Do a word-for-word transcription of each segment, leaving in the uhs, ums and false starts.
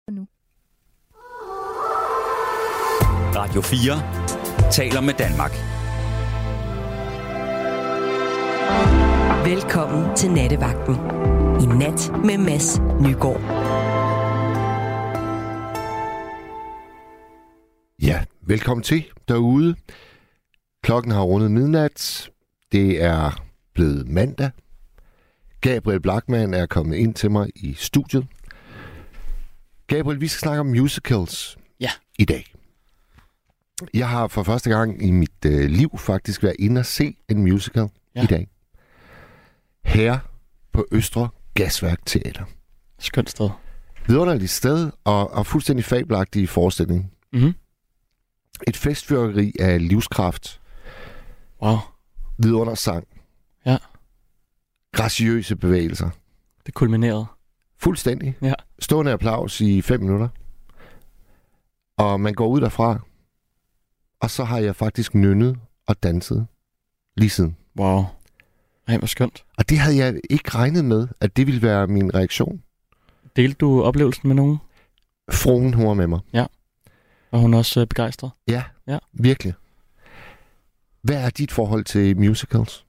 nu. Radio fire taler med Danmark. Velkommen til Nattevagten. I nat med Mads Nygaard. Ja, velkommen til derude. Klokken har rundet midnat. Det er blevet mandag. Gabriel Blachman er kommet ind til mig i studiet. Gabriel, vi skal snakke om musicals ja. i dag. Jeg har for første gang i mit øh, liv faktisk været inde og se en musical ja. i dag. Her på Østre Gasværk Teater. Skønt sted. Vidunderligt sted og, og fuldstændig fabelagtig forestilling. Mm-hmm. Et festfyrkeri af livskraft. Wow. Vidundersang. Ja. Graciøse bevægelser. Det kulminerede. Fuldstændig. Ja. Stående applaus i fem minutter. Og man går ud derfra. Og så har jeg faktisk nynnet og danset lige siden. Wow. Ej, hvor skønt. Og det havde jeg ikke regnet med, at det ville være min reaktion. Delte du oplevelsen med nogen? Fruen, hun var med mig. Ja. Og hun er også øh, begejstret? Ja, ja, virkelig. Hvad er dit forhold til musicals?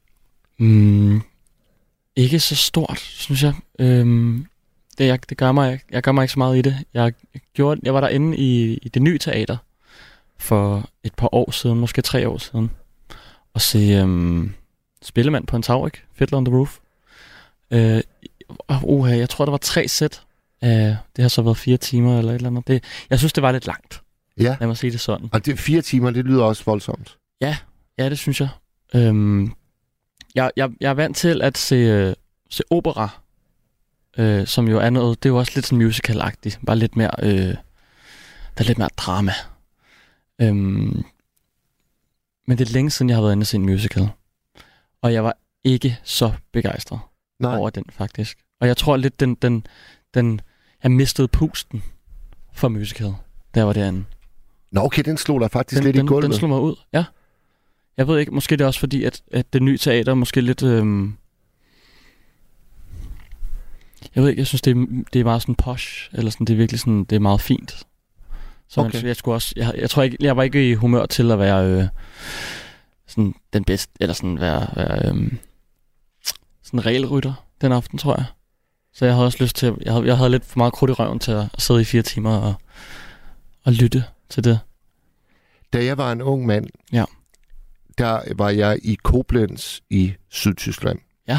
Mm, ikke så stort, synes jeg. Øhm, det, jeg, det gør mig, jeg gør mig ikke så meget i det. Jeg, gjorde, jeg var derinde i, i det nye teater for et par år siden, måske tre år siden, og se øhm, Spillemand på en tavrik, Fiddler on the Roof. Øh, uh, jeg tror, der var tre sæt. Uh, det har så været fire timer eller et eller andet. Det, jeg synes, det var lidt langt. Ja. Lad mig sige det sådan. Og det, fire timer, det lyder også voldsomt. Ja, ja, det synes jeg. Øhm, jeg, jeg. Jeg er vant til at se, uh, se opera, uh, som jo er noget, det er jo også lidt sådan musical-agtigt. Bare lidt mere, uh, der er lidt mere drama. Øhm, men det er længe siden, jeg har været inde og se en musical. Og jeg var ikke så begejstret Nej. over den, faktisk. Og jeg tror lidt, den, den, den, jeg mistede pusten for musical, der var derinde. Nå, okay, den slog dig faktisk den, lidt den, i gulvet. Den slog mig ud, ja. Jeg ved ikke, måske det er også fordi, at, at det nye teater måske lidt... Øhm, jeg ved ikke, jeg synes, det er, det er meget sådan posh, eller sådan, det er virkelig sådan, det er meget fint. Så okay. jeg, jeg skulle også... Jeg, jeg tror ikke, jeg var ikke i humør til at være... Øh, sådan den bedste, eller sådan være, være øhm, sådan regelrytter den aften, tror jeg. Så jeg havde også lyst til, at, jeg havde, jeg havde lidt for meget krudt i røven til at, at sidde i fire timer og, og lytte til det. Da jeg var en ung mand, ja. der var jeg i Koblenz i Sydtyskland. Ja.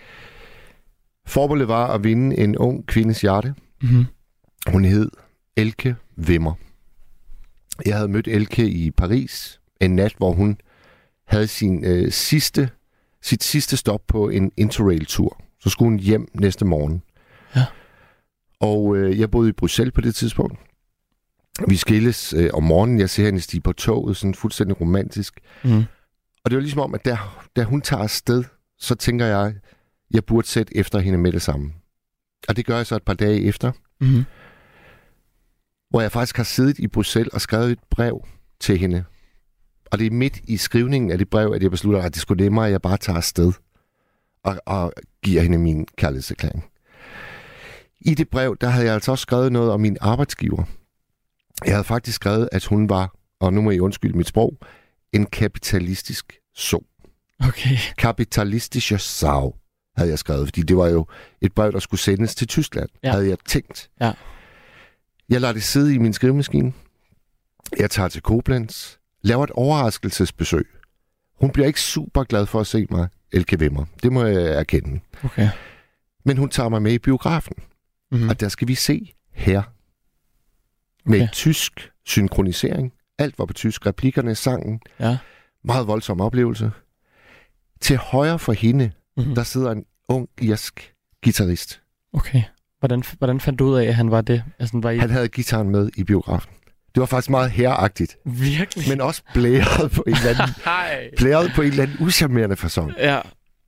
Formålet var at vinde en ung kvindes hjerte. Mm-hmm. Hun hed Elke Wimmer. Jeg havde mødt Elke i Paris en nat, hvor hun havde sin øh, sidste, sit sidste stop på en Interrail-tur. Så skulle hun hjem næste morgen. Ja. Og øh, jeg boede i Bruxelles på det tidspunkt. Vi skilles øh, om morgenen. Jeg ser hende stige på toget, sådan fuldstændig romantisk. Mm. Og det var ligesom om, at da, da hun tager afsted, så tænker jeg, jeg burde sætte efter hende med det samme. Og det gør jeg så et par dage efter. Mm. Hvor jeg faktisk har siddet i Bruxelles og skrevet et brev til hende. Og det er midt i skrivningen af det brev, at jeg beslutter, at det skulle nemmere, at jeg bare tager afsted og, og giver hende min kærlighedserklæring. I det brev, der havde jeg altså også skrevet noget om min arbejdsgiver. Jeg havde faktisk skrevet, at hun var, og nu må I undskylde mit sprog, en kapitalistisk so. Okay. Kapitalistische Sau, havde jeg skrevet, fordi det var jo et brev, der skulle sendes til Tyskland, ja. havde jeg tænkt. Ja. Jeg lader det sidde i min skrivemaskine. Jeg tager til Koblenz, laver et overraskelsesbesøg. Hun bliver ikke super glad for at se mig, Elke Wimmer. Det må jeg erkende. Okay. Men hun tager mig med i biografen. Mm-hmm. Og der skal vi se Her. Med okay. tysk synkronisering. Alt var på tysk. Replikkerne, sangen. Ja. Meget voldsom oplevelse. Til højre for hende, mm-hmm. der sidder en ung irsk guitarist. Okay. Hvordan, hvordan fandt du ud af, at han var det? Altså, var I... Han havde guitaren med i biografen. Det var faktisk meget heragtigt. Virkelig? Men også blæret på en eller anden, blæret på en eller anden uschammerende facon. Ja.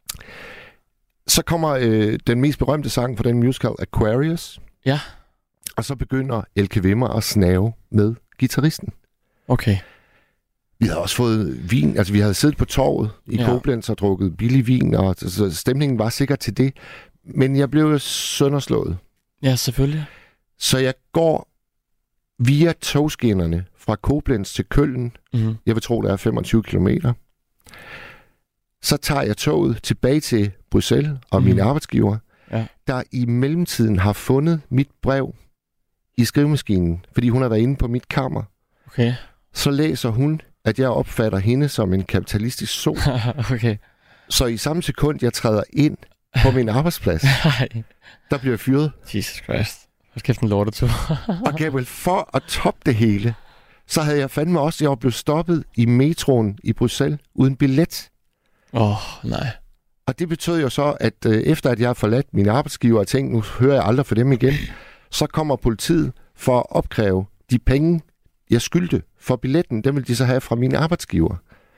Så kommer øh, den mest berømte sang for den musical, Aquarius. Ja. Og så begynder Elke Wimmer at snave med guitaristen. Okay. Vi havde også fået vin, altså vi havde siddet på torvet i ja. Koblenz og drukket billig vin, og så stemningen var sikkert til det. Men jeg blev sønderslået. Ja, selvfølgelig. Så jeg går via togskinnerne fra Koblenz til Køln. Mm-hmm. Jeg vil tro, det er femogtyve kilometer. Så tager jeg toget tilbage til Bruxelles og mm. mine arbejdsgiver, ja. der i mellemtiden har fundet mit brev i skrivemaskinen, fordi hun har været inde på mit kammer. Okay. Så læser hun, at jeg opfatter hende som en kapitalistisk sol. Okay. Så i samme sekund, jeg træder ind på min arbejdsplads, der bliver jeg fyret. Jesus Christ. Hold kæft en lortetur. Og Gabriel, for at toppe det hele, så havde jeg fandme også, jeg var blevet stoppet i metroen i Bruxelles uden billet. Åh, oh, nej. Og det betød jo så, at øh, efter at jeg har forladt mine arbejdsgiver og tænkt, nu hører jeg aldrig fra dem igen, så kommer politiet for at opkræve de penge, jeg skyldte for billetten. Dem vil de så have fra mine arbejdsgiver.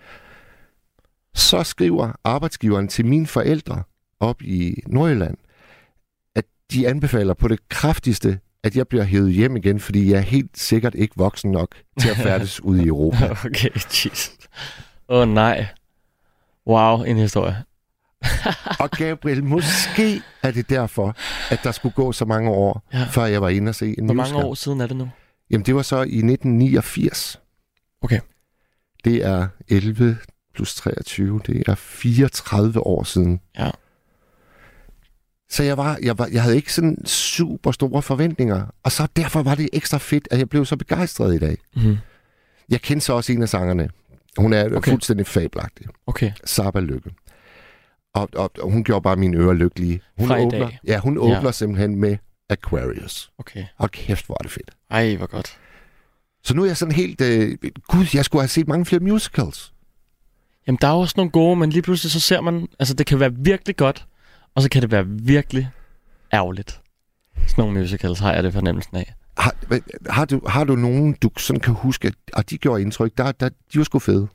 Så skriver arbejdsgiveren til mine forældre op i Nordjylland, at de anbefaler på det kraftigste, at jeg bliver hævet hjem igen, fordi jeg er helt sikkert ikke voksen nok til at færdes ude i Europa. Okay, Jesus. Åh oh, nej. Wow, en historie. Og Gabriel, måske er det derfor, at der skulle gå så mange år, ja. før jeg var inde og se en Hvor musical. mange år siden er det nu? Jamen, det var så i nitten niogfirs. Okay. Det er elleve plus treogtyve. Det er fireogtredive år siden. Ja. Så jeg, var, jeg, var, jeg havde ikke sådan super store forventninger. Og så derfor var det ekstra fedt, at jeg blev så begejstret i dag. Mm-hmm. Jeg kendte så også en af sangerne. Hun er okay. fuldstændig fabelagtig. Okay. Saba Lykke. Og, og, og hun gjorde bare mine ører lykkelige. Hun Fra i åbner, dag? Ja, hun åbner ja. simpelthen med Aquarius. Okay. Og kæft, hvor er det fedt. Ej, hvor godt. Så nu er jeg sådan helt... Øh, Gud, jeg skulle have set mange flere musicals. Jamen, der er også nogle gode, men lige pludselig så ser man... Altså, det kan være virkelig godt, og så kan det være virkelig ærgerligt. Sådan nogle musicals har jeg det fornemmelsen af. Har, har, du, har du nogen, du sådan kan huske, at de gjorde indtryk? Der, der, de var sgu fede.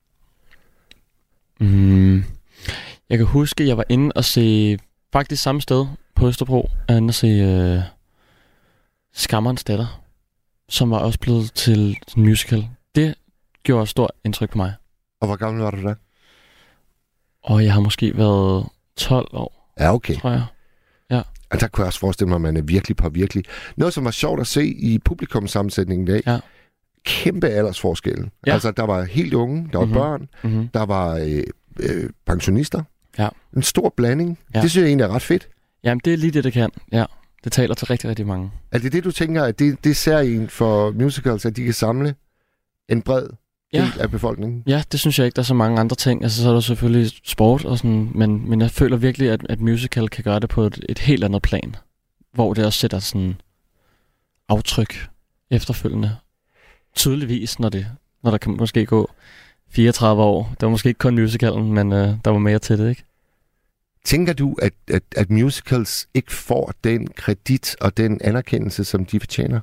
Mm. Jeg kan huske, at jeg var inde og se... Faktisk samme sted på Østerbro. Jeg var inde og se... Øh, Skammerens datter, som var også blevet til en musical. Det gjorde et stort indtryk på mig. Og hvor gammel var du da? Og jeg har måske været tolv år. Ja, okay. Tror jeg. Ja. Og der kunne jeg også forestille mig, at man er virkelig på virkelig. Noget, som var sjovt at se i publikumssammensætningen i dag. Ja. Kæmpe aldersforskel. Ja. Altså, der var helt unge, der var mm-hmm. børn, mm-hmm. der var øh, øh, pensionister. Ja. En stor blanding. Ja. Det synes jeg egentlig er ret fedt. Jamen, det er lige det, det kan. Ja. Det taler til rigtig, rigtig mange. Er det det, du tænker, at det, det ser en for musicals, at de kan samle en bred ja. del af befolkningen? Ja, det synes jeg ikke. Der er så mange andre ting. Altså, så er der selvfølgelig sport og sådan, men, men jeg føler virkelig, at, at musical kan gøre det på et, et helt andet plan, hvor det også sætter sådan aftryk efterfølgende. Tydeligvis, når, det, når der kan måske gå fireogtredive år. Det var måske ikke kun musicalen, men øh, der var mere til det, ikke? Tænker du, at, at, at musicals ikke får den kredit og den anerkendelse, som de fortjener?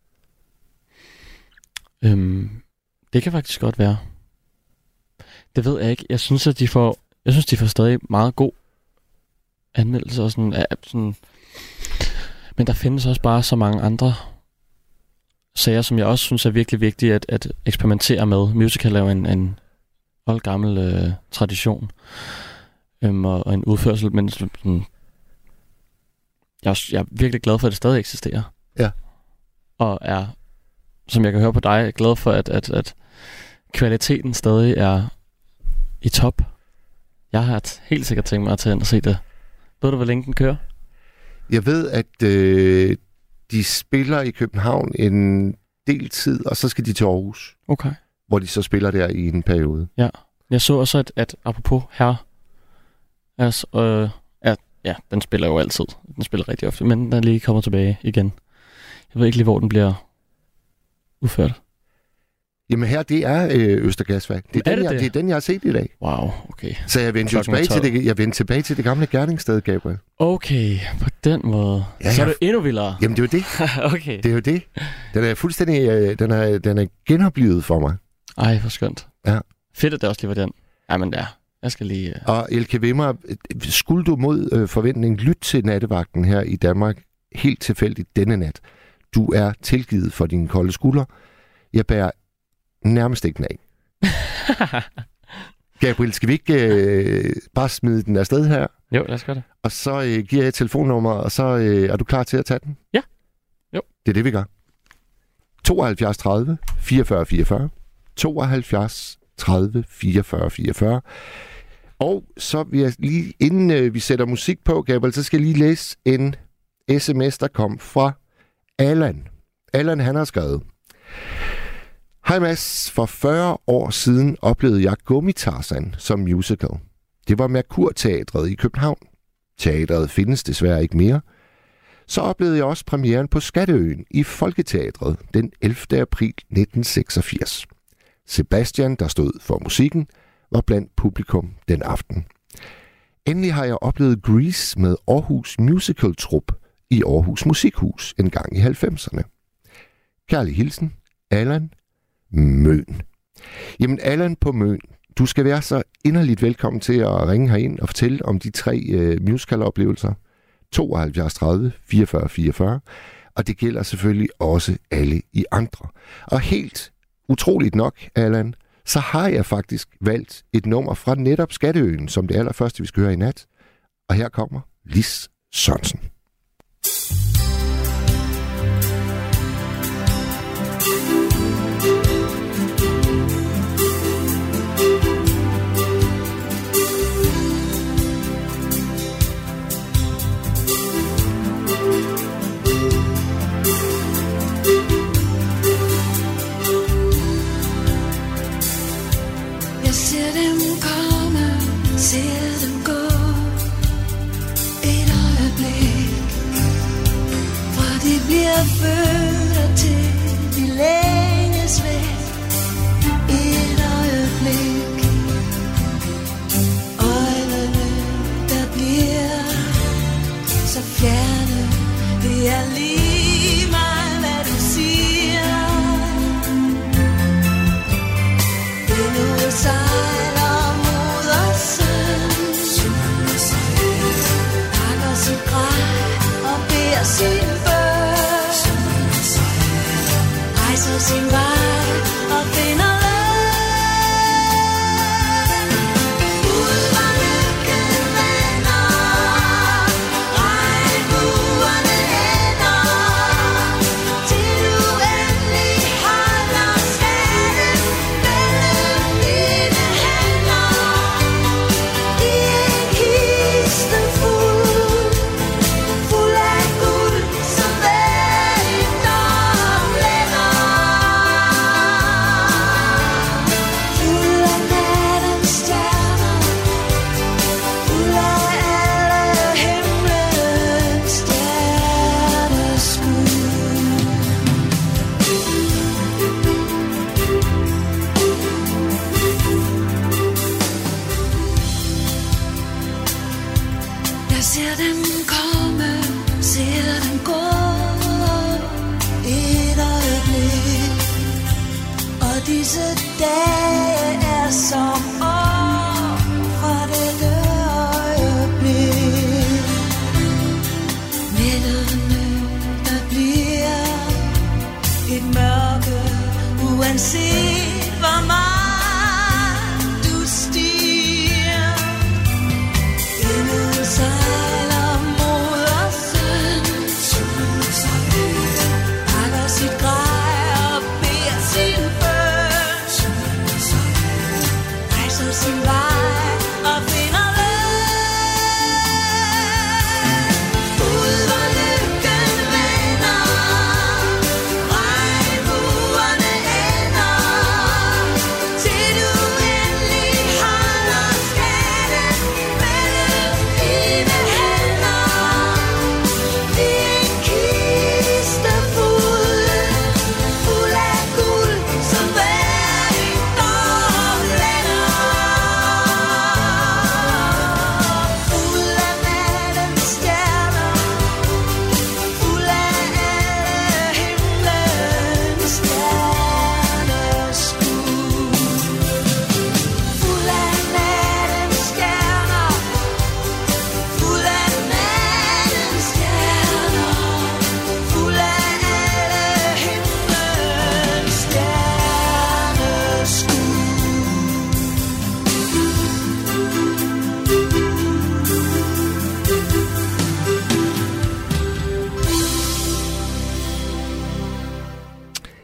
Øhm, det kan faktisk godt være. Det ved jeg ikke. Jeg synes, at de får, jeg synes, de får stadig meget god anmeldelse og sådan, ja, sådan. Men der findes også bare så mange andre sager, som jeg også synes er virkelig vigtige at, at eksperimentere med. Musical er jo en, en oldgammel øh, tradition. Øhm, og, og en udførsel, men sådan, jeg, er, jeg er virkelig glad for, at det stadig eksisterer. Ja. Og er, som jeg kan høre på dig, glad for, at, at, at kvaliteten stadig er i top. Jeg har helt sikkert tænkt mig at tage ind og se det. Ved du, hvor længe den kører? Jeg ved, at øh, de spiller i København en del tid, og så skal de til Aarhus. Okay. Hvor de så spiller der i en periode. Ja. Jeg så også, at, at apropos her, altså, øh, ja, ja, den spiller jo altid. Den spiller rigtig ofte, men den er lige kommet tilbage igen. Jeg ved ikke lige, hvor den bliver udført. Jamen her, det er øh, Østergasværk. Det er, er den, det jeg, det? det er den, jeg har set i dag. Wow, okay. Så jeg vendte jo tilbage til, det, jeg vendte tilbage til det gamle Gerningssted, Gabriel. Okay, på den måde. Ja, så er ja. det endnu vildere. Jamen det er jo det. Okay. Det er jo det. Den er fuldstændig, øh, den er, den er genoplevet for mig. Ej, hvor skønt. Ja. Fedt, at det også lige var den. Jamen ja, jeg skal lige... Uh... Og Elke Wimmer, skulle du mod øh, forventning lytte til nattevagten her i Danmark helt tilfældigt denne nat? Du er tilgivet for dine kolde skuldre. Jeg bærer nærmest ikke den af. Gabriel, skal vi ikke øh, bare smide den afsted her? Jo, lad os gøre det. Og så øh, giver jeg et telefonnummer, og så øh, er du klar til at tage den? Ja. Jo. Det er det, vi gør. tooghalvfjerds tredive fireogfyrre fireogfyrre. tooghalvfjerds tredive fireogfyrre fireogfyrre. Og så vil jeg lige, inden øh, vi sætter musik på, Gabriel, så skal jeg lige læse en sms, der kom fra Allan. Allan, han har skrevet: Hej Mads, for fyrre år siden oplevede jeg Gummitarsan som musical. Det var Merkur-teatret i København. Teatret findes desværre ikke mere. Så oplevede jeg også premieren på Skatteøen i Folketeatret den ellevte april nitten seksogfirs. Sebastian, der stod for musikken, var blandt publikum den aften. Endelig har jeg oplevet Grease med Aarhus Musical Trup i Aarhus Musikhus en gang i halvfemserne. Kærlig hilsen, Allan Møn. Jamen Allan på Møn, du skal være så inderligt velkommen til at ringe herind og fortælle om de tre øh, musicaloplevelser. tooghalvfjerds tredive fireogfyrre fireogfyrre. Og det gælder selvfølgelig også alle i andre. Og helt utroligt nok, Allan, så har jeg faktisk valgt et nummer fra netop Skatteøen, som det allerførste, vi skal høre i nat. Og her kommer Lis Sørensen. Jeg ser dem komme, ser dem gå, et øjeblik, fra de bliver født og til de længes væk, et øjeblik, øjnene der bliver så fjerne, det er lige meget hvad du siger. Nu sejler modersøn, pakker sit grej og beder sin bøn, rejser sin vej og finder løn. Ud var lykken vender, regnbuerne hænder, til du endelig holder stadig mellem dine hænder. I en kiste fuld, fuld af guld, som vælter og blænder.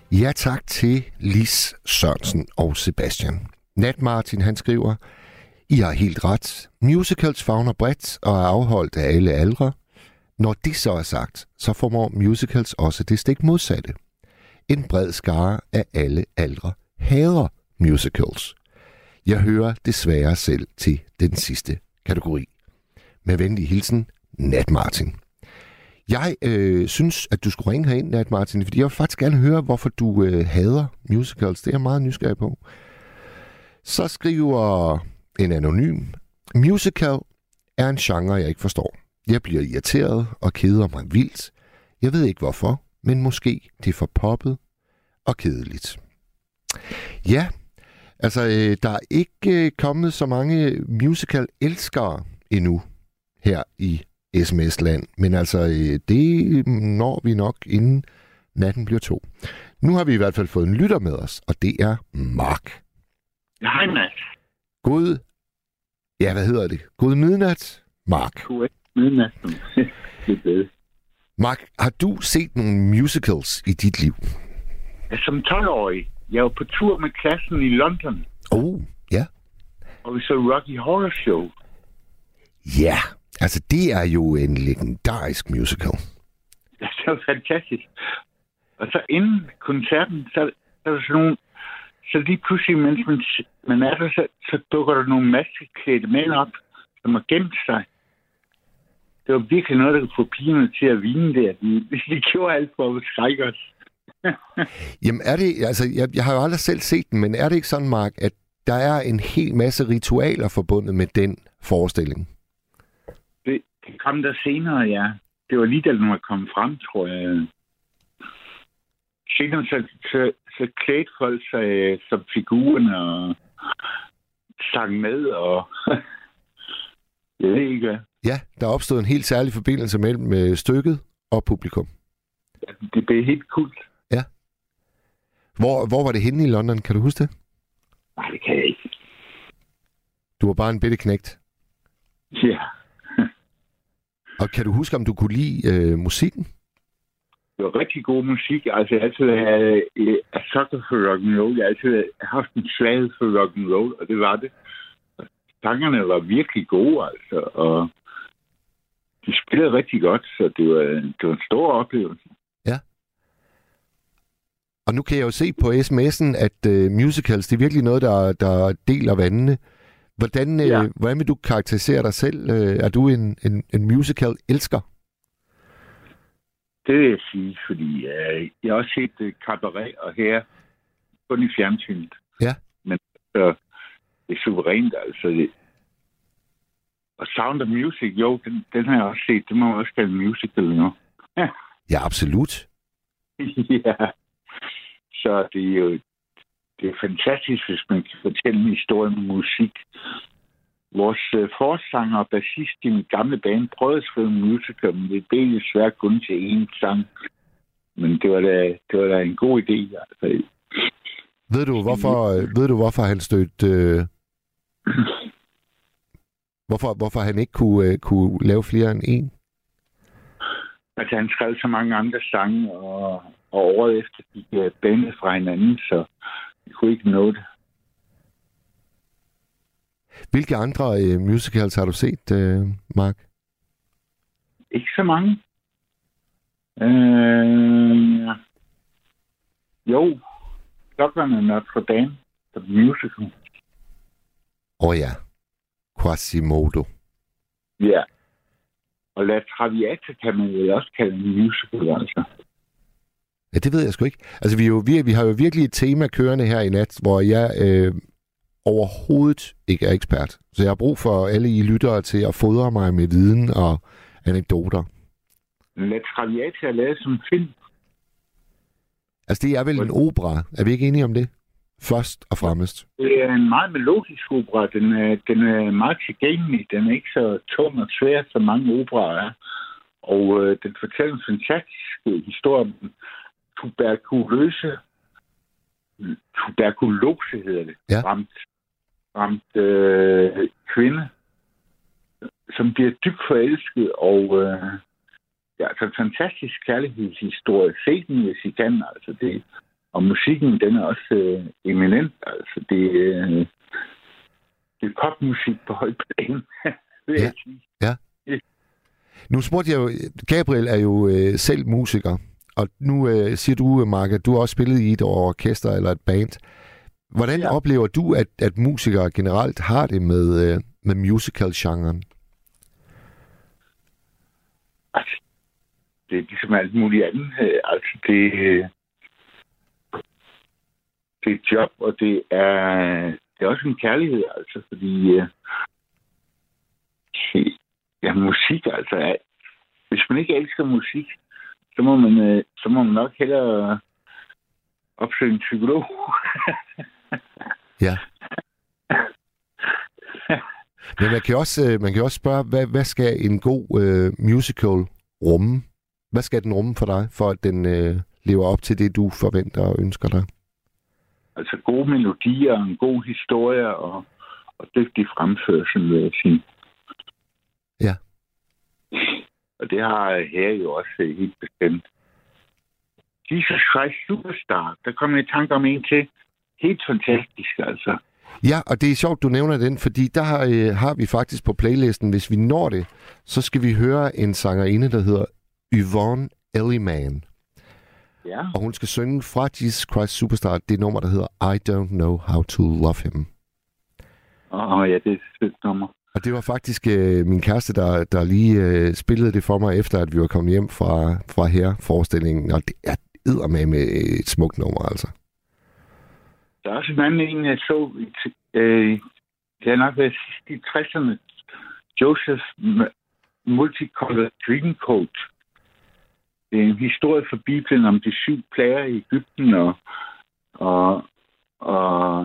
Ja tak til Lis Sørensen og Sebastian. Nat Martin, han skriver, I har helt ret. Musicals favner bredt og er afholdt af alle aldre. Når det så er sagt, så formår musicals også det stik modsatte. En bred skare af alle aldre hader musicals. Jeg hører desværre selv til den sidste kategori. Med venlig hilsen, Nat Martin. Jeg øh, synes, at du skulle ringe herind, Nat Martin, fordi jeg vil faktisk gerne høre, hvorfor du øh, hader musicals. Det er jeg meget nysgerrig på. Så skriver en anonym, musical er en genre, jeg ikke forstår. Jeg bliver irriteret og keder mig vildt. Jeg ved ikke hvorfor, men måske det er for poppet og kedeligt. Ja, altså øh, der er ikke øh, kommet så mange musical-elskere endnu her i S M S-land, men altså øh, det når vi nok inden natten bliver to. Nu har vi i hvert fald fået en lytter med os, og det er Mark. Hej, Mads. God, ja, hvad hedder det? God midnat, Mark. God midnat. Mark, har du set nogle musicals i dit liv? Som tolv-årig. Jeg var på tur med klassen i London. Oh, ja. Og vi så Rocky Horror Show. Ja, altså det er jo en legendarisk musical. Ja, det var fantastisk. Og så inden koncerten, så, så er der sådan nogle... Så lige pludselig, mens man, man er der, så, så dukker der nogle maskeklædte mænd op, som har gemt sig. Det var virkelig noget, der kunne få pigerne til at vine der. De, de gjorde alt for at skrække os. Jamen er det, altså jeg, jeg har jo aldrig selv set den, men er det ikke sådan, Mark, at der er en hel masse ritualer forbundet med den forestilling? Det, det kom der senere, ja. Det var lige da den var kommet frem, tror jeg. Senere så, så, så klædte folk sig som figurerne og sang med, og jeg ved ikke hvad. Ja, der opstod en helt særlig forbindelse mellem stykket og publikum. Ja, det blev helt kult. Ja. Hvor, hvor var det henne i London? Kan du huske det? Nej, det kan jeg ikke. Du var bare en bitte knægt. Ja. Og kan du huske, om du kunne lide øh, musikken? Det var rigtig god musik. Altså, jeg altid havde et sucker for rock'n'roll. Jeg altid havde haft en svaghed for rock'n'roll, og det var det. Sangerne var virkelig gode, altså, og de spillede rigtig godt, så det var, det var en stor oplevelse. Ja. Og nu kan jeg jo se på sms'en, at uh, musicals, det er virkelig noget, der, der deler vandene. Hvordan, ja. øh, hvordan vil du karakterisere dig selv? Er du en, en, en musical-elsker? Det vil jeg sige, fordi øh, jeg har også set uh, Cabaret og her kun i fjernsynet. Ja. Men øh, det er suverænt, altså. Det. Og Sound of Music, jo, den, den har jeg også set. Det må man også kalde en musical nu. Ja, absolut. Ja. Så det er jo det er fantastisk, hvis man kan fortælle en historie med musik. Vores øh, forsanger og bassist i min gamle band prøvede at skrive en musical, men det blev jo svært kun til én sang. Men det var da, det var da en god idé. Altså. Ved du, hvorfor, ved du, hvorfor han stødte... Øh... Hvorfor, hvorfor han ikke kunne, øh, kunne lave flere end en? Altså, han skrev så mange andre sange, og, og året efter gik uh, bandet fra hinanden, så vi kunne ikke nå det. Hvilke andre øh, musicals har du set, øh, Mark? Ikke så mange. Øh... Jo, Klokkerne Notre Dame, The Musical. Åh oh, ja. Quasimodo. Ja. Og La Traviata kan man jo også kalde en musical, altså. Ja, det ved jeg sgu ikke. Altså, vi, er jo, vi, vi har jo virkelig et tema kørende her i nat, hvor jeg øh, overhovedet ikke er ekspert. Så jeg har brug for alle I lyttere til at fodre mig med viden og anekdoter. La Traviata er lavet som film. Altså, det er vel en opera. Er vi ikke enige om det? Først og fremmest. Det er en meget melodisk opera. Den er, den er meget tilgængelig. Den er ikke så tung og svær, som mange operaer er. Og øh, den fortæller en fantastisk historie om tuberkulose. Tuberkulose hedder det. Ja. Ramt, ramt øh, kvinde, som bliver dybt forelsket. Og øh, ja, altså en fantastisk kærlighedshistorie. Se den, hvis I kan. Altså det. og musikken, den er også øh, eminent. Altså, det, øh, det er popmusik på højt plan, vil ja. jeg sige. Ja. Nu spurgte jeg jo, Gabriel er jo øh, selv musiker, og nu øh, siger du, Mark, at du har også spillet i et orkester eller et band. Hvordan ja. oplever du, at, at musikere generelt har det med, øh, med musical-genren? Altså, det er ligesom alt muligt andet. Altså, det, det er et job, og det er, det er også en kærlighed, altså, fordi ja, musik, altså, er, hvis man ikke elsker musik, så må man, så må man nok hellere opsøge en psykolog. Ja. Men man kan også, man kan også spørge, hvad, hvad skal en god uh, musical rumme? Hvad skal den rumme for dig, for at den uh, lever op til det, du forventer og ønsker dig? Altså gode melodier, en god historie og, og dygtig fremførsel, vil jeg sige. Ja. Og det har her jo også helt bestemt. Jesus Christ Superstar, der kom jeg i tanke om en til. Helt fantastisk, altså. Ja, og det er sjovt, du nævner den, fordi der har, øh, har vi faktisk på playlisten, hvis vi når det, så skal vi høre en sangerinde, der hedder Yvonne Elliman. Ja. Og hun skal synge fra Jesus Christ Superstar det nummer, der hedder I Don't Know How to Love Him. Åh, oh, ja, det er et sødt nummer. Og det var faktisk øh, min kæreste, der, der lige øh, spillede det for mig, efter at vi var kommet hjem fra, fra her-forestillingen. Og det er eddermame med et smukt nummer, altså. Der er også en anden en, jeg så, øh, det har nok været sidst i tresserne, Joseph Multicolored Dreamcoat. Det er en historie fra Bibelen om de syv plager i Egypten, og, og, og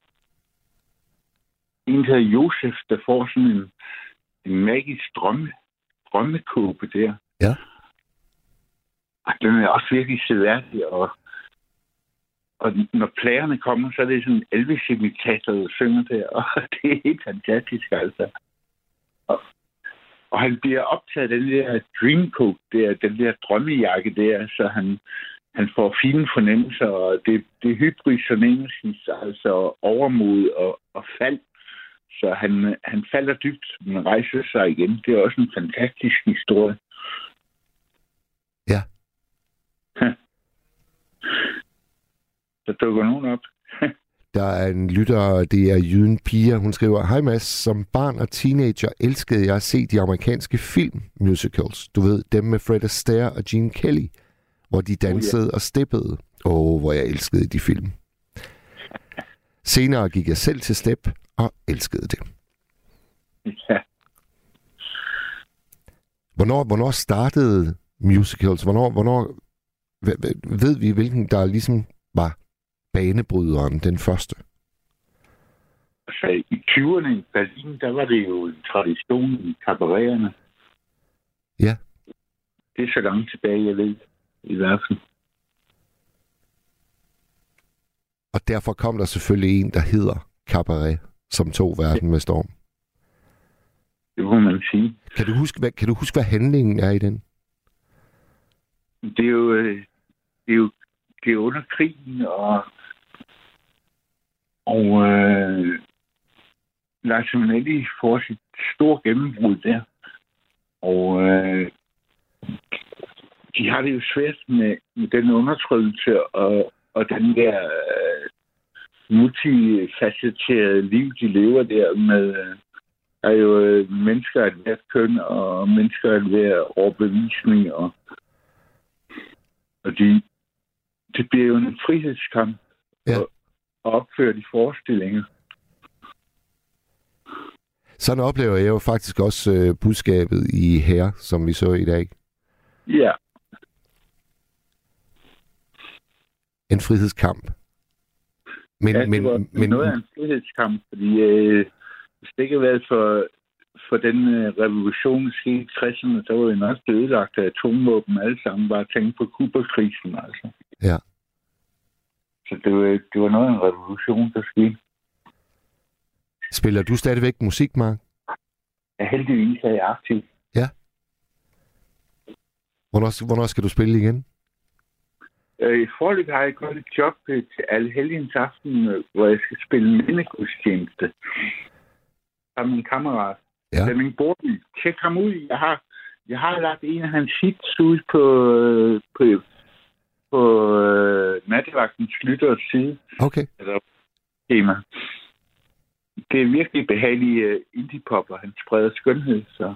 en, der hedder Josef, der får sådan en, en magisk drømme, drømmekåbe der. Ja. Og den er også virkelig seværdig, og Og når plagerne kommer, så er det sådan Elvis-imitator, der synger der, og det er helt fantastisk, altså. Og, og han bliver optaget af den der dreamcoat der, den der drømmejakke der, så han, han får fine fornemmelser, og det, det er hybris-fornemmelsen, altså overmod og, og fald. Så han, han falder dybt, men rejser sig igen. Det er også en fantastisk historie. Ja. Der dukker nogen op. Der er en lytter, det er Jyden Pia. Hun skriver, hej Mads, som barn og teenager elskede jeg at se de amerikanske filmmusicals. Du ved, dem med Fred Astaire og Gene Kelly, hvor de dansede oh, ja. og steppede. Åh, hvor jeg elskede de film. Senere gik jeg selv til step og elskede det. Ja. Hvornår, hvornår startede musicals? Hvornår, hvornår ved vi, hvilken der ligesom var banebryderen, den første? Altså, i tyverne i Berlin, der var det jo en tradition i kabaretterne. Ja. Det er så langt tilbage, jeg ved, i hvert fald. Og derfor kom der selvfølgelig en, der hedder Cabaret, som tog verden med storm. Det må man sige. Kan du huske, hvad, kan du huske, hvad handlingen er i den? Det er jo, det er jo det er under krigen, og, og øh, Lars Minelli får sit store gennembrud der. Og øh, de har det jo svært med, med den undertrykkelse og, og den der øh, multifacetterede liv, de lever der med. Øh, er jo øh, mennesker af hvert køn, og mennesker af hver overbevisning, og, og de, det bliver jo en frihedskamp ja. at, at opføre de forestillinger. Sådan oplever jeg jo faktisk også øh, budskabet i Her, som vi så i dag. Ja. En frihedskamp. Men, ja, det men, var men, noget af en frihedskamp, fordi øh, hvis det ikke havde været for, for den øh, revolution, der skete i tresserne, så var vi nok ødelagt af atomvåben alle sammen, bare tænke på Kuba-krisen, altså. Ja. Så det var, det var noget af en revolution, der skete. Spiller du stadigvæk musik, Mark? Ja, heldigvis er jeg aktiv. Ja. Hvornår, hvornår skal du spille igen? Øh, I forløb har jeg gået et job øh, til Allehelgens aften, øh, hvor jeg skal spille mindegudstjeneste. Af min kammerat. Ja. Min bror. Tjek ham ud. Jeg har, jeg har lagt en af hans hits ud på, øh, på, på øh, nattevagtens lytteres side. Okay. Eller tema. Det er virkelig behagelige uh, indie-pop, og han spreder skønhed, så...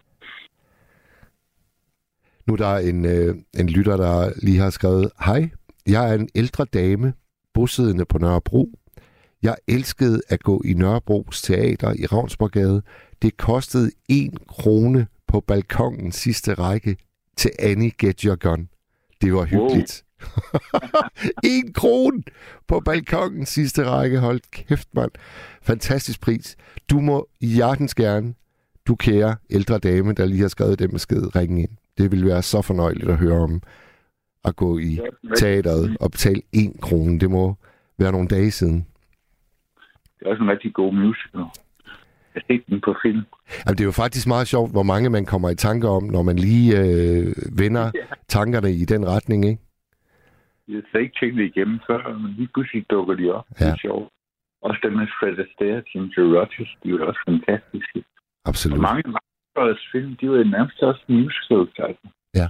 Nu er der en, øh, en lytter, der lige har skrevet, hej, jeg er en ældre dame, bosiddende på Nørrebro. Jeg elskede at gå i Nørrebros Teater i Ravnsborggade. Det kostede en krone på balkongen sidste række til Annie Get Your Gun. Det var hyggeligt. Wow. En krone på balkongen sidste række. Hold kæft, mand. Fantastisk pris. Du må hjertens gerne, du kære ældre dame, der lige har skrevet den besked, ringe ind. Det ville være så fornøjeligt at høre om at gå i teateret og betale en krone. Det må være nogle dage siden. Det er også en rigtig god musical. Jeg har set den på film. Jamen, det er jo faktisk meget sjovt, hvor mange man kommer i tanker om, når man lige øh, vender ja. tankerne i den retning, ikke? Jeg har slet ikke tænkt det igennem før, men lige pludselig dukker de op. Ja. Det er sjovt. Også den med Fred Astaire og Ginger Rogers, de er jo også fantastiske. Absolut. Og mange af film, de var nærmest også musicals, altså. Ja.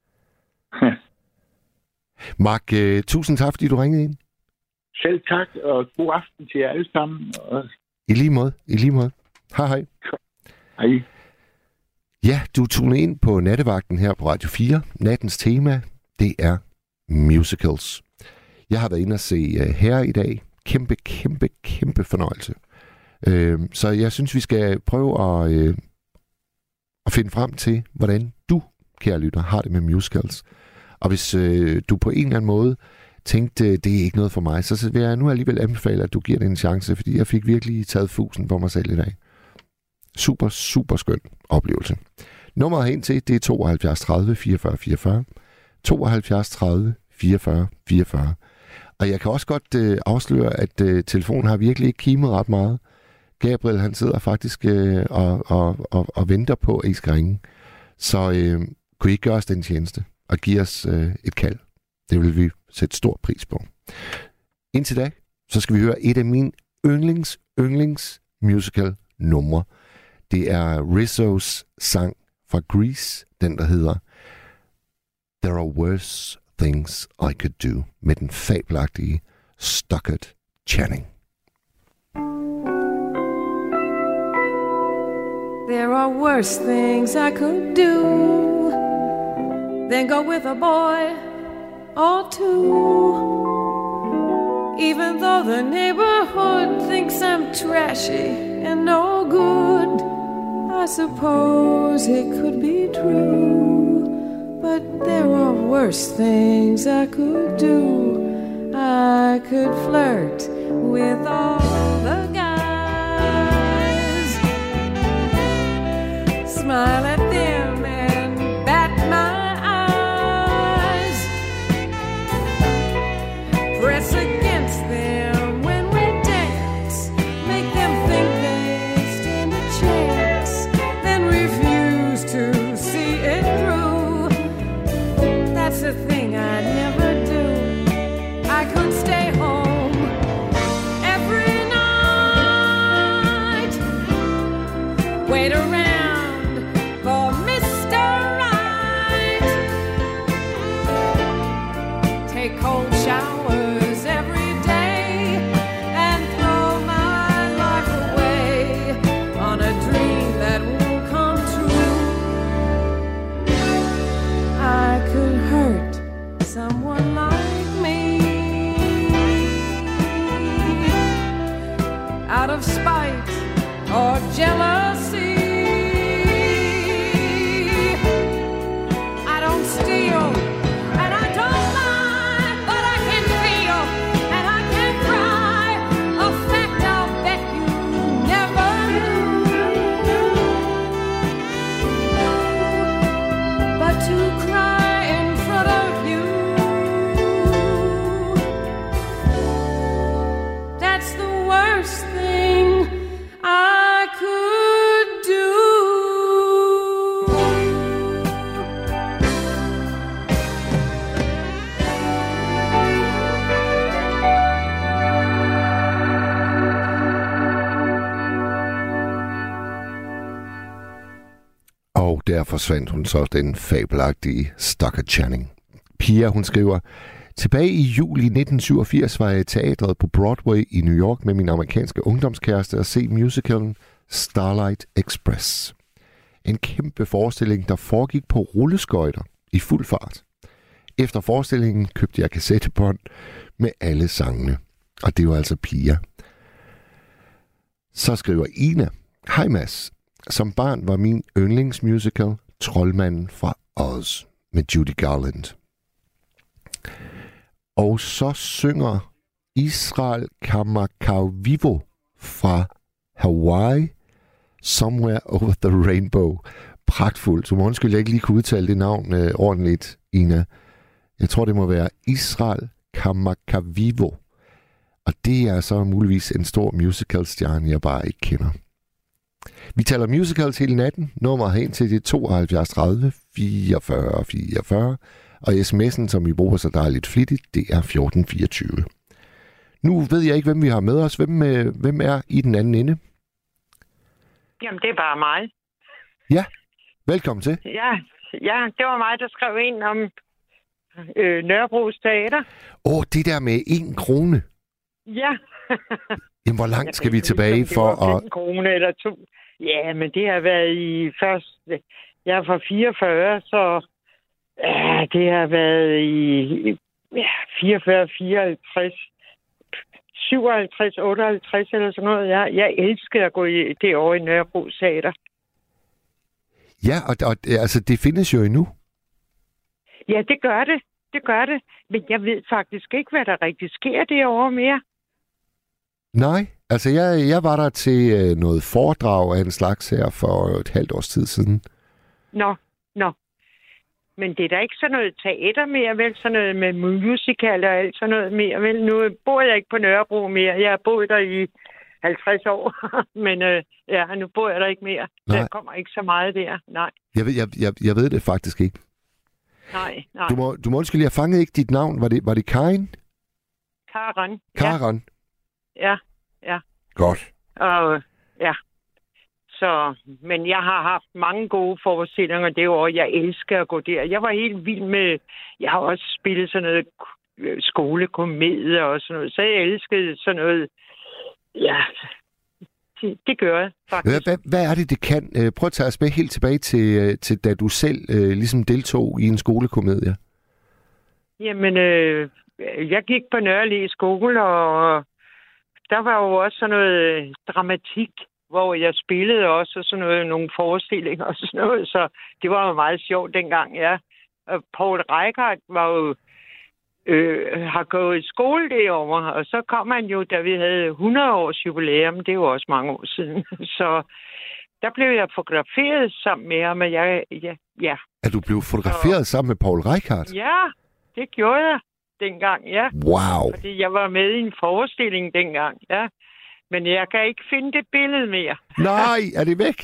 Mark, øh, tusind tak, fordi du ringede ind. Selv tak, og god aften til jer alle sammen. Og... I lige måde, i lige måde. Hej, hej. Hej. Ja, du tuner ind på nattevagten her på Radio fire. Nattens tema, det er musicals. Jeg har været inde og se uh, her i dag. Kæmpe, kæmpe, kæmpe fornøjelse. Uh, så jeg synes, vi skal prøve at, uh, at finde frem til, hvordan du, kære lytter, har det med musicals. Og hvis uh, du på en eller anden måde tænkte, det er ikke noget for mig, så vil jeg nu alligevel anbefale, at du giver det en chance, fordi jeg fik virkelig taget fusen på mig selv i dag. Super, super skøn oplevelse. Nummeret hen til, det er tooghalvfjerds tredive fireogfyrre fireogfyrre. tooghalvfjerds tredive fireogfyrre fireogfyrre. Og jeg kan også godt øh, afsløre, at øh, telefonen har virkelig ikke kimet ret meget. Gabriel, han sidder faktisk øh, og, og, og, og venter på, at I skal ringe. Så øh, kunne I ikke gøre os den tjeneste og give os øh, et kald? Det vil vi sætte stor pris på. Indtil da, så skal vi høre et af mine yndlings, yndlings musical numre. Det er Rizzos sang fra Grease, den der hedder There Are Worse Things I Could Do, med den fabelagtige Stockard Channing. There are worse things I could do than go with a boy or two. Even though the neighborhood thinks I'm trashy and no good, I suppose it could be true. But there are worse things I could do. I could flirt with all the guys, smile at them and bat my eyes, press against them when we dance, make them think they stand a chance, then refuse to see it through. That's the thing I'd never do. I could stay home every der forsvandt hun så, den fabelagtige Stockard Channing. Pia, hun skriver, tilbage i juli nitten syvogfirs var jeg i teatret på Broadway i New York med min amerikanske ungdomskæreste og se musicalen Starlight Express. En kæmpe forestilling, der foregik på rulleskøjter i fuld fart. Efter forestillingen købte jeg kassettebånd med alle sangene. Og det var altså Pia. Så skriver Ina, hej Mads. Som barn var min yndlingsmusical Troldmanden fra Oz med Judy Garland. Og så synger Israel Kamakawiwo fra Hawaii Somewhere Over the Rainbow. Pragtfuldt. Så må undskylde, jeg ikke lige kunne udtale det navn øh, ordentligt, Ina. Jeg tror, det må være Israel Kamakawiwo. Og det er så muligvis en stor musicalstjerne, jeg bare ikke kender. Vi taler musicals hele natten. Nummer hen til det tooghalvfjerds tredive fireogfyrre fireogfyrre. Og sms'en, som I bruger så dejligt flittigt, det er fjorten fireogtyve. Nu ved jeg ikke, hvem vi har med os. Hvem, øh, hvem er i den anden ende? Jamen, det er bare mig. Ja, velkommen til. Ja, ja, det var mig, der skrev ind om øh, Nørrebros Teater. Åh, oh, det der med en krone. Ja. Jamen, hvor langt skal vi tilbage ikke, for at... at... En krone eller to. Ja, men det har været i først... Jeg er fra fireogfyrre, så... Ja, det har været i ja, fireogfyrre, fireoghalvtreds, syvoghalvtreds, otteoghalvtreds eller sådan noget. Jeg, jeg elsker at gå i, det over i Nørrebro Teater. Ja, og, og altså, det findes jo endnu. Ja, det gør det. Det gør det. Men jeg ved faktisk ikke, hvad der rigtig sker derovre mere. Nej, altså jeg, jeg var der til øh, noget foredrag af en slags her for et halvt års tid siden. Nå, nå. Men det er da ikke sådan noget teater mere, vel? Sådan noget med musical og alt sådan noget mere, vel? Nu bor jeg ikke på Nørrebro mere. Jeg har boet der i halvtreds år. Men øh, ja, nu bor jeg der ikke mere. Nej. Der kommer ikke så meget der. Nej. Jeg ved, jeg, jeg, jeg ved det faktisk ikke. Nej, nej. Du må, du må undskylde, jeg fangede ikke dit navn. Var det, var det Karin? Karen. Karen? Ja, ja. Godt. Og ja. Så, men jeg har haft mange gode forestillinger det år. Jeg elsker at gå der. Jeg var helt vild med... Jeg har også spillet sådan noget skolekomedie og sådan noget. Så jeg elskede sådan noget... Ja, det, det gør jeg faktisk. Hvad, hvad er det, det kan? Prøv at tage os med helt tilbage til, til da du selv øh, ligesom deltog i en skolekomedie. Jamen, øh, jeg gik på Nørre skole, og der var jo også sådan noget dramatik, hvor jeg spillede også sådan noget, nogle forestillinger og sådan noget, så det var jo meget sjovt dengang, ja. Og Poul Reichhardt var jo, øh, har gået i skole derovre, og så kom han jo, da vi havde hundrede års jubilæum, det er jo også mange år siden, så der blev jeg fotograferet sammen med ham, og jeg, ja, ja. Er du blevet fotograferet så... sammen med Poul Reichhardt? Ja, det gjorde jeg dengang, ja. Wow. Fordi jeg var med i en forestilling dengang, ja. Men jeg kan ikke finde det billede mere. Nej, er det væk?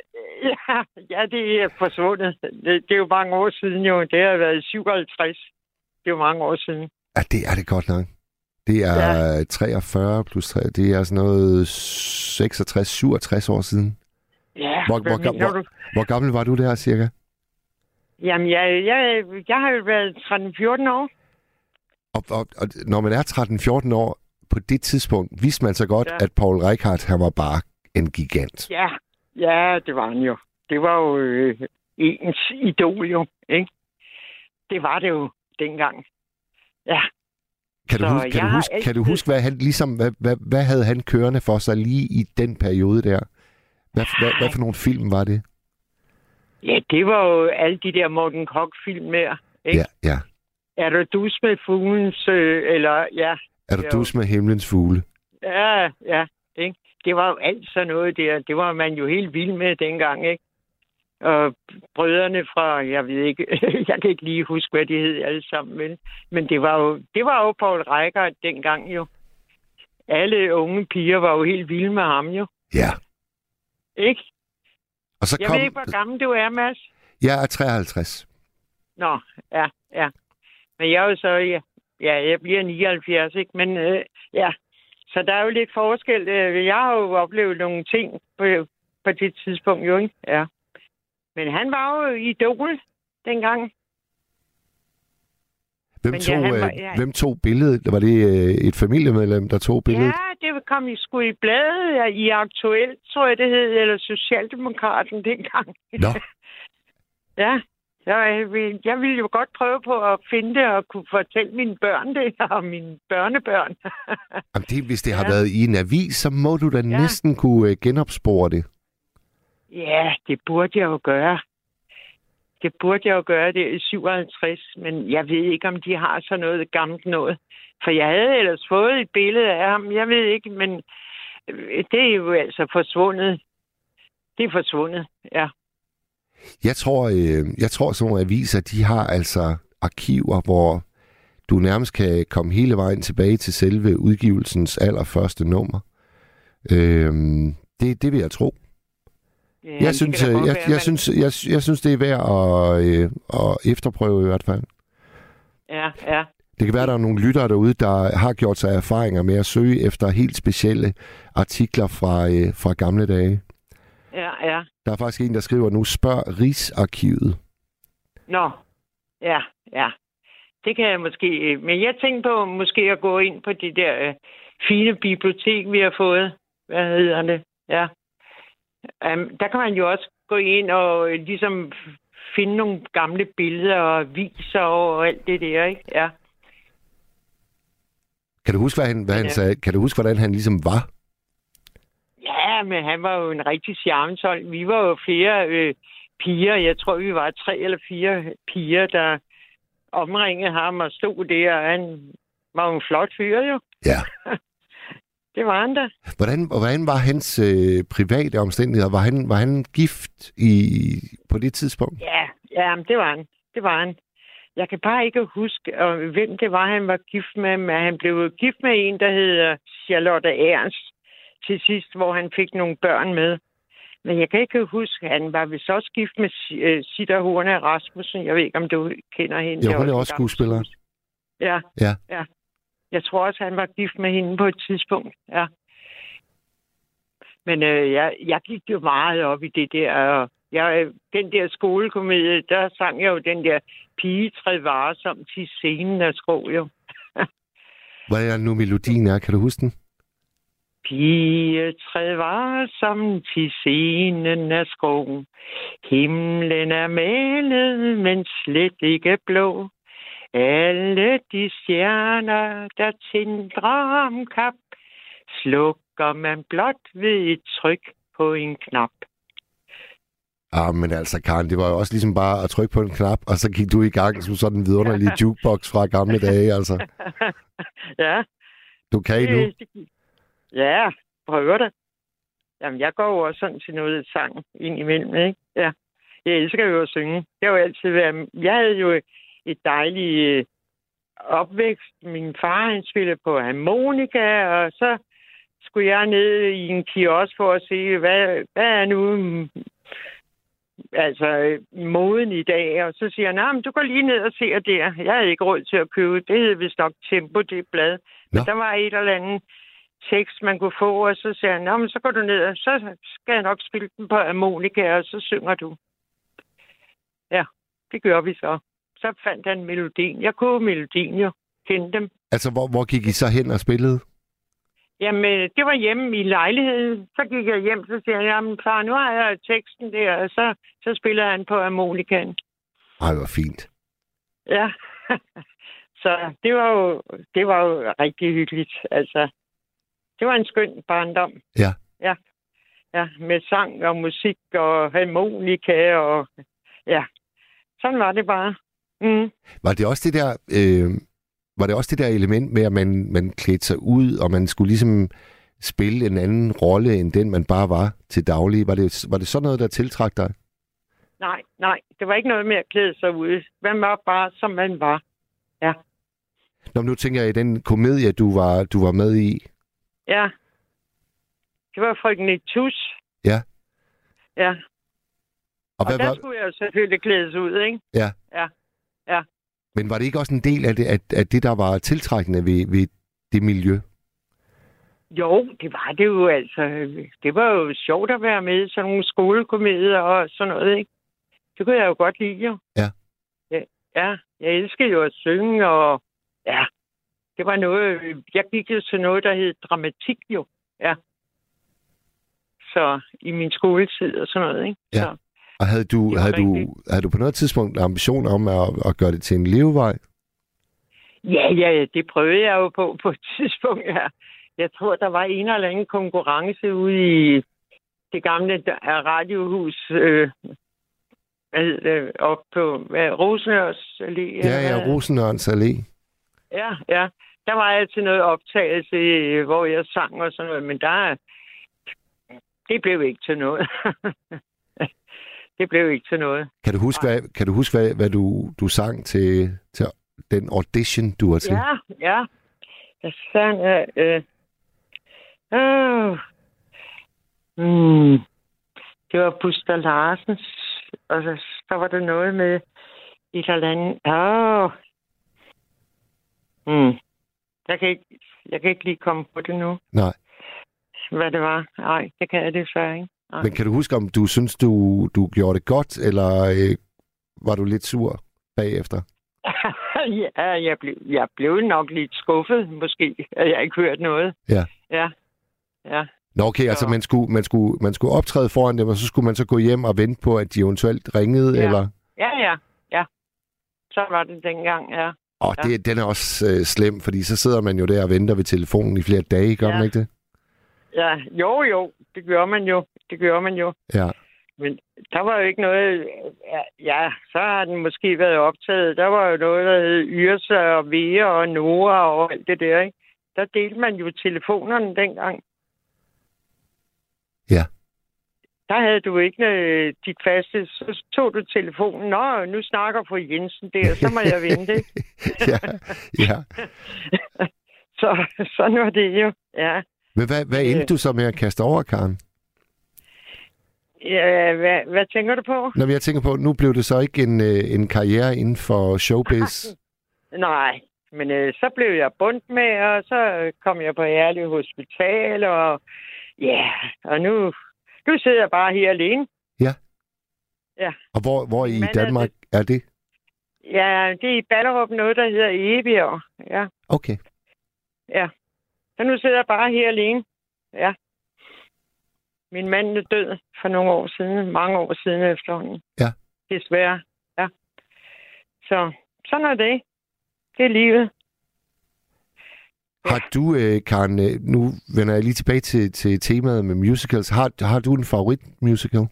ja, ja, det er forsvundet. Det, det er jo mange år siden jo. Det har været syvoghalvtreds. Det er jo mange år siden. Ja, det er det godt nok. Det er ja. treogfyrre plus tre. Det er sådan noget seksogtres syvogtres år siden. Ja, hvor, hvor, hvor, hvor, hvor gammel var du der cirka? Jamen, jeg, jeg, jeg har jo været tretten fjorten år. Og, og, og når man er tretten fjorten år, på det tidspunkt vidste man så godt, ja. at Poul Reichhardt, han var bare en gigant. Ja, ja, det var han jo. Det var jo øh, ens idol jo, ikke? Det var det jo dengang. Ja. Kan du, huske, kan, du huske, altid... kan du huske, hvad han ligesom, hvad, hvad, hvad havde han kørende for sig lige i den periode der? Hvad, hvad, hvad for nogle film var det? Ja, det var jo alle de der Morten Korch-film mere, ikke? Ja, ja. Er du dus med fuglens, øh, eller ja... Er du dus med himlens fugle? Ja, ja. Ikke? Det var jo alt sådan noget der. Det var man jo helt vild med dengang, ikke? Og brødrene fra, jeg ved ikke, jeg kan ikke lige huske, hvad de hed alle sammen, men, men det var jo, det var jo Poul Reichhardt dengang jo. Alle unge piger var jo helt vilde med ham jo. Ja. Ikke? Og så jeg kom... ved ikke, hvor gammel du er, Mads. Jeg er treoghalvtreds. Nå, ja, ja. Men jeg er jo så, ja, ja jeg bliver nioghalvfjerds, ikke? Men øh, ja, så der er jo lidt forskel. Jeg har jo oplevet nogle ting på, på det tidspunkt jo, ikke? Ja. Men han var jo idol dengang. Hvem Men tog, ja, han øh, var- ja. hvem tog billedet? Var det øh, et familiemedlem, der tog billedet? Ja, det kom i sgu i bladet ja, i Aktuelt, tror jeg det hed, eller Socialdemokraten dengang. Nå. Ja, jeg, vil- jeg ville jo godt prøve på at finde det og kunne fortælle mine børn det, og mine børnebørn. Jamen, det, hvis det har Ja. været i en avis, så må du da Ja. næsten kunne øh, genopspore det. Ja, det burde jeg jo gøre. Det burde jeg jo gøre det i syvoghalvtreds, men jeg ved ikke, om de har sådan noget gammelt noget. For jeg havde ellers fået et billede af ham, jeg ved ikke, men øh, det er jo altså forsvundet. Det er forsvundet, ja. Jeg tror, øh, jeg tror sådan nogle aviser, de har altså arkiver, hvor du nærmest kan komme hele vejen tilbage til selve udgivelsens allerførste nummer. Øh, det, det vil jeg tro. Ja, Jeg det synes, kan da jeg, godt jeg, være, jeg, men- synes, jeg, jeg synes, det er værd at, øh, at efterprøve i hvert fald. Ja, ja. Det kan være, der er nogle lyttere derude, der har gjort sig erfaringer med at søge efter helt specielle artikler fra, øh, fra gamle dage. Ja, ja. Der er faktisk en, der skriver nu, spørg Rigsarkivet. Nå, ja, ja. Det kan jeg måske... Men jeg tænkte på måske at gå ind på det der øh, fine bibliotek, vi har fået. Hvad hedder det? Ja. Um, der kan man jo også gå ind og øh, ligesom finde nogle gamle billeder og viser og alt det der, ikke? Ja. Kan du huske, hvad han, hvad han Ja. sagde? Kan du huske, hvordan han ligesom var? Ja, men han var jo en rigtig charmesol. Vi var jo flere øh, piger. Jeg tror, vi var tre eller fire piger, der omringede ham og stod der. Han var jo en flot fyr, jo. Ja. Det var han da. Hvordan, hvordan var hans øh, private omstændigheder? Var han, var han gift i, på det tidspunkt? Ja, ja, men det var han. Det var han. Jeg kan bare ikke huske, og hvem det var, han var gift med. Men han blev gift med en, der hedder Charlotte Ernst til sidst, hvor han fik nogle børn med. Men jeg kan ikke huske, han var vist også gift med uh, Sitter Horne Rasmussen. Jeg ved ikke, om du kender hende. Ja, Det hun er en også gammel skuespiller. skues- Ja, Ja. ja. Jeg tror også, han var gift med hende på et tidspunkt. Ja. Men øh, jeg, jeg gik jo meget op i det der. Og jeg, den der skolekomedie, der sang jeg jo den der Pige træd varsom til scenen af skrå, jo. Hvordan er nu melodien er? Kan du huske den? Pige træd varsom til scenen af skoven. Himlen er malet, men slet ikke blå. Alle de stjerner, der tindrer om kap, slukker man blot ved et tryk på en knap. Ah, men altså, Karen, det var jo også ligesom bare at trykke på en knap, og så gik du i gang som sådan en vidunderlig jukebox fra gamle dage, altså. Ja. Du kan nu. Det- det- Ja, prøver det. Jamen, jeg går jo også sådan til noget sang ind imellem, ikke? Ja. Jeg elsker jo at synge. Det har jo altid været... Jeg havde jo et dejligt øh, opvækst. Min far, han spillede på harmonika, og så skulle jeg ned i en kiosk for at se, hvad, hvad er nu mm, altså øh, moden i dag. Og så siger han, nah, men du går lige ned og ser der. Jeg havde ikke råd til at købe. Det hed vist nok Tempo, det blad. Men Nå. der var et eller andet tekst, man kunne få, og så siger han, nah, men så går du ned, og så skal jeg nok spille den på harmonika, og så synger du. Ja, det gør vi så. Så fandt han melodien. Jeg kunne melodien jo. Kende dem. Altså, hvor, hvor gik I så hen og spillede? Jamen, det var hjemme i lejligheden. Så gik jeg hjem, så siger jeg, jamen far, nu har jeg teksten der, og så, så spiller han på harmonikaen. Ej, hvor fint. Ja. Så det var jo, det var jo rigtig hyggeligt. Altså, det var en skøn barndom. Ja. Ja. Ja, med sang og musik og harmonika og ja. Sådan var det bare. Mm. Var det også det der, øh, var det også det der element med, at man, man klædte sig ud, og man skulle ligesom spille en anden rolle, end den man bare var til daglig? Var det, var det sådan noget, der tiltrak dig? Nej, nej. Det var ikke noget med at klæde sig ud. Man var bare, som man var. Ja. Nå, men nu tænker jeg i den komedie, du var, du var med i. Ja. Det var Frøken Nitus. Ja. Ja. Og, Og hvad der var, skulle jeg jo selvfølgelig klædes ud, ikke? Ja. Ja. Ja. men var det ikke også en del af det, at, at det der var tiltrækkende ved, ved det miljø? Jo, det var det jo altså. Det var jo sjovt at være med i sådan nogle skolekomedier og sådan noget, ikke? Det kunne jeg jo godt lide, jo. Ja. Ja, ja jeg elskede jo at synge, og ja, det var noget... Jeg gik jo til noget, der hed dramatik, jo. Ja. Så i min skoletid og sådan noget, ikke? Ja. Så, og havde du, havde, du, havde du på noget tidspunkt en ambition om at, at gøre det til en levevej? Ja, ja, det prøvede jeg jo på på et tidspunkt, ja. Jeg tror, der var en eller anden konkurrence ude i det gamle radiohus øh, øh, op på hvad, Rosenørns Allé. Ja, ja, Rosenørns Allé. Ja, ja. Der var altid noget optagelse, hvor jeg sang og sådan noget, men der... Det blev ikke til noget. det blev ikke til noget. Kan du huske, hvad, kan du huske, hvad, hvad du, du sang til, til den audition, du var til? Ja, ja. Jeg sang... Øh, øh, mm, det var Buster Larsens, og så, så var der noget med et eller andet... Åh... Mm. Jeg kan ikke, jeg kan ikke lige komme på det nu. Nej. Hvad det var. Nej, det kan jeg desværre ikke. Nej. Men kan du huske, om du synes, du, du gjorde det godt, eller øh, var du lidt sur bagefter? ja, jeg blev, jeg blev nok lidt skuffet, måske, at jeg ikke hørt noget. Ja. Ja. Ja. Nå, okay, så. altså man skulle, man, skulle, man skulle optræde foran dem, og så skulle man så gå hjem og vente på, at de eventuelt ringede, ja. eller? Ja, ja, ja. Så var det dengang, ja. Og ja. det, den er også øh, slem, fordi så sidder man jo der og venter ved telefonen i flere dage, gør ja. man ikke det? Ja, jo, jo. Det gør man jo. Det gør man jo. Ja. Men der var jo ikke noget... Ja, så har den måske været optaget. Der var jo noget, der hed Yrsa og Vea og Nora og alt det der, ikke? Der delte man jo telefonerne dengang. Ja. Der havde du ikke øh, dit faste... Så tog du telefonen. Nå, nu snakker fru Jensen der, så må jeg vente. ja, ja. så sådan var det jo, ja. Men hvad, hvad endte du så med at kaste over, Karen? Ja, hvad, hvad tænker du på? Når jeg tænker på, nu blev det så ikke en, en karriere inden for showbiz. Nej, men øh, så blev jeg bundt med, og så kom jeg på Herlev Hospital, og ja, og nu, nu sidder jeg bare her alene. Ja. Ja. Og hvor, hvor i Men Danmark er det? er det? Ja, det er i Ballerup noget, der hedder Egebjerg. Ja. Okay. Ja. Så nu sidder jeg bare her alene. Ja. Min mand er død for nogle år siden. Mange år siden efterhånden. Ja. Desværre. Ja. Så sådan er det. Det er livet. Har du, øh, Karen, øh, nu vender jeg lige tilbage til, til temaet med musicals. Har, har du en favoritmusical?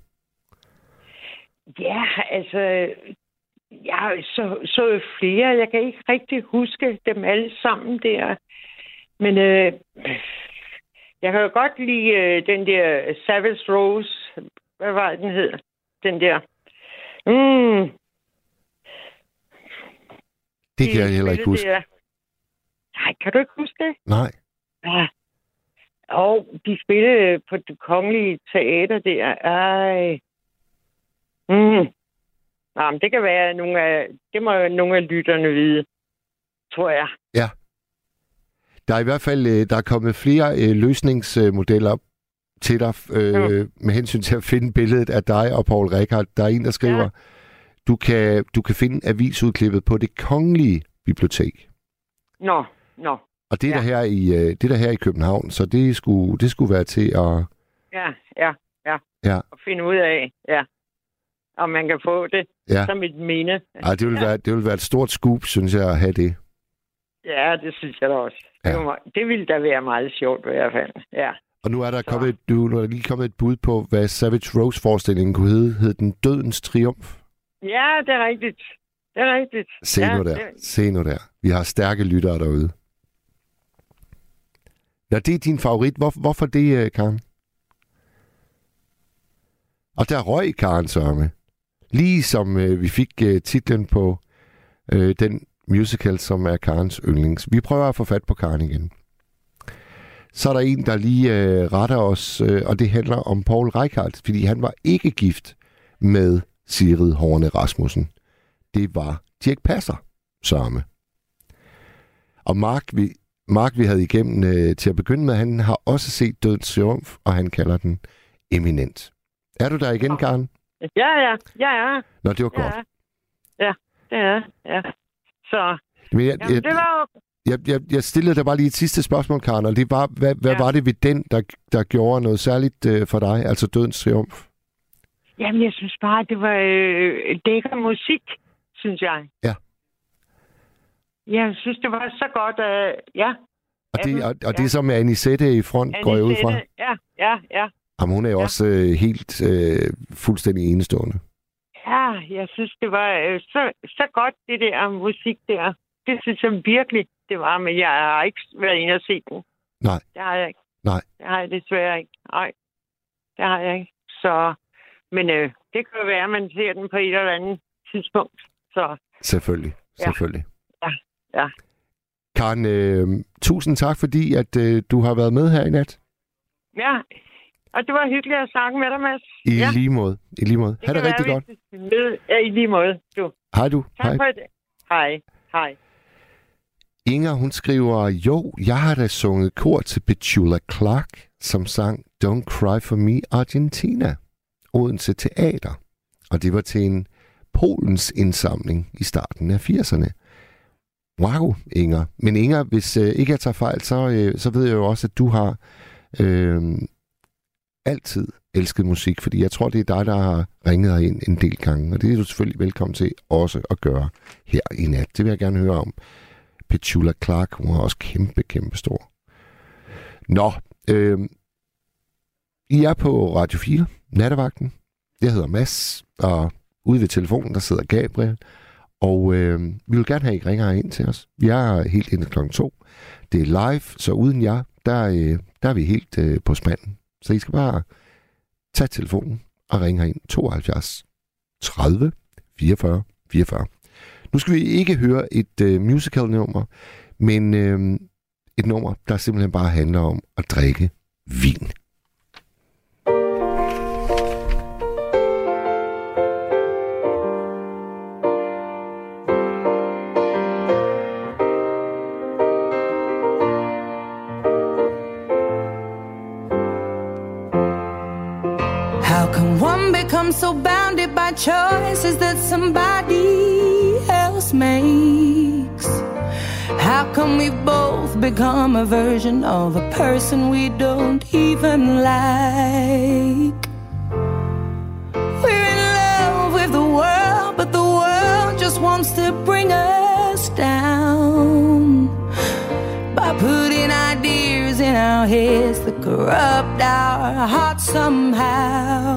Ja, altså... Jeg har så, så flere. Jeg kan ikke rigtig huske dem alle sammen der. Men øh, jeg kan jo godt lide øh, den der Savage Rose. Hvad var den hed? Den der. Mm. Det kan de, jeg heller ikke huske. Der. Nej, kan du ikke huske det? Nej. Ja. Og de spillede på Det Kongelige Teater der. Ej. Mm. Nå, men det kan være nogle af... Det må nogle af lytterne vide, tror jeg. Ja. Der er i hvert fald der er kommet flere øh, løsningsmodeller til dig øh, mm. med hensyn til at finde billedet af dig og Poul Reichhardt. Der er en, der skriver, ja. du, kan, du kan finde avisudklippet på Det Kongelige Bibliotek. Nå, nå. Og det er, ja. der her i, det er der her i København, så det skulle, det skulle være til at... Ja, ja, ja. ja. At finde ud af, ja. Om man kan få det ja. som et minde. Ej, det, vil ja. være, det vil være et stort scoop, synes jeg, at have det. Ja, det synes jeg da også. Ja. Det, må, det ville da være meget sjovt i hvert fald. Ja. Og nu er der kommet, nu er der lige kommet et bud på, hvad Savage Rose-forestillingen kunne hedde. Hed den Dødens Triumf? Ja, det er rigtigt. Det er rigtigt. Se ja, nu der. Det... Se nu der. Vi har stærke lyttere derude. Ja, det er din favorit. Hvor, hvorfor det, Karen? Og der røg Karen Sørme. Lige som øh, vi fik øh, titlen på øh, den musical, som er Karens yndlings. Vi prøver at få fat på Karen igen. Så er der en, der lige øh, retter os, øh, og det handler om Poul Reichhardt, fordi han var ikke gift med Sigrid Horne Rasmussen. Det var Dirch Passer Sørme. Og Mark, vi, Mark, vi havde igennem øh, til at begynde med, han har også set Dødens Triumf, og han kalder den eminent. Er du der igen, Karen? Ja, ja, ja, ja. Nå, det var godt. Ja, ja det er ja. Så, Men jeg, jamen, jeg, det var jo... jeg, jeg, jeg stillede dig bare lige et sidste spørgsmål, Karen, og det var, hvad, hvad Ja. var det ved den, der, der gjorde noget særligt øh, for dig, altså Dødens Triumf? Jamen, jeg synes bare, det var øh, lækker musik, synes jeg. Ja. Jeg synes, det var så godt, at... Øh, ja. Og det, Jamen, og, og ja. det som er Anisette i front, går jeg ud fra? Anisette, Ja, ja, ja. Jamen, hun er jo Ja. også øh, helt øh, fuldstændig enestående. Ja, jeg synes, det var øh, så, så godt, det der musik der. Det synes jeg virkelig, det var, men jeg har ikke været inde og set den. Nej. Det har jeg ikke. Nej. Det har jeg desværre ikke. Nej, det har jeg ikke. Så, men øh, det kan jo være, at man ser den på et eller andet tidspunkt. Så, Selvfølgelig, Ja. selvfølgelig. Ja, ja. Karen, øh, tusind tak, fordi at øh, du har været med her i nat. ja, og det var hyggeligt at snakke med dig, Mads. I ja. lige måde. I lige måde. Ha' det kan rigtig være, godt. vi skal møde- Ja, i lige måde. Du. Hej du. Tak Hej. for det. Hej. Hej. Inger, hun skriver, jo, jeg har da sunget kor til Petula Clark, som sang Don't Cry For Me Argentina, Odense Teater. Og det var til en Polens indsamling i starten af firserne. Wow, Inger. Men Inger, hvis øh, ikke jeg tager fejl, så, øh, så ved jeg jo også, at du har øh, altid elsket musik, fordi jeg tror, det er dig, der har ringet dig ind en del gange, og det er du selvfølgelig velkommen til også at gøre her i nat. Det vil jeg gerne høre om. Petula Clark, hun er også kæmpe, kæmpe stor. Nå, øh, I er på Radio fire, Nattevagten. Jeg hedder Mads, og ude ved telefonen, der sidder Gabriel. Og øh, vi vil gerne have, at I ringer ind til os. Vi er helt indtil klokken to. Det er live, så uden jer, der, øh, der er vi helt øh, på spanden. Så I skal bare tage telefonen og ringe ind tooghalvfjerds tredive fireogfyrre fireogfyrre. Nu skal vi ikke høre et øh, musical-nummer, men øh, et nummer, der simpelthen bare handler om at drikke vin. How can one become so bounded by choices that somebody else makes? How can we both become a version of a person we don't even like? We're in love with the world, but the world just wants to bring us down by putting ideas in our heads that corrupt our hearts somehow.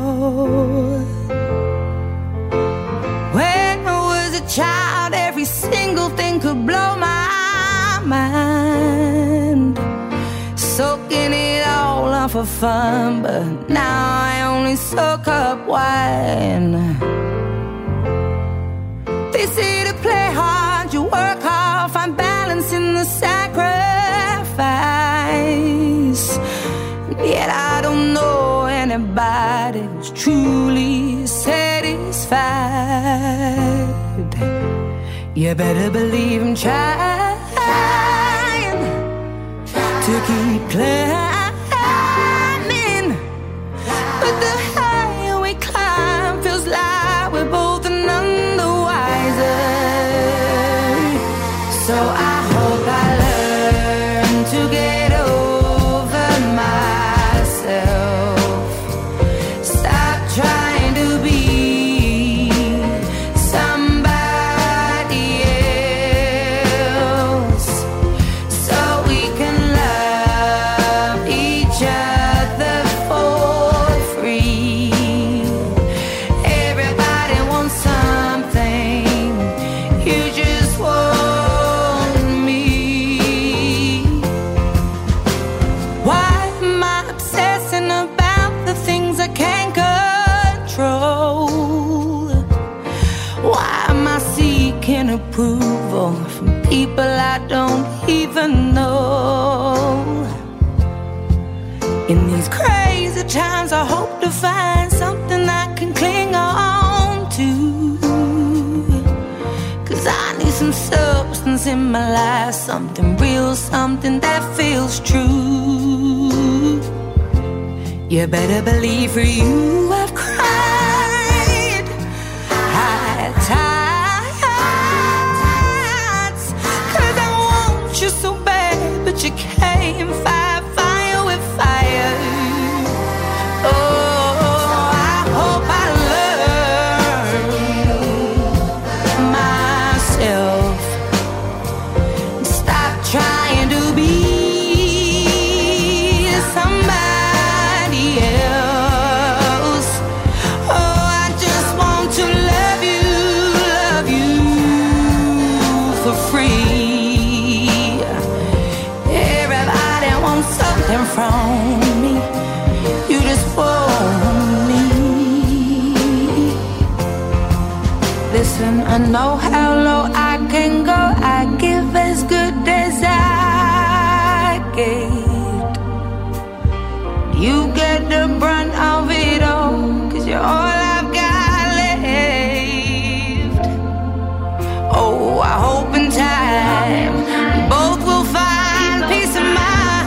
When I was a child, every single thing could blow my mind, soaking it all up for fun, but now I only soak up wine. They say to play hard, you work hard, find balance in the sacrifice. Yet I don't know anybody who's truly satisfied. You better believe I'm trying, trying to keep climbing, but the higher we climb feels like we're both none the wiser. So I hope I learn to get over myself, stop trying to be somebody else, so we can love each other for free. Everybody wants something, you just want me. Why am I obsessing about the things I can't control? Why am I seeking approval from people I don't even know? In these crazy times, I hope to find something I can cling on to, 'cause I need some substance in my life, something real, something that feels true. You better believe for you I've cried, want something from me. You just want me. Listen, I know how low I can go. I give as good as I get. You get the brunt of it all, 'cause you're all I've got left. Oh, I hope in time we both will find peace of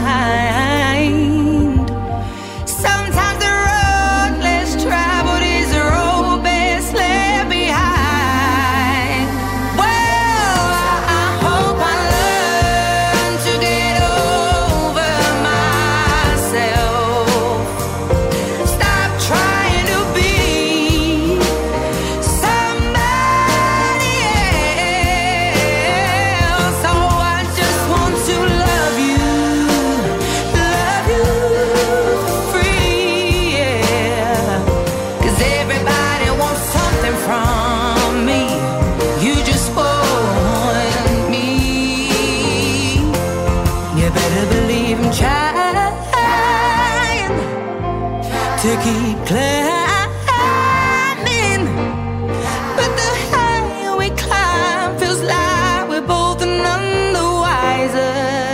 mind. Sometimes the road less traveled is the road best left behind. Well, I hope I learn to get over myself. Stop trying to be somebody else. Oh, I just want to love you, love you free, yeah. 'Cause everybody wants something from me. You just want me. You better believe I'm trying to keep climbing. But the higher we climb feels like we're both none the wiser.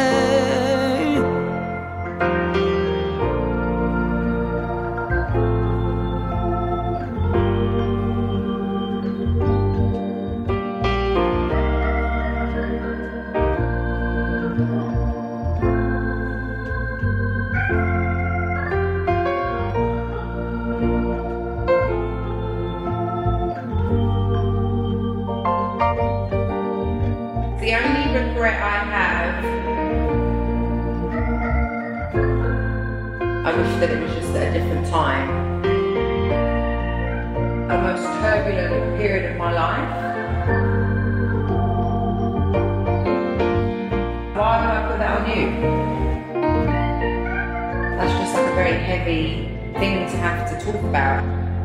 The only regret I have, I wish that it was just at a different time. A most turbulent period of my life. Why would I put that on you? That's just like a very heavy thing to have to talk about.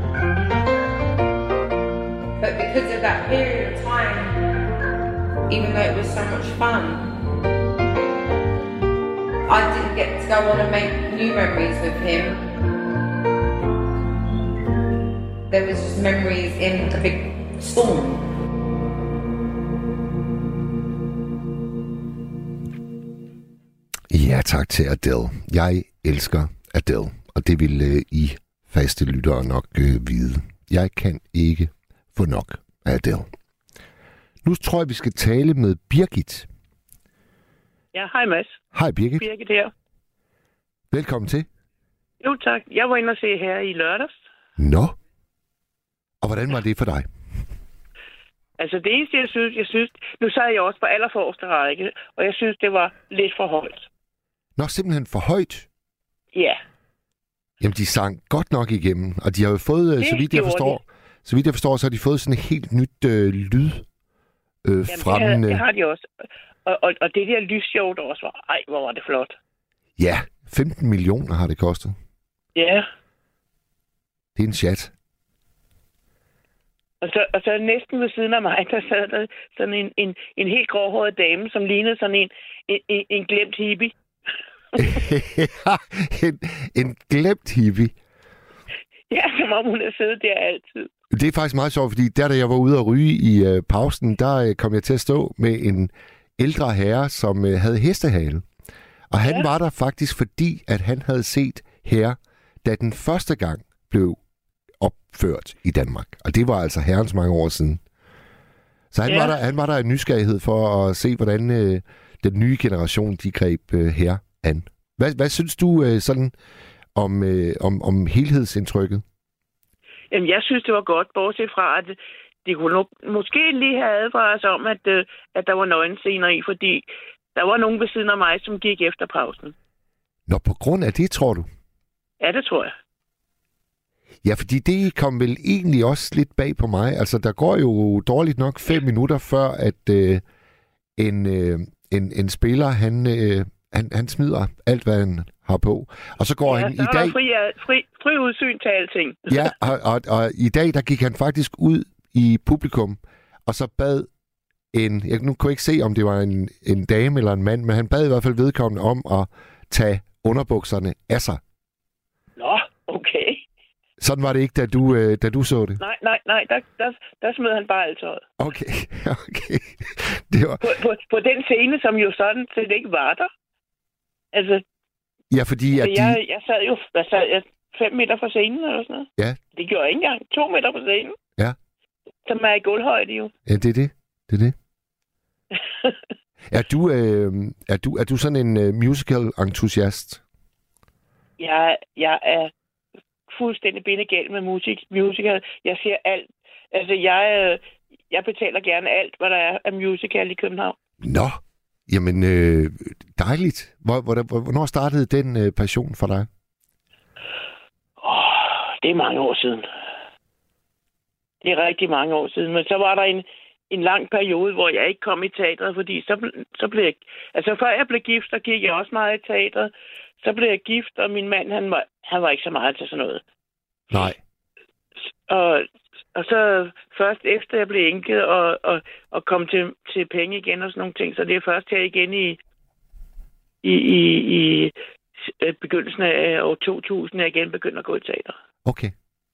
But because of that period of time, even though it was so much fun, I didn't get to go on and make new memories with him. There was just memories in a big storm. Ja, tak til Adele. Jeg elsker Adele, og det vil øh, I faste lyttere nok øh, vide. Jeg kan ikke få nok af Adele. Nu tror jeg, vi skal tale med Birgit. Ja, hej Mads. Hej Birgit. Birgit her. Velkommen til. Jo tak. Jeg var inde og se her i lørdags. Nå. Og hvordan var det for dig? Altså det eneste, jeg synes, jeg synes... Nu sad jeg også på allerforreste række, og jeg synes, det var lidt for højt. Nå, simpelthen for højt? Ja. Jamen, de sang godt nok igennem, og de har jo fået, det så vidt jeg forstår, de. så vidt jeg forstår, så har de fået sådan et helt nyt øh, lyd øh, Jamen, fremme. Det, det har de også. Og, og, og det der lysshow, der også var... Ej, hvor var det flot. Ja, femten millioner har det kostet. Ja. Det er en chat. Og så, og så næsten ved siden af mig, der sad der sådan en, en, en helt gråhåret dame, som lignede sådan en, en, en, en glemt hippie. en, en glemt hippie? Ja, som om hun havde siddet der altid. Det er faktisk meget sjovt, fordi der, da jeg var ude at ryge i øh, pausen, der øh, kom jeg til at stå med en ældre herre, som øh, havde hestehale. Og han ja. var der faktisk, fordi at han havde set her, da den første gang blev opført i Danmark. Og det var altså herrens mange år siden. Så han, ja. var, der, han var der en nysgerrighed for at se, hvordan øh, den nye generation, de greb øh, her an. Hvad, hvad synes du øh, sådan om, øh, om, om helhedsindtrykket? Jamen, jeg synes, det var godt, bortset fra, at de kunne nok, måske lige have advaret sig om, at, øh, at der var nøgenscener i, fordi der var nogen ved siden af mig, som gik efter pausen. Nå, på grund af det, tror du? Ja, det tror jeg. Ja, fordi det kom vel egentlig også lidt bag på mig. Altså, der går jo dårligt nok fem minutter før, at øh, en, øh, en, en spiller, han, øh, han, han smider alt, hvad han har på. Og så går ja, han i dag... dag... Fri, fri, fri udsyn til alting. ja, og, og, og i dag, der gik han faktisk ud i publikum, og så bad en... Jeg nu kunne ikke se, om det var en, en dame eller en mand, men han bad i hvert fald vedkommende om at tage underbukserne af sig. Nå, okay. Sådan var det ikke, da du, øh, da du så det? Nej, nej, nej. Der, der, der smed han bare alt tøjet. Okay, okay. Det var... På, på, på den scene, som jo sådan set ikke var der. Altså, Ja, fordi at altså jeg, de... jeg sad jo hvad sad jeg, fem meter fra scenen eller sådan noget. Ja. Det gjorde jeg ikke engang. To meter fra scenen. Ja. Som er i gulvhøjde jo. Ja, det er det. Det er det. er, du, øh, er, du, er du sådan en uh, musical-entusiast? jeg, jeg er fuldstændig bindegal med musik, musical. Jeg ser alt. Altså, jeg, øh, jeg betaler gerne alt, hvad der er af musical i København. Nå, jamen øh, dejligt. Hvor, hvor, hvornår startede den øh, passion for dig? Oh, det er mange år siden. Det er rigtig mange år siden. Men så var der en, en lang periode, hvor jeg ikke kom i teatret, fordi så, så blev jeg... Altså, før jeg blev gift, så gik jeg også meget i teatret. Så blev jeg gift, og min mand, han var, han var ikke så meget til sådan noget. Nej. Og, og så først efter jeg blev enke og, og, og kom til, til penge igen og sådan nogle ting, så det er først her igen i, i, i, i begyndelsen af år to tusind, jeg igen begyndte at gå i teater. Okay.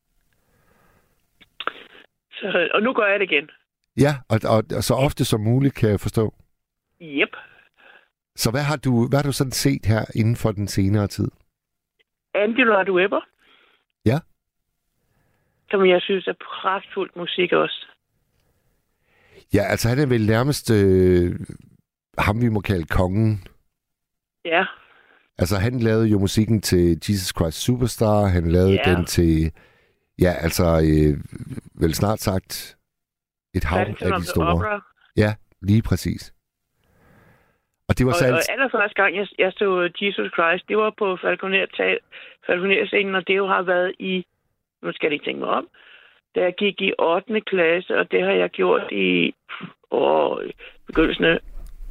Så, og nu gør jeg det igen. Ja, og, og, og så ofte som muligt, kan jeg forstå. Yep. Så hvad har du, hvad har du sådan set her inden for den senere tid? Angelo Webber. Ja. Som jeg synes er pragtfuld musik også. Ja, altså han er vel nærmest øh, ham, vi må kalde kongen. Ja. Altså han lavede jo musikken til Jesus Christ Superstar, han lavede ja. den til, ja altså, øh, vel snart sagt et hav af de store. Opera. Ja, lige præcis. Og det var og, og allerførste gang, jeg, jeg så Jesus Christ, det var på Falconer-scenen, og det jo har været i, nu skal jeg ikke tænke mig om, da jeg gik i ottende klasse, og det har jeg gjort i, åh, i begyndelsen af,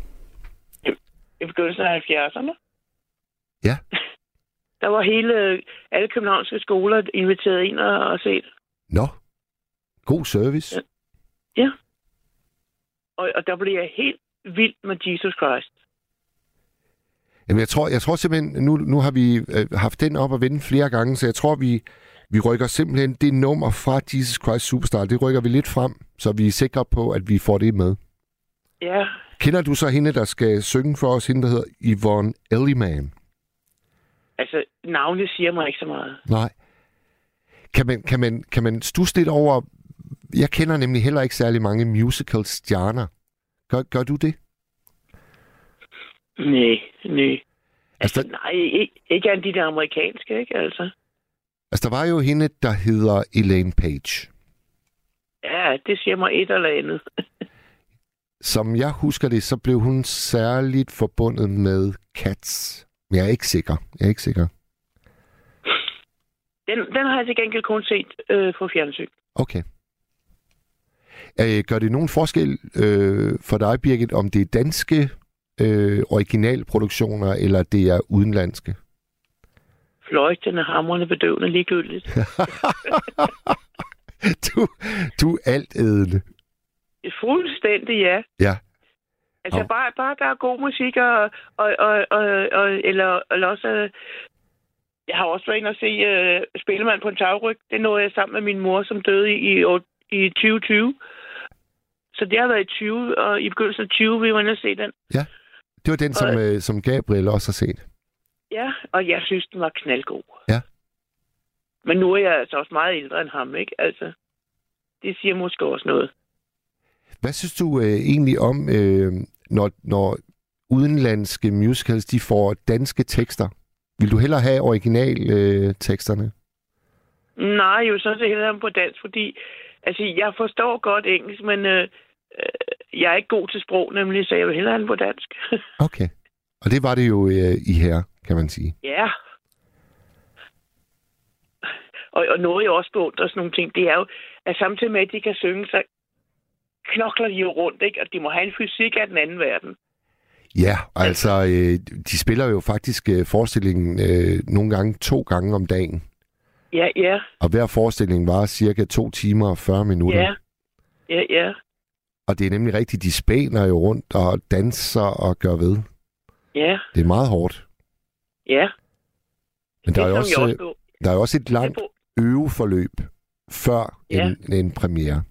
i begyndelsen af halvfjerdserne. Ja. Der var hele, alle københavnske skoler inviteret ind og, og set. Nå, god service. Ja. ja. Og, og der blev jeg helt vild med Jesus Christ. Jamen, jeg tror, jeg tror simpelthen, nu, nu har vi øh, haft den op at vende flere gange, så jeg tror, vi, vi rykker simpelthen det nummer fra Jesus Christ Superstar, det rykker vi lidt frem, så vi er sikre på, at vi får det med. Ja. Kender du så hende, der skal synge for os, hende, der hedder Yvonne Elliman? Altså, navnet siger mig ikke så meget. Nej. Kan man, kan man, kan man stusse lidt over... Jeg kender nemlig heller ikke særlig mange musical-stjerner. Gør, gør du det? Nej, nej. Altså, altså, nej, ikke, ikke af de der amerikanske, ikke altså? Altså, der var jo hende, der hedder Elaine Page. Ja, det siger mig et eller andet. Som jeg husker det, så blev hun særligt forbundet med Cats. Men jeg er ikke sikker. Jeg er ikke sikker. Den, den har jeg til gengæld kun set øh, på fjernsyn. Okay. Øh, gør det nogen forskel øh, for dig, Birgit, om det er danske øh, originalproduktioner, eller det er udenlandske? Fløjtende, hamrende, bedøvende, ligegyldigt. du, du er altædende. Fuldstændig, ja. Ja. Altså, oh. bare, bare der er god musik, og, og, og, og, og eller, eller også... Øh, jeg har også været inde og se øh, Spillemand på en tagryg. Det nåede jeg sammen med min mor, som døde i, i, i tyve tyve. Så det har været i tyve, og i begyndelsen af tyve vi var inde og se den. Ja, det var den, og, som, øh, som Gabriel også har set. Ja, og jeg synes, den var knaldgod. Ja. Men nu er jeg altså også meget ældre end ham, ikke? Altså, det siger måske også noget. Hvad synes du øh, egentlig om, øh, når, når udenlandske musicals, de får danske tekster? Vil du hellere have originalteksterne? Øh, Nej, jo sådan set hellere på dansk, fordi altså, jeg forstår godt engelsk, men øh, øh, jeg er ikke god til sprog, nemlig, så jeg vil hellere have den på dansk. Okay. Og det var det jo øh, i her, kan man sige. Ja. Og, og noget jeg også beundrer sådan nogle ting, det er jo, at samtidig med, at de kan synge, så knokler de jo rundt, ikke? Og de må have en fysik af den anden verden. Ja, altså, øh, de spiller jo faktisk øh, forestillingen øh, nogle gange to gange om dagen. Ja, ja. Og hver forestilling var cirka to timer og fyrre minutter. Ja, ja, ja. Og det er nemlig rigtigt, de spæner jo rundt og danser og gør ved. Ja. Det er meget hårdt. Ja. Men der er, jo som også, jeg også- der er jo også et langt Det øveforløb før Ja. en, en premiere.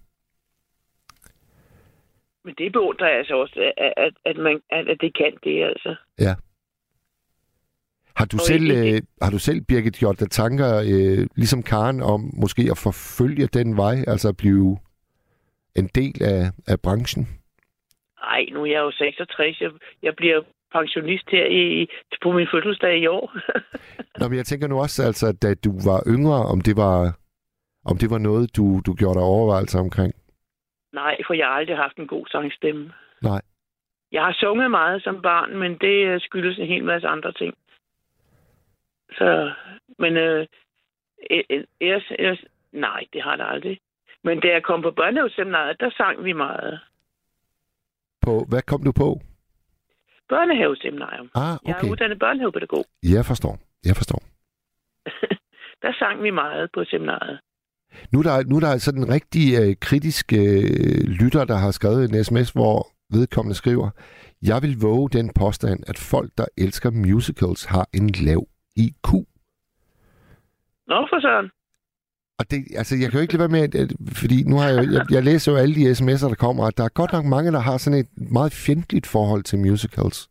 Men det beundrer jeg altså også, at, at, at, man, at, at det kan det, altså. Ja. Har du, Og selv, i- i- øh, har du selv, Birgit, gjort dig tanker, øh, ligesom Karen, om måske at forfølge den vej, altså at blive en del af, af branchen? Ej, nu er jeg jo seksogtres. Jeg, jeg bliver pensionist her i, på min fødselsdag i år. Nå, men jeg tænker nu også, altså, da du var yngre, om det var, om det var noget, du, du gjorde dig overvejelser omkring? Nej, for jeg har aldrig haft en god sangstemme. Nej. Jeg har sunget meget som barn, men det øh, skyldes en hel masse andre ting. Så, men øh, øh, øh, øh, nej, det har det aldrig. Men da jeg kom på børnehaveseminaret, der sang vi meget. På, hvad kom du på? Børnehaveseminarium. Ah, Jeg er okay. uddannet børnehavepædagog. Jeg forstår. Jeg forstår. Der sang vi meget på seminariet. Nu er der, nu er der sådan en rigtig øh, kritisk øh, lytter, der har skrevet en sms, hvor vedkommende skriver, jeg vil våge den påstand, at folk, der elsker musicals, har en lav I Q. Nå, for søren. Og det, altså, jeg kan jo ikke lade være med, at, fordi nu har jeg, jeg, jeg læser jo alle de sms'er, der kommer, og der er godt nok mange, der har sådan et meget fjendtligt forhold til musicals.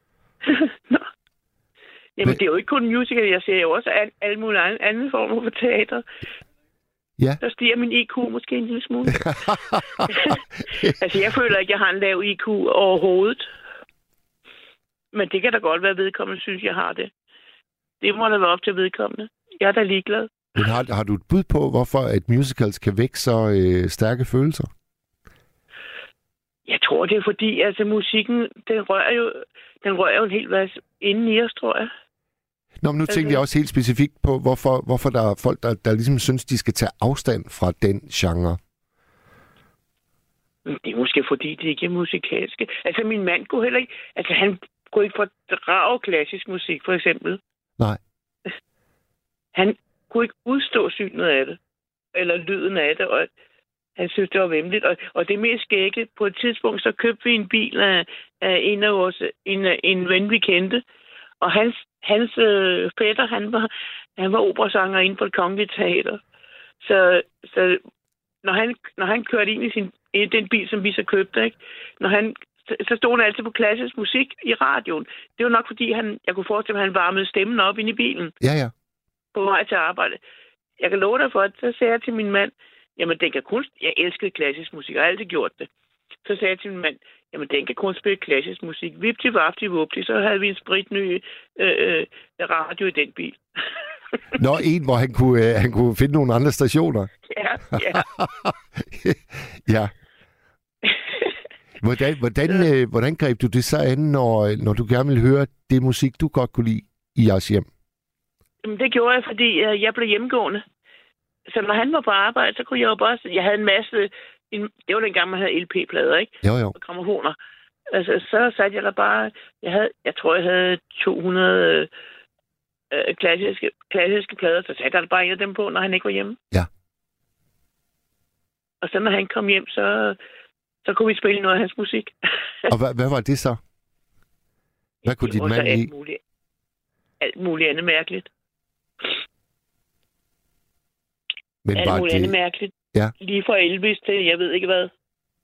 Jamen, det er jo ikke kun musical. Jeg ser jo også al, alle mulige andre, andre former for teater. Ja. Der stiger min I Q måske en lille smule. Altså, jeg føler ikke, jeg har en lav I Q overhovedet. Men det kan da godt være, vedkommende synes, jeg har det. Det må da være op til vedkommende. Jeg er da ligeglad. Men har, har du et bud på, hvorfor at musicals kan vække så øh, stærke følelser? Jeg tror, det er fordi, altså musikken, den rører jo, den rører jo en hel masse inden i os, tror jeg. Nå, men nu tænkte jeg også helt specifikt på, hvorfor, hvorfor der er folk, der, der ligesom synes, de skal tage afstand fra den genre. Det er måske fordi, det ikke er musikalske. Altså, min mand kunne heller ikke... Altså, han kunne ikke fordrage klassisk musik, for eksempel. Nej. Han kunne ikke udstå synet af det. Eller lyden af det, og han synes, det var vemmeligt. Og, og det mest skægge, på et tidspunkt, så købte vi en bil af, af en af vores... En, en ven, vi kendte. Og hans, hans øh, fætter, han var, han var operasanger inde på et kongeligt teater. Så, så når, han, når han kørte ind i sin, i den bil, som vi så købte, ikke? Når han, så stod han altid på klassisk musik i radioen. Det var nok fordi, han, jeg kunne forestille mig, at han varmede stemmen op inde i bilen. Ja, ja. På vej til arbejde. Jeg kan love dig for, at så sagde jeg til min mand, jamen den kan kun... Jeg elskede klassisk musik, og jeg har altid gjort det. Så sagde jeg til min mand, jamen den kan kun spille klassisk musik. Vipti, vapti, vupti. Så havde vi en spritny øh, øh, radio i den bil. Nå, en, hvor han kunne, øh, han kunne finde nogle andre stationer. Ja, ja. Ja. Hvordan, hvordan, øh, hvordan greb du det så an, når, når du gerne ville høre det musik, du godt kunne lide i jeres hjem? Jamen, det gjorde jeg, fordi øh, jeg blev hjemmegående. Så når han var på arbejde, så kunne jeg jo bare... Jeg havde en masse... En, det var dengang, man havde L P-plader, ikke? Jo, jo. Og grammofoner. Altså, så satte jeg der bare... Jeg, havde, jeg tror, jeg havde to hundrede øh, klassiske, klassiske plader, så satte jeg der bare en af dem på, når han ikke var hjemme. Ja. Og så når han kom hjem, så, så kunne vi spille noget af hans musik. Og hvad, hvad var det så? Hvad kunne Det dit var så mand alt lide? muligt, alt muligt andet mærkeligt. Men alt var muligt det... andet mærkeligt. Ja. Lige fra Elvis til, jeg ved ikke hvad.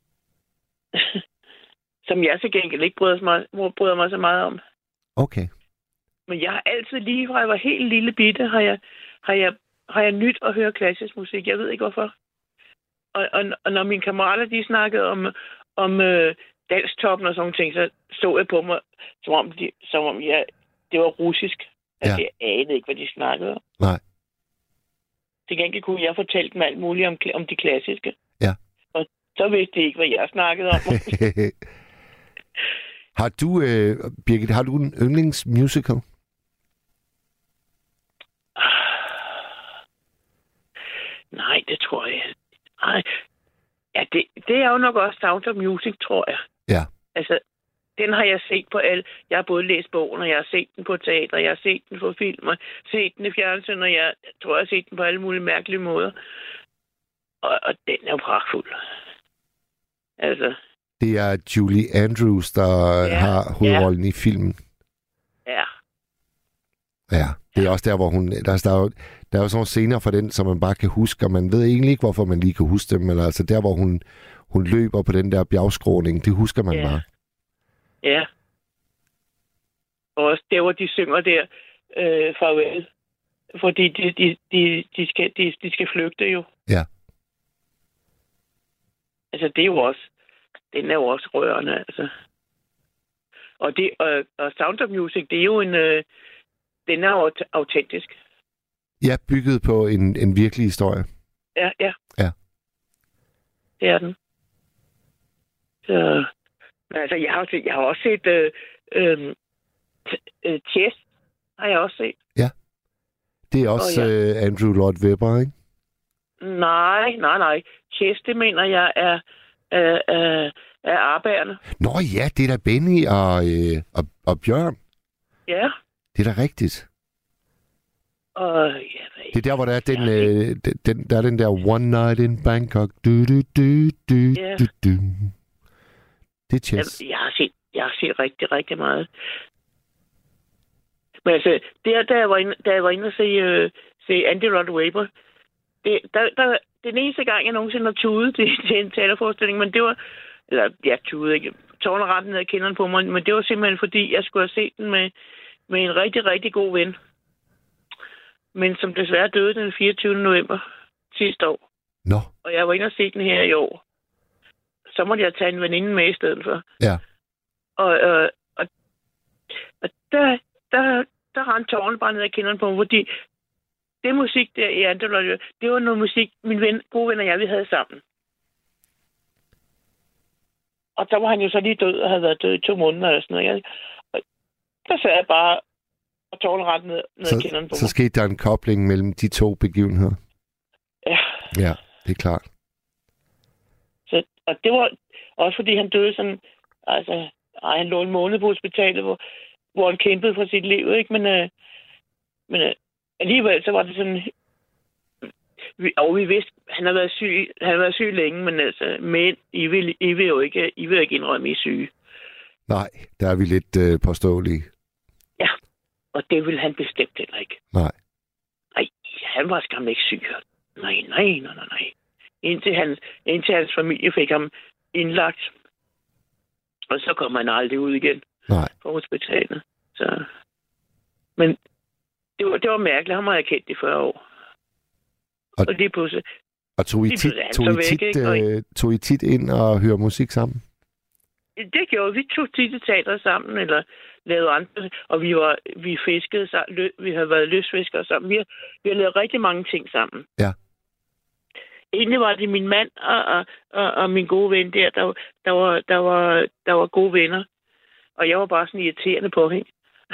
Som jeg til gengæld ikke bryder mig, bryder mig så meget om. Okay. Men jeg har altid, lige fra jeg var helt lille bitte, har jeg, har jeg, har jeg nyt at høre klassisk musik. Jeg ved ikke hvorfor. Og, og, og når mine kammerater, de snakkede om, om øh, danstoppen og sådan nogle ting, så så jeg på mig, som om, de, som om jeg, det var russisk. Altså, Ja. jeg anede ikke, hvad de snakkede om. Nej. Til gengæld kunne jeg fortælle dem alt muligt om, om de klassiske. Ja. Og så vidste de ikke, hvad jeg snakkede om. Har du, øh, Birgit, har du en yndlingsmusical? Nej, det tror jeg. Nej. Ja, det, det er jo nok også Sound of Music, tror jeg. Ja. Altså, den har jeg set på alle. Jeg har både læst bogen, og jeg har set den på teater, jeg har set den på film, og set den i fjernsyn, og jeg tror, jeg har set den på alle mulige mærkelige måder. Og, og den er jo pragtfuld. Altså. Det er Julie Andrews, der Ja, har hovedrollen ja. i filmen. Ja. Ja. Det er også der, hvor hun... Der, der, er jo, der er jo sådan nogle scener fra den, som man bare kan huske, og man ved egentlig ikke, hvorfor man lige kan huske dem. Eller altså der, hvor hun, hun løber på den der bjergskråning, det husker man ja. bare. Ja. Og også der, hvor de synger der, øh, farvel. Fordi de, de, de, de, skal, de, de skal flygte jo. Ja. Altså, det er jo også... Den er jo også rørende, altså. Og, det, og, og Sound of Music, det er jo en... Øh, den er jo autentisk. Ja, bygget på en, en virkelig historie. Ja, ja. Ja. Det er den. Så... Men altså, jeg har, set, jeg har også set... Øh, øh, øh, Chess har jeg også set. Ja. Det er også oh, ja. uh, Andrew Lloyd Webber, ikke? Nej, nej, nej. Chess, det mener jeg er... Af, af, af arbejderne. Nå ja, det er da Benny og, øh, og, og Bjørn. Ja. Det er da rigtigt. Og, ja, det er der, hvor der er den, øh, den, der, er den der One Night in Bangkok. Du, du, du, du, ja. du, du. Det er Chess. Jeg, jeg, har set, jeg har set rigtig, rigtig meget. Men altså, der, da jeg var inde, da jeg var inde og se, øh, se Andy Rod Webber, det, der, der, den eneste gang, jeg nogensinde har tudet til, til en teaterforestilling, men det var, eller jeg tudede ikke, tårne retten ned af kinderne på mig, men det var simpelthen fordi, jeg skulle have set den med, med en rigtig, rigtig god ven. Men som desværre døde den fireogtyvende november sidste år. Nå. Og jeg var inde og se den her i år. Så måtte jeg tage en veninde med i stedet for. Ja. Og, øh, og, og der, der, der rendte tårne bare ned af kinderne på mig, fordi det musik der i Andaløj, det var noget musik, min ven, gode ven og jeg, vi havde sammen. Og der var han jo så lige død, og havde været død i to måneder eller sådan noget. Og der sad jeg bare og tårne ret ned, ned så, af kinderne på så mig. Så skete der en kobling mellem de to begivenheder. Ja. Ja, det er klart. Så, og det var også fordi, han døde sådan, altså, ej, han lå en måned på hospitalet, hvor, hvor han kæmpede for sit liv, ikke? Men, øh, men øh, alligevel, så var det sådan... Vi, og vi vidste, han har været syg, han har været syg længe, men altså, men I vil, I vil jo ikke, I vil ikke indrømme, I er syge. Nej, der er vi lidt øh, påståelige. Ja, og det vil han bestemt heller ikke. Nej. Nej, han var skam ikke syg. Nej, nej, nej, nej, nej. Indtil hans, indtil hans familie fik ham indlagt. Og så kom han aldrig ud igen. Nej. Fra hospitalet. Så... Men det var, det var mærkeligt. Han har jeg kendt i fyrre år. Og, og lige pludselig... Og tog I tit, tog I tit, væk, øh, tog I tit ind og høre musik sammen? Det gjorde vi. tog tit i teater sammen, eller lavede andre. Og vi var vi fiskede sammen. Vi har været løsfiskere sammen. Vi har, vi har lavet rigtig mange ting sammen. Ja. Egentlig var det min mand og, og, og, og min gode ven der, der, der, var, der, var, der var gode venner. Og jeg var bare sådan irriterende på hende.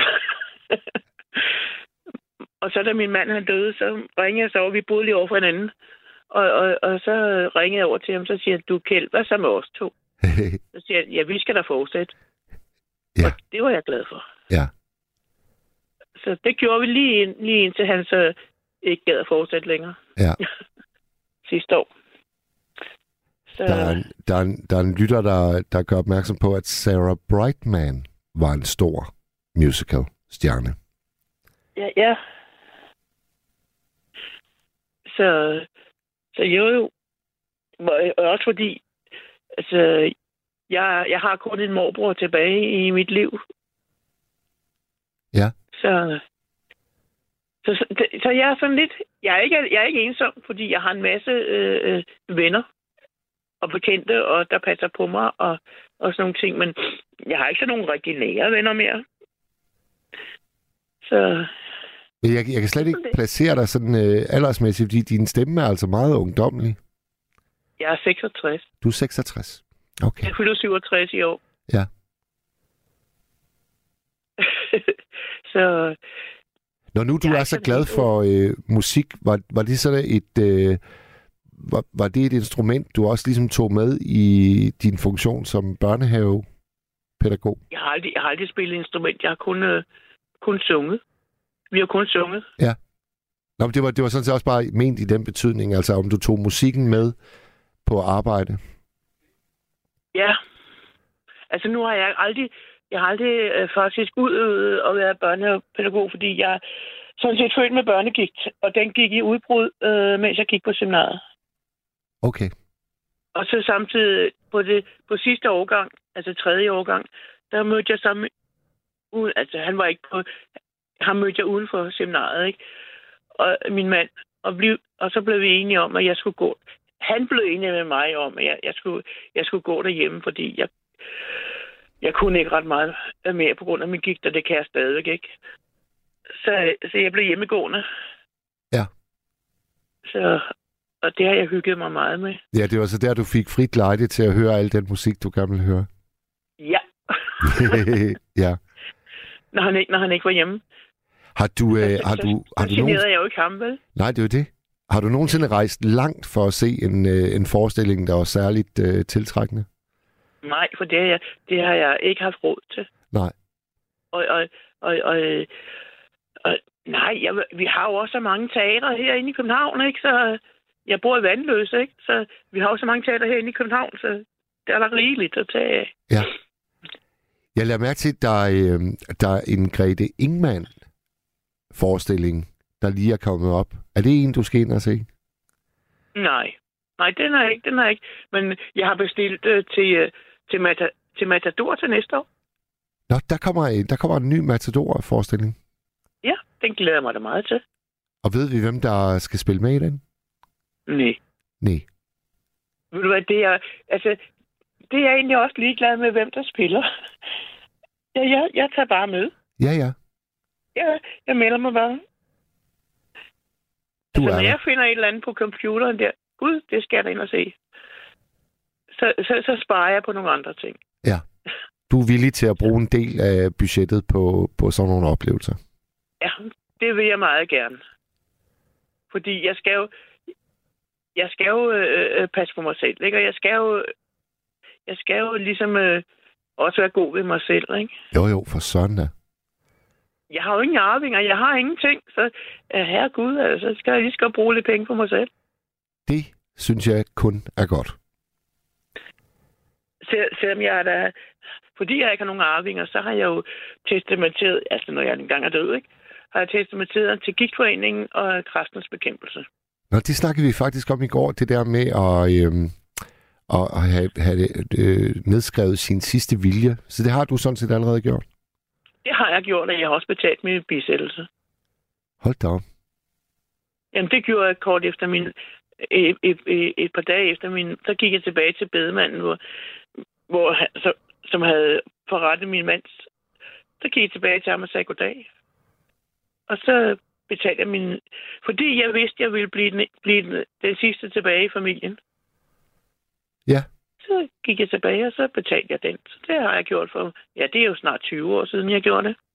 Og så da min mand han døde, så ringede jeg så over. Vi boede lige over for hinanden. Og, og, og så ringede jeg over til ham, så siger han, du Kjeld, hvad så med os to? Så siger han, ja, vi skal da fortsætte. Ja. Og det var jeg glad for. Ja. Så det gjorde vi lige, ind, lige indtil han så ikke gad at fortsætte længere. Ja. Sidste år. Så... Der, er en, der, er en, der er en lytter, der, der gør opmærksom på, at Sarah Brightman var en stor musical-stjerne. Ja, ja. Så, så jo, jo. Og også fordi, altså, jeg, jeg har kun en morbror tilbage i mit liv. Ja. Så, så, så, så jeg er sådan lidt, jeg er ikke, jeg er ikke ensom, fordi jeg har en masse øh, venner og bekendte, og der passer på mig og, og sådan nogle ting, men jeg har ikke så nogen rigtig nære venner mere. Så... Men jeg, jeg kan slet ikke placere dig sådan øh, aldersmæssigt, fordi din stemme er altså meget ungdomlig. Jeg er seksogtres. Du er seksogtres? Okay. Jeg fylder syvogtres i år. Ja. Så... Når nu du er så glad for øh, musik, var, var det sådan et... Øh, var, var det et instrument, du også ligesom tog med i din funktion som børnehavepædagog? Jeg har aldrig, jeg har aldrig spillet instrument. Jeg har kun, øh, kun sunget. Vi har kun sunget. Ja. Nå, men det var, det var sådan set også bare ment i den betydning, altså om du tog musikken med på arbejde. Ja. Altså nu har jeg aldrig, jeg har aldrig øh, faktisk udøvet at være børnepædagog, fordi jeg, sådan set født med børnegigt, og den gik i udbrud, øh, mens jeg gik på seminariet. Okay. Og så samtidig på det på sidste årgang, altså tredje årgang, der mødte jeg sammen ud, altså han var ikke på, han mødte jeg uden for seminariet, ikke? Og min mand, og, blev, og så blev vi enige om, at jeg skulle gå. Han blev enig med mig om, at jeg, jeg, skulle, jeg skulle gå derhjemme, fordi jeg, jeg kunne ikke ret meget mere på grund af min gigt, og det kan jeg stadigvæk ikke. Så, så jeg blev hjemmegående. Ja. Så, og det har jeg hygget mig meget med. Ja, det var så der, du fik frit lejde til at høre al den musik, du gerne ville høre. Ja. Ja. Når han ikke, når han ikke var hjemme. Har du... Øh, har så, du, så, har så du nogen... jeg jo ikke ham, vel? Nej, det er jo det. Har du nogensinde rejst langt for at se en, øh, en forestilling, der var særligt øh, tiltrækkende? Nej, for det har, jeg, det har jeg ikke haft råd til. Nej. Og, og, og, og, og nej, jeg, vi har jo også så mange teatre herinde i København, ikke? Så jeg bor i Vandløse, ikke? Så vi har jo så mange teatre herinde i København, så det er der rigeligt at tage af. Ja. Jeg lader mærke til, at der, øh, der er en Grete Ingman forestilling, der lige er kommet op. Er det en, du skal ind og se? Nej. Nej, den er ikke, den er ikke. Men jeg har bestilt øh, til, øh, til, Mata- til Matador til næste år. Nå, der kommer en, der kommer en ny Matador-forestilling. Ja, den glæder jeg mig da meget til. Og ved vi, hvem der skal spille med i den? Nej. Nej. Ved du hvad, det er... Altså, det er jeg egentlig også ligeglad med, hvem der spiller. Ja, jeg, jeg tager bare med. Ja, ja. Ja, jeg melder mig bare. Du altså, er når der. jeg finder et eller andet på computeren der, gud, det skal jeg da ind og se. Så, så, så sparer jeg på nogle andre ting. Ja. Du er villig til at bruge en del af budgettet på, på sådan nogle oplevelser? Ja, det vil jeg meget gerne. Fordi jeg skal jo, jeg skal jo øh, passe på mig selv, ikke? Og jeg skal jo, jeg skal jo ligesom øh, også være god ved mig selv, ikke? Jo, jo, for sådan da. Jeg har jo ingen arvinger, jeg har ingenting, så øh, herregud, altså, skal jeg lige skal bruge lidt penge på mig selv. Det synes jeg kun er godt. Sel- selvom jeg er da, fordi jeg ikke har nogen arvinger, så har jeg jo testamenteret, altså når jeg engang er død, ikke? Har jeg testamenteret til Gigtforeningen og Kræftens Bekæmpelse. Nå, det snakkede vi faktisk om i går, det der med at, øhm, at, at have, have øh, nedskrevet sin sidste vilje. Så det har du sådan set allerede gjort? Det har jeg gjort, og jeg har også betalt min bisættelse. Hold da op. Jamen, det gjorde jeg kort efter min... Et, et, et, et par dage efter min... Så gik jeg tilbage til bedemanden, hvor, hvor han, så, som havde forrettet min mands... Så gik jeg tilbage til ham og sagde goddag. Og så betalte jeg min... Fordi jeg vidste, jeg ville blive den, blive den, den sidste tilbage i familien. Ja. Så gik jeg tilbage, og så betalte jeg den. Så det har jeg gjort for... Ja, det er jo snart tyve år siden, jeg gjorde det.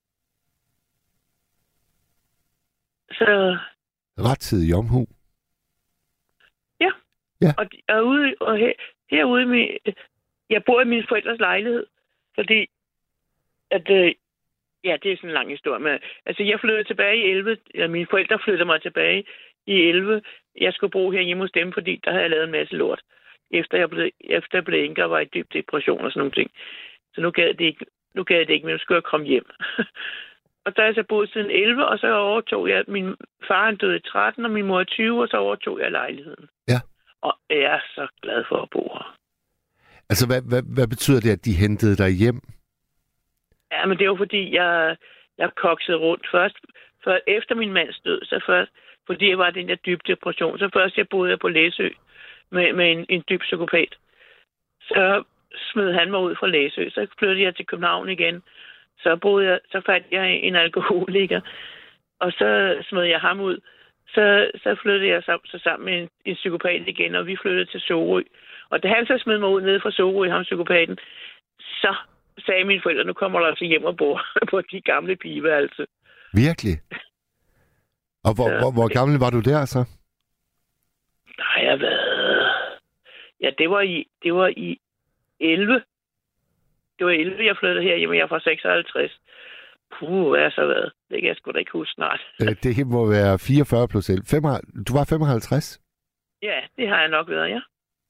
Så... Rettidig omhu. Ja. Ja. Og, og, ude, og her, herude... Min, jeg bor i min forældres lejlighed, fordi... At... Øh, ja, det er sådan en lang historie. Men, altså, jeg flyttede tilbage i elleve. Ja, mine forældre flyttede mig tilbage i elleve. Jeg skulle bo her hjemme hos dem, fordi der havde jeg lavet en masse lort. Efter jeg blev, efter jeg blev enke og var i dyb depression og sådan nogle ting. Så nu gad det ikke, nu gad det ikke, men nu skulle jeg komme hjem. Og der er jeg så boet siden elleve, og så overtog jeg, min far han døde i tretten, og min mor i tyve, og så overtog jeg lejligheden. Ja. Og jeg er så glad for at bo her. Altså, hvad, hvad, hvad betyder det, at de hentede dig hjem? Ja, men det var fordi, jeg, jeg koksede rundt først. For efter min mands død, så først, fordi jeg var i den der dybe depression, så først jeg boede jeg på Læsø med, med en, en dyb psykopat. Så smed han mig ud fra Læsø, så flyttede jeg til København igen. Så boede jeg, så fandt jeg en alkoholiker, og så smed jeg ham ud. Så, så flyttede jeg så, så sammen med en, en psykopat igen, og vi flyttede til Sorø. Og da han så smed mig ud nede fra Sorø, ham psykopaten, så sagde mine forældre, nu kommer der altså hjem og bor på de gamle pigeværelse. Virkelig? Og hvor, så, hvor, hvor gammel var du der så? Nej, jeg været... Ja, det var i, det var i elleve. Det var elleve, jeg flyttede her hjemme. Jeg er fra seksoghalvtreds. Puh, hvad jeg så været? Det kan jeg sgu da ikke huske snart. Det må være fireogfyrre plus elleve. Du var femoghalvtreds? Ja, det har jeg nok været, ja.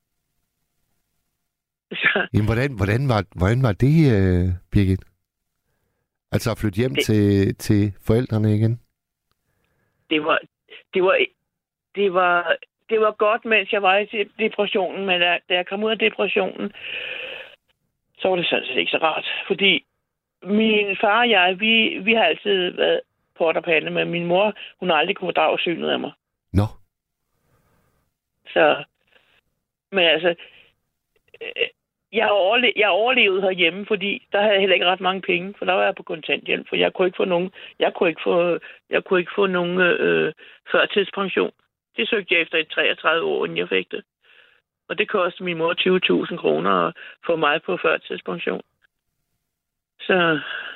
Så, Jamen, hvordan, hvordan, var, hvordan var det, uh, Birgit? Altså at flytte hjem det... til, til forældrene igen? det var, det var, det var, det var godt, mens jeg var i depressionen, men da, da jeg kom ud af depressionen, så var det sådan set ikke så rart, fordi min far og jeg, vi, vi har altid været pot og pande, men min mor, hun har aldrig kunne drage synet af mig. Nå. Så, men altså, øh, jeg, overle- jeg overlevede herhjemme, fordi der havde jeg heller ikke ret mange penge, for der var jeg på kontanthjælp, for jeg kunne ikke få nogen, jeg kunne ikke få, jeg kunne ikke få nogen øh, førtidspension. Det søgte jeg efter i treogtredive år, inden jeg fik det. Og det kostede min mor tyve tusind kroner at få mig på førtidspension. Så,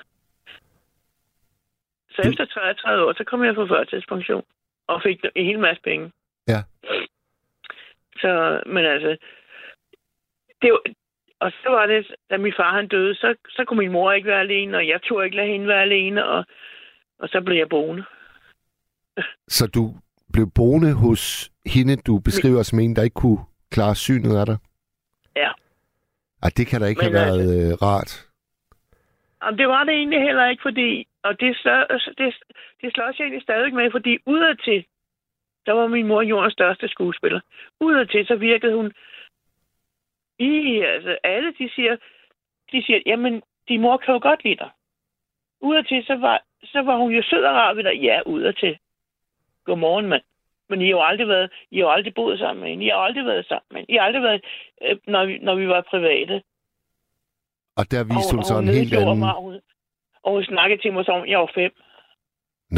så du... efter treogtredive år, så kom jeg på førtidspension og fik en hel masse penge. Ja. Så, men altså, det var, og så var det, da min far han døde, så, så kunne min mor ikke være alene, og jeg turde ikke lade hende være alene, og, og så blev jeg boende. Så du blev boende hos hende, du beskriver som en, der ikke kunne klare synet af dig? Ja. Ej, det kan da ikke men have været altså, øh, rart. Og det var det egentlig heller ikke, fordi, og det, det, det slås jeg egentlig stadig med, fordi udadtil, der var min mor jordens største skuespiller. Udadtil, så virkede hun i, altså alle, de siger, de siger, jamen, din mor kan jo godt lide dig. Udadtil, så var, så var hun jo sød og rar ved dig. Ja, udadtil. Godmorgen, mand. Men I har jo aldrig været, I har jo aldrig boet sammen med hende. I har aldrig været sammen med hende. I har aldrig været, øh, når, vi, når vi var private. Og der viste og, hun så og en helt anden... Mig, og, hun, og hun snakkede til mig som, jeg var fem. Nå.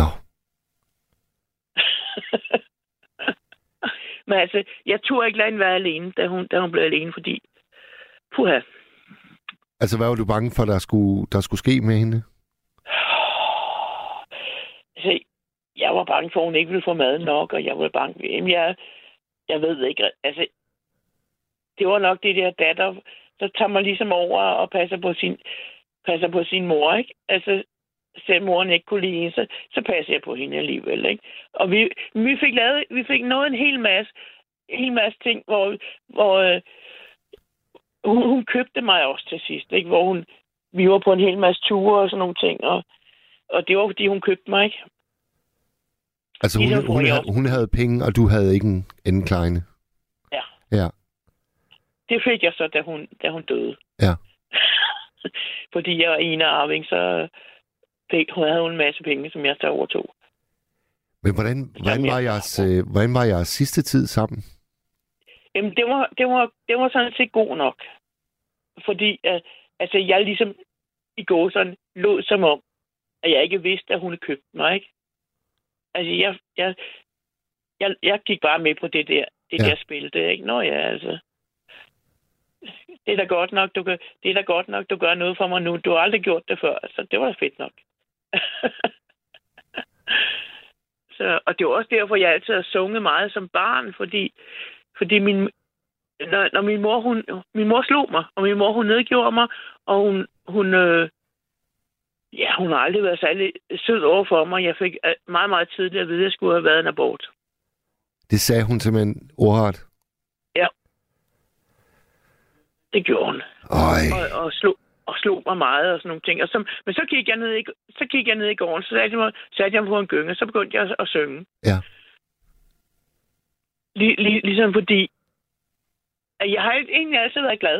Men altså, jeg turde ikke lade hende være alene, da hun, da hun blev alene, fordi... Puha. Altså, hvad var du bange for, der skulle, der skulle ske med hende? Altså, jeg var bange for, at hun ikke ville få mad nok, og jeg var bange... Jamen, jeg, jeg ved ikke... Altså, det var nok det der datter... Så tager man ligesom over og passer på sin, passer på sin mor, ikke? Altså, selv moren ikke kunne lide hende, så, så passer jeg på hende alligevel, ikke? Og vi, vi fik lavet, vi fik nået en hel masse, en hel masse ting, hvor, hvor øh, hun, hun købte mig også til sidst, ikke? Hvor hun, vi var på en hel masse ture og sådan nogle ting, og, og det var, fordi hun købte mig, ikke? Altså, hun, hun, hun, havde, hun havde penge, og du havde ikke en, en kleine? Ja. Ja. Det fik jeg så, da hun, da hun døde. Ja. Fordi jeg var en af arving, så fik, hun havde en masse penge, som jeg så overtog. Men hvordan, hvordan, var jeres, øh, hvordan var jeres sidste tid sammen? Jamen, det var, det var, det var sådan set god nok. Fordi øh, altså, jeg ligesom i går sådan lod som om, at jeg ikke vidste, at hun havde købt mig, ikke? Altså, jeg, jeg, jeg, jeg gik bare med på det der, det ja. der spil, det, ikke? Nå ja, altså... Det er da godt nok, du gør, det er da godt nok, du gør noget for mig nu. Du har aldrig gjort det før, så det var da fedt nok. så, og det var også derfor, jeg altid har sunget meget som barn, fordi, fordi min, når, når min mor, hun, min mor slog mig, og min mor, hun nedgjorde mig, og hun, hun, øh, ja, hun har aldrig været særlig sød over for mig. Jeg fik meget, meget tidligt at vide, at jeg skulle have været en abort. Det sagde hun simpelthen ordret? Ja. Det gjorde hun. Og, og, slog, og slog mig meget og sådan nogle ting. Og så, men så gik jeg ned i, så gik jeg ned i gården, så satte jeg mig, satte jeg mig på en gynge, og så begyndte jeg at, at synge. Ja. Lig, lig, ligesom fordi, at jeg har egentlig altid været glad.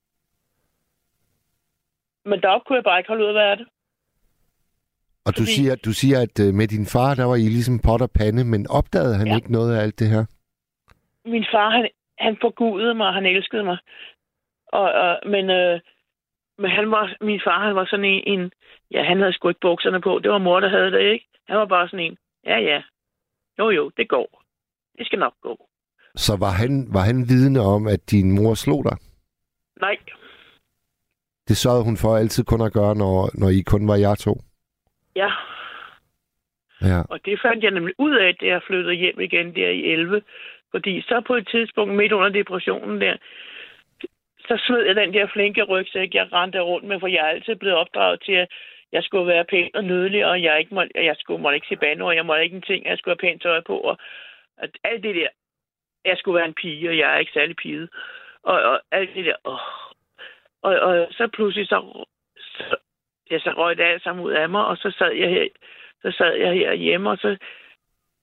Men deroppe kunne jeg bare ikke holde ud at være det. Og du, fordi... siger, du siger, at med din far, der var I ligesom pot og pande, men opdagede han ja. ikke noget af alt det her? Min far, han, han forgudede mig, og han elskede mig. Og, og, men øh, men han var, min far, han var sådan en, en... Ja, han havde sgu ikke bukserne på. Det var mor, der havde det, ikke? Han var bare sådan en... Ja, ja. Jo, jo, det går. Det skal nok gå. Så var han, var han vidne om, at din mor slog dig? Nej. Det sørgede hun for altid kun at gøre, når, når I kun var jer to? Ja. Ja. Og det fandt jeg nemlig ud af, da jeg flyttede hjem igen der i elleve. Fordi så på et tidspunkt midt under depressionen der, så smed jeg den der flinke rygsæk, jeg rendte rundt med, for jeg er altid blevet opdraget til, at jeg skulle være pæn og nydelig, og jeg, ikke må, jeg skulle, måtte ikke se banord, jeg måtte ikke en ting, jeg skulle have pænt tøj på, og at alt det der, jeg skulle være en pige, og jeg er ikke særlig pige. Og, og alt det der, åh. Og, og så pludselig så, så, ja, så røg det alt sammen ud af mig, og så sad jeg her, så sad jeg her hjemme, og så,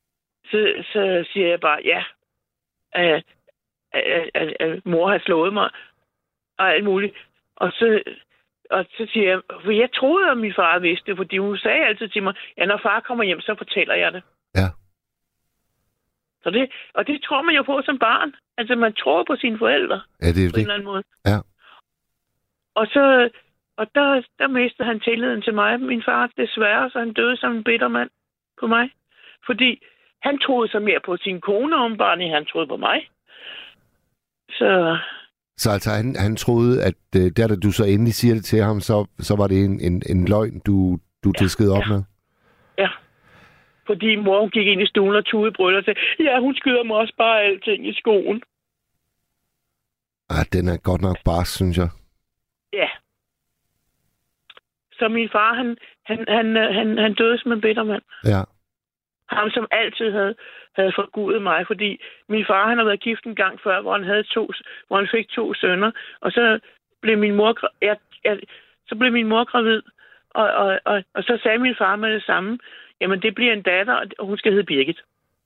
så, så siger jeg bare, ja, at, at, at, at mor har slået mig, og alt muligt. Og så, og så siger jeg, for jeg troede, at min far vidste det, fordi hun sagde altid til mig, ja, når far kommer hjem, så fortæller jeg det. Ja. Så det, og det tror man jo på som barn. Altså, man tror på sine forældre. Ja, det er på det. en eller anden måde. Ja. Og så, og der, der mistede han tilliden til mig, min far, desværre, så han døde som en bitter mand på mig. Fordi han troede så mere på sin kone om barnet, end han troede på mig. Så... Så altså, han, han troede, at øh, der, da du så endelig siger det til ham, så, så var det en, en, en løgn, du, du ja, diskede op ja. med? Ja. Fordi mor, hun gik ind i stuen og tude brød og sagde, ja, hun skyder mig også bare alting i skoen. Ah, den er godt nok barsk, synes jeg. Ja. Så min far, han, han, han, han, han døde som en bitter mand. Ja. Ham, som altid havde, havde forgudet mig, fordi min far, han har været gift en gang før, hvor han, havde to, hvor han fik to sønner, og så blev min mor, jeg, jeg, så blev min mor gravid, og, og, og, og så sagde min far med det samme, jamen det bliver en datter, og hun skal hedde Birgit.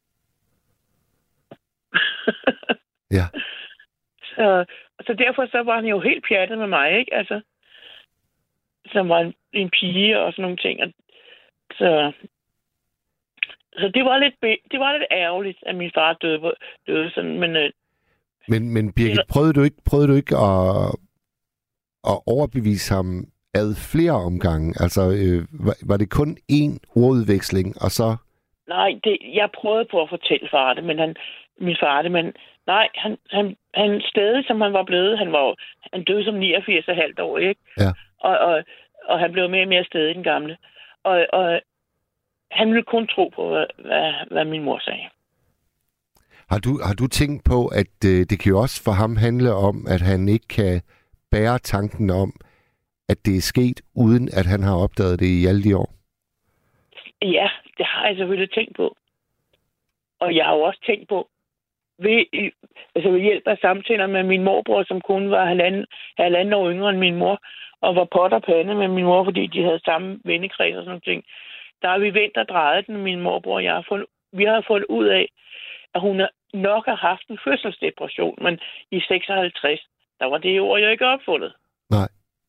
Ja. Så, så derfor så var han jo helt pjattet med mig, ikke? Altså, som var en, en pige og sådan nogle ting. Og, så, så det var lidt det var lidt ærgerligt, at min far døde, døde sådan, men... Øh, men, men Birgit, prøvede du ikke, prøvede du ikke at, at overbevise ham ad flere omgange? Altså, øh, var, var det kun én ordudveksling, og så... Nej, det, jeg prøvede på at fortælle far det, men han, min far det, men nej, han, han, han stadig, som han var blevet, han var han døde som niogfirs komma fem år, ikke? Ja. Og, og, og han blev mere og mere stedig, den gamle. Og, og han ville kun tro på, hvad, hvad, hvad min mor sagde. Har du, har du tænkt på, at øh, det kan jo også for ham handle om, at han ikke kan bære tanken om, at det er sket, uden at han har opdaget det i alle de år? Ja, det har jeg selvfølgelig tænkt på. Og jeg har jo også tænkt på, ved, altså ved hjælp af samtaler med min morbror, som kun var halvanden, halvanden år yngre end min mor, og var pot og pande med min mor, fordi de havde samme vennekreds og sådan noget. Der har vi vendt og drejet den, min morbror og jeg. Har fundet, vi har fundet ud af, at hun nok har haft en fødselsdepression, men i seksoghalvtreds, der var det ord jo ikke opfundet. Nej.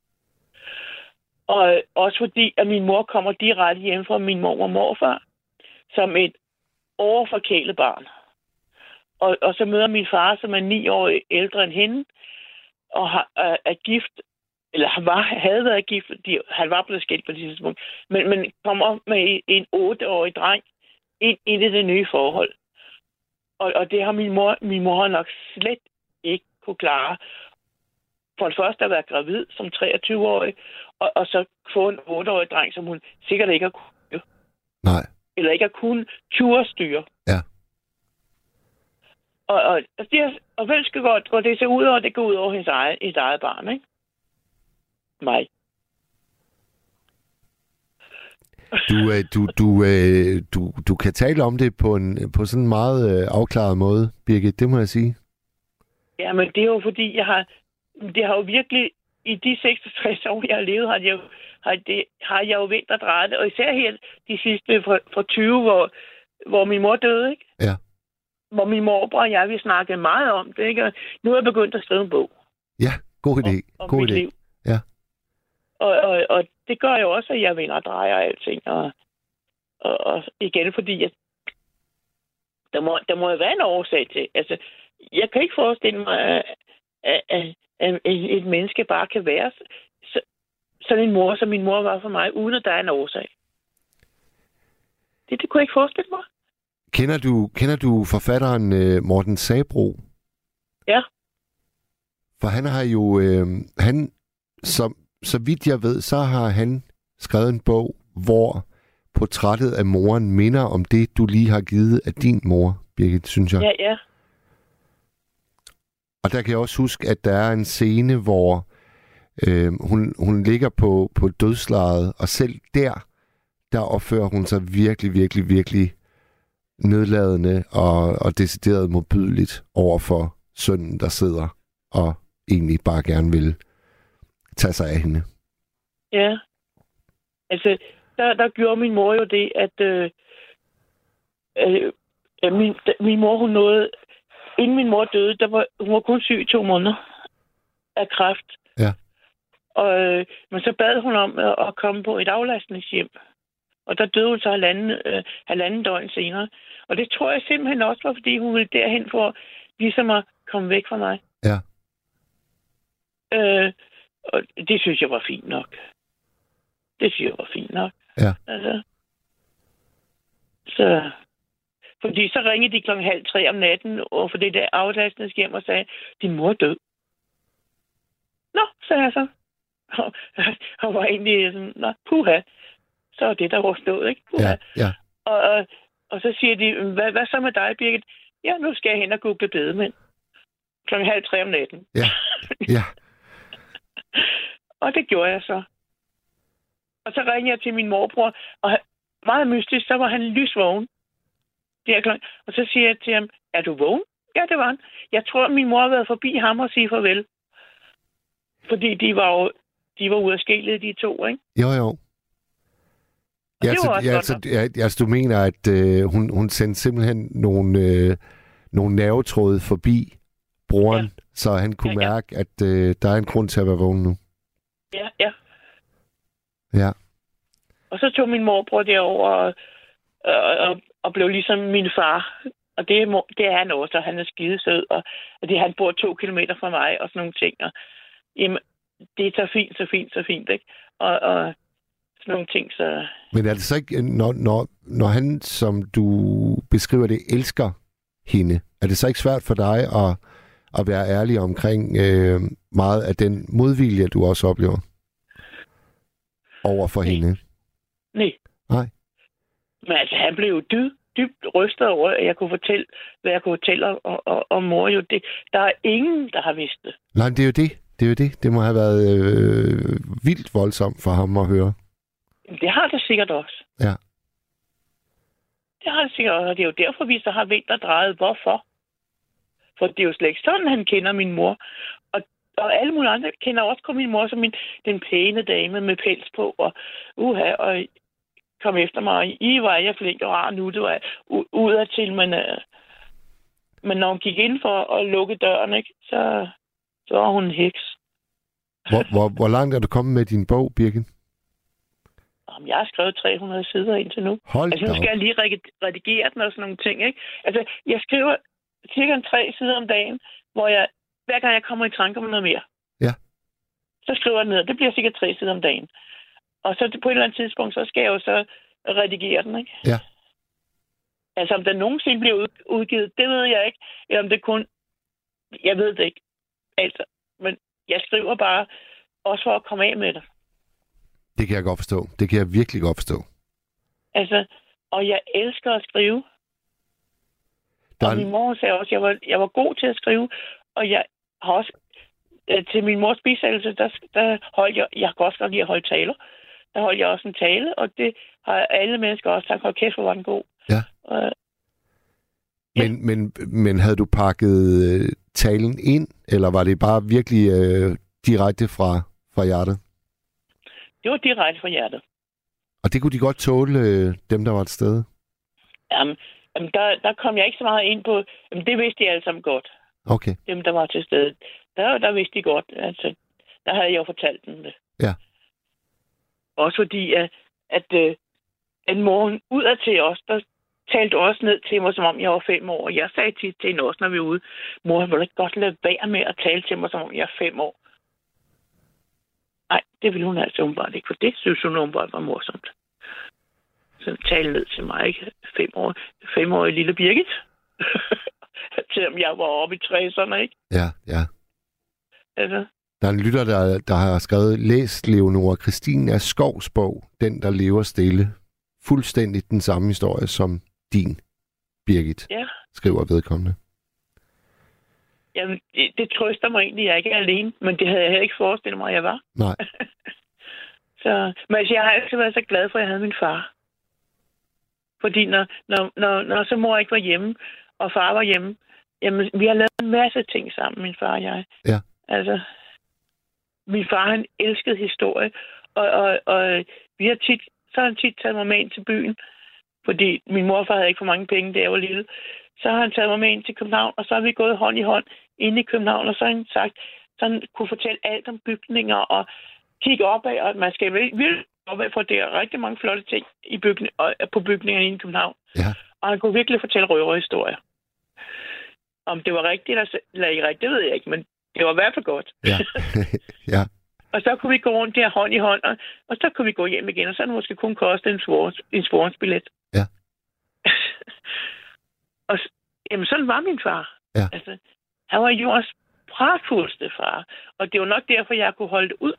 Og også fordi, at min mor kommer direkte hjem fra min mor og morfar, som et overforkælet barn. Og, og så møder min far, som er ni år ældre end hende, og har, er, er gift, eller han var, havde været gift, fordi han var blevet skilt på det tidspunkt, men, men kommer med en otteårig dreng ind, ind i det nye forhold. Og, og det har min mor, min mor nok slet ikke kunne klare. For det første at være gravid som treogtyve-årig, og, og så få en otteårig dreng, som hun sikkert ikke har kunnet. Nej. Eller ikke har kunnet turde styre. Ja. Og, og, og, det, og hvem skal gå, gå det så ud over? Det går ud over hendes eget, hendes eget barn, ikke? Mig. Du, øh, du, du, øh, du, du kan tale om det på, en, på sådan en meget øh, afklaret måde, Birgit, det må jeg sige. Ja, men det er jo fordi, jeg har, det har jo virkelig, i de seksogtres år, jeg har levet, har jeg jo, har det, har jeg jo vendt og drejet det. Og især her de sidste fra, fra tyve, hvor, hvor min mor døde, ikke? Ja. Hvor min morbror og jeg, vi snakkede meget om det, ikke? Og nu er jeg begyndt at skrive en bog. Ja, god idé. Om, om god mit idé. liv. Ja. Og, og, og det gør jo også, at jeg vender og drejer alting. Og, og, og igen, fordi jeg, der, må, der må jo være en årsag til. Altså, jeg kan ikke forestille mig, at, at, at, at et menneske bare kan være så, sådan en mor, som min mor var for mig, uden at der er en årsag. Det, det kunne jeg ikke forestille mig. Kender du, kender du forfatteren øh, Morten Sabroe? Ja. For han har jo, øh, han, som, så vidt jeg ved, så har han skrevet en bog, hvor portrættet af moren minder om det, du lige har givet af din mor, Birgit, synes jeg. Ja, ja. Og der kan jeg også huske, at der er en scene, hvor øh, hun, hun ligger på, på dødslejet, og selv der, der opfører hun sig virkelig, virkelig, virkelig nedladende og, og decideret modbydeligt over for sønnen, der sidder og egentlig bare gerne vil tage sig af hende. Ja. Altså, der, der gjorde min mor jo det, at øh, øh, Ja, min, min mor, hun nåede... Inden min mor døde, der var, hun var kun syg i to måneder af kræft. Ja. Og, øh, men så bad hun om at, at komme på et aflastningshjem. Og der døde hun så halvanden, øh, halvanden døgn senere. Og det tror jeg simpelthen også var, fordi hun ville derhen for ligesom at komme væk fra mig. Ja. Øh, og det synes jeg var fint nok. Det synes jeg var fint nok. Ja. Altså. Så... Fordi så ringede de klokken halv tre om natten og for det der aflastningshjem og sagde, din mor er død. Nå, sagde jeg så. Og, og var egentlig sådan, nå, puha. Så er det, der var stået, ikke? Puha. Ja, ja. Og, og, og så siger de, hvad, hvad så med dig, Birgit? Ja, nu skal jeg hen og google bedemænd. Klokken halv tre om natten. Ja, ja. Og det gjorde jeg så. Og så ringede jeg til min morbror, og meget mystisk, så var han lysvågen. Og så siger jeg til ham, er du vågen? Ja, det var han. Jeg tror, min mor har været forbi ham og sige farvel. Fordi de var jo de var ude af skælet, de to, ikke? Jo, jo. Ja, altså, ja, altså, ja, altså, du mener, at øh, hun, hun sendte simpelthen nogle, øh, nogle nervetråde forbi broren, ja. Så han kunne ja, ja. mærke, at øh, der er en grund til at være vågen nu. Ja, ja. Ja. Og så tog min morbror derover og, og, og, og blev ligesom min far. Og det er, det er han også, og han er skidesød, og, og det, han bor to kilometer fra mig, og sådan nogle ting. Og, jamen, det er så fint, så fint, så fint, ikke? Og, og sådan nogle ting, så... Men er det så ikke, når, når, når han, som du beskriver det, elsker hende, er det så ikke svært for dig at, at være ærlig omkring øh, meget af den modvilje, du også oplever over for Nej. hende? Nej. Nej. Men altså, han blev jo dybt, dybt rystet over, at jeg kunne fortælle, hvad jeg kunne fortælle om, om, om mor. Jo, det, der er ingen, der har vidst det. Nej, det er jo det. Det er jo det. Det må have været øh, vildt voldsomt for ham at høre. Det har det sikkert også. Ja. Det har det sikkert også, og det er jo derfor, vi så har vinterdrejet. Hvorfor? For det er jo slet ikke sådan, han kender min mor. Og, og alle mulige andre kender også kun min mor som min, den pæne dame med pels på, og uha, og kom efter mig, og I var jeg flink og rar nu, det var udad til, men, øh, men når hun gik ind for at lukke døren, ikke, så, så var hun en heks. Hvor, hvor, hvor langt er du kommet med din bog, Birgit? Jamen, jeg har skrevet tre hundrede sider indtil nu. Hold altså, nu skal jeg lige redigere den og sådan nogle ting, ikke? Altså, jeg skriver cirka tre sider om dagen, hvor jeg, hver gang jeg kommer i tanke om noget mere, ja. Så skriver jeg ned. Det bliver cirka tre sider om dagen. Og så på et eller andet tidspunkt, så skal jeg jo så redigere den, ikke? Ja. Altså, om den nogensinde bliver udgivet, det ved jeg ikke. Eller om det kun... Jeg ved det ikke. Altså, men jeg skriver bare også for at komme af med det. Det kan jeg godt forstå. Det kan jeg virkelig godt forstå. Altså, og jeg elsker at skrive. Der... Og min mor sagde også, at jeg var, jeg var god til at skrive. Og jeg har også... Til min mors bisættelse, der, der holdt jeg... Jeg kan også godt lide at holde taler. Der holdt jeg også en tale, og det har alle mennesker også sagt, hold kæft, hvor var den god. Ja. Og, men, ja. men, men havde du pakket øh, talen ind, eller var det bare virkelig øh, direkte fra, fra hjertet? Det var direkte fra hjertet. Og det kunne de godt tåle, øh, dem der var et sted? Jamen, jamen der, der kom jeg ikke så meget ind på... Jamen, det vidste de alle sammen godt. Okay. Dem, der var til stede. Der, der vidste de godt. Altså, der havde jeg jo fortalt dem det. Ja. Også fordi, at, at, at, at morgen udad til os, der talte også ned til mig, som om jeg var fem år. Jeg sagde tit til hende også, når vi var ude, mor, jeg vil ikke godt lade være med at tale til mig, som om jeg er fem år. Nej, det ville hun altså umiddelbart ikke, for det synes hun umiddelbart var morsomt. Så tale ned til mig, ikke? Fem år, femårige lille Birgit. Selvom jeg var oppe i treserne, ikke? Ja, ja. Altså... Der er en lytter, der, der har skrevet, læs Leonora Christina Skovs bog, Den, der lever stille. Fuldstændig den samme historie som din, Birgit, ja. Skriver vedkommende. Jamen, det, det trøster mig egentlig, at jeg ikke er alene, men det havde jeg heller ikke forestillet mig, at jeg var. Nej. så, men altså, jeg har altid været så glad for, at jeg havde min far. Fordi når, når, når, når så mor ikke var hjemme, og far var hjemme, jamen, vi har lavet en masse ting sammen, min far og jeg. Ja. Altså... Min far, han elskede historie, og, og, og vi har tit, så har han tit taget mig med ind til byen, fordi min morfar havde ikke for mange penge, da jeg var lille. Så har han taget mig med ind til København, og så har vi gået hånd i hånd inde i København, og så har han sagt, så han kunne fortælle alt om bygninger og kigge opad, og man skal virkelig opad, for det er rigtig mange flotte ting i bygning, på bygningerne inde i København. Ja. Og han kunne virkelig fortælle røverhistorier. Om det var rigtigt eller ikke rigtigt, det ved jeg ikke, men det var i hvert fald godt. Ja. Ja. Og så kunne vi gå rundt der hånd i hånd, og, og så kunne vi gå hjem igen, og så er det måske kun koste en, svors, en svoringsbillet. Ja. Og jamen, sådan var min far. Ja. Altså, han var jordens pragtfuldste far, og det var nok derfor, jeg kunne holde det ud.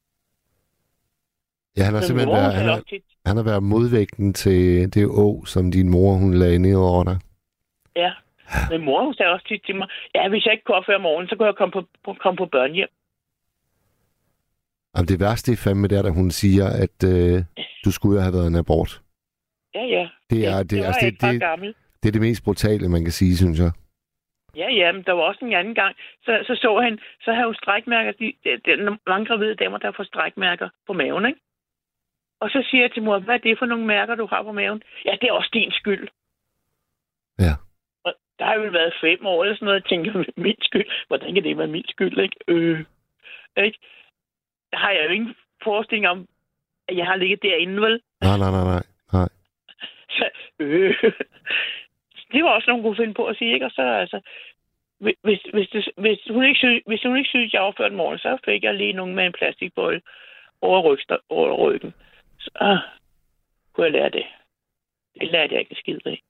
Ja, han har simpelthen været, han har, han har været modvægten til det å, som din mor, hun lagde ned over dig. Ja, men mor, hun sagde også tit til mig, ja, hvis jeg ikke kunne opføre morgenen, så kunne jeg komme på, på, komme på børnehjem. Jamen, det værste er fandme der, da hun siger, at øh, du skulle have været en abort. Ja, ja. Det er det, det, det, altså, det, det, det, det er det mest brutale, man kan sige, synes jeg. Ja, ja, men der var også en anden gang. Så så, så han, så havde hun strækmærker. De, de, de, mange gravide damer, der får strækmærker på maven, ikke? Og så siger jeg til mor, hvad er det for nogle mærker, du har på maven? Ja, det er også din skyld. Ja. Og der har jo været fem år eller sådan noget, jeg tænker, min skyld. Hvordan kan det være min skyld, ikke? Øh, ikke? Der har jeg jo ingen forestilling om, at jeg har ligget derinde, vel? Nej, nej, nej, nej. nej. Så, øh. Det var også nogen, kunne finde på at sige, ikke? Og så altså, hvis, hvis, det, hvis, hun ikke synes, hvis hun ikke synes, jeg overførte morgen, så fik jeg lige nogen med en plastikbøjle over, rygster, over ryggen. Så ah, kunne jeg lære det. Det lærte jeg ikke skid af.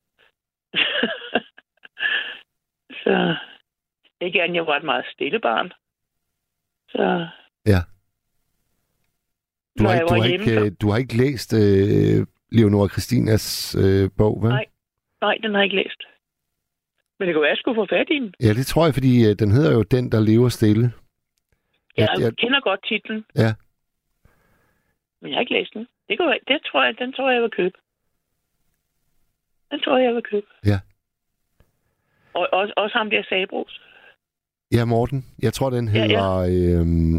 Så ikke andet, jeg var et meget stille barn. Så ja. Du har, jeg ikke, du, har hjemme, ikke, du har ikke læst øh, Leonora Christinas øh, bog, vel? Nej. Nej, den har jeg ikke læst. Men det kunne være, at jeg skulle få fat i den. Ja, det tror jeg, fordi øh, den hedder jo Den, der lever stille. Jeg, jeg, jeg kender godt titlen. Ja. Men jeg har ikke læst den. Det kunne være, det tror jeg, den tror jeg, jeg vil købe. Den tror jeg, jeg vil købe. Ja. Og også, også ham der Sabros. Ja, Morten. Jeg tror, den hedder... Ja, ja. Øhm...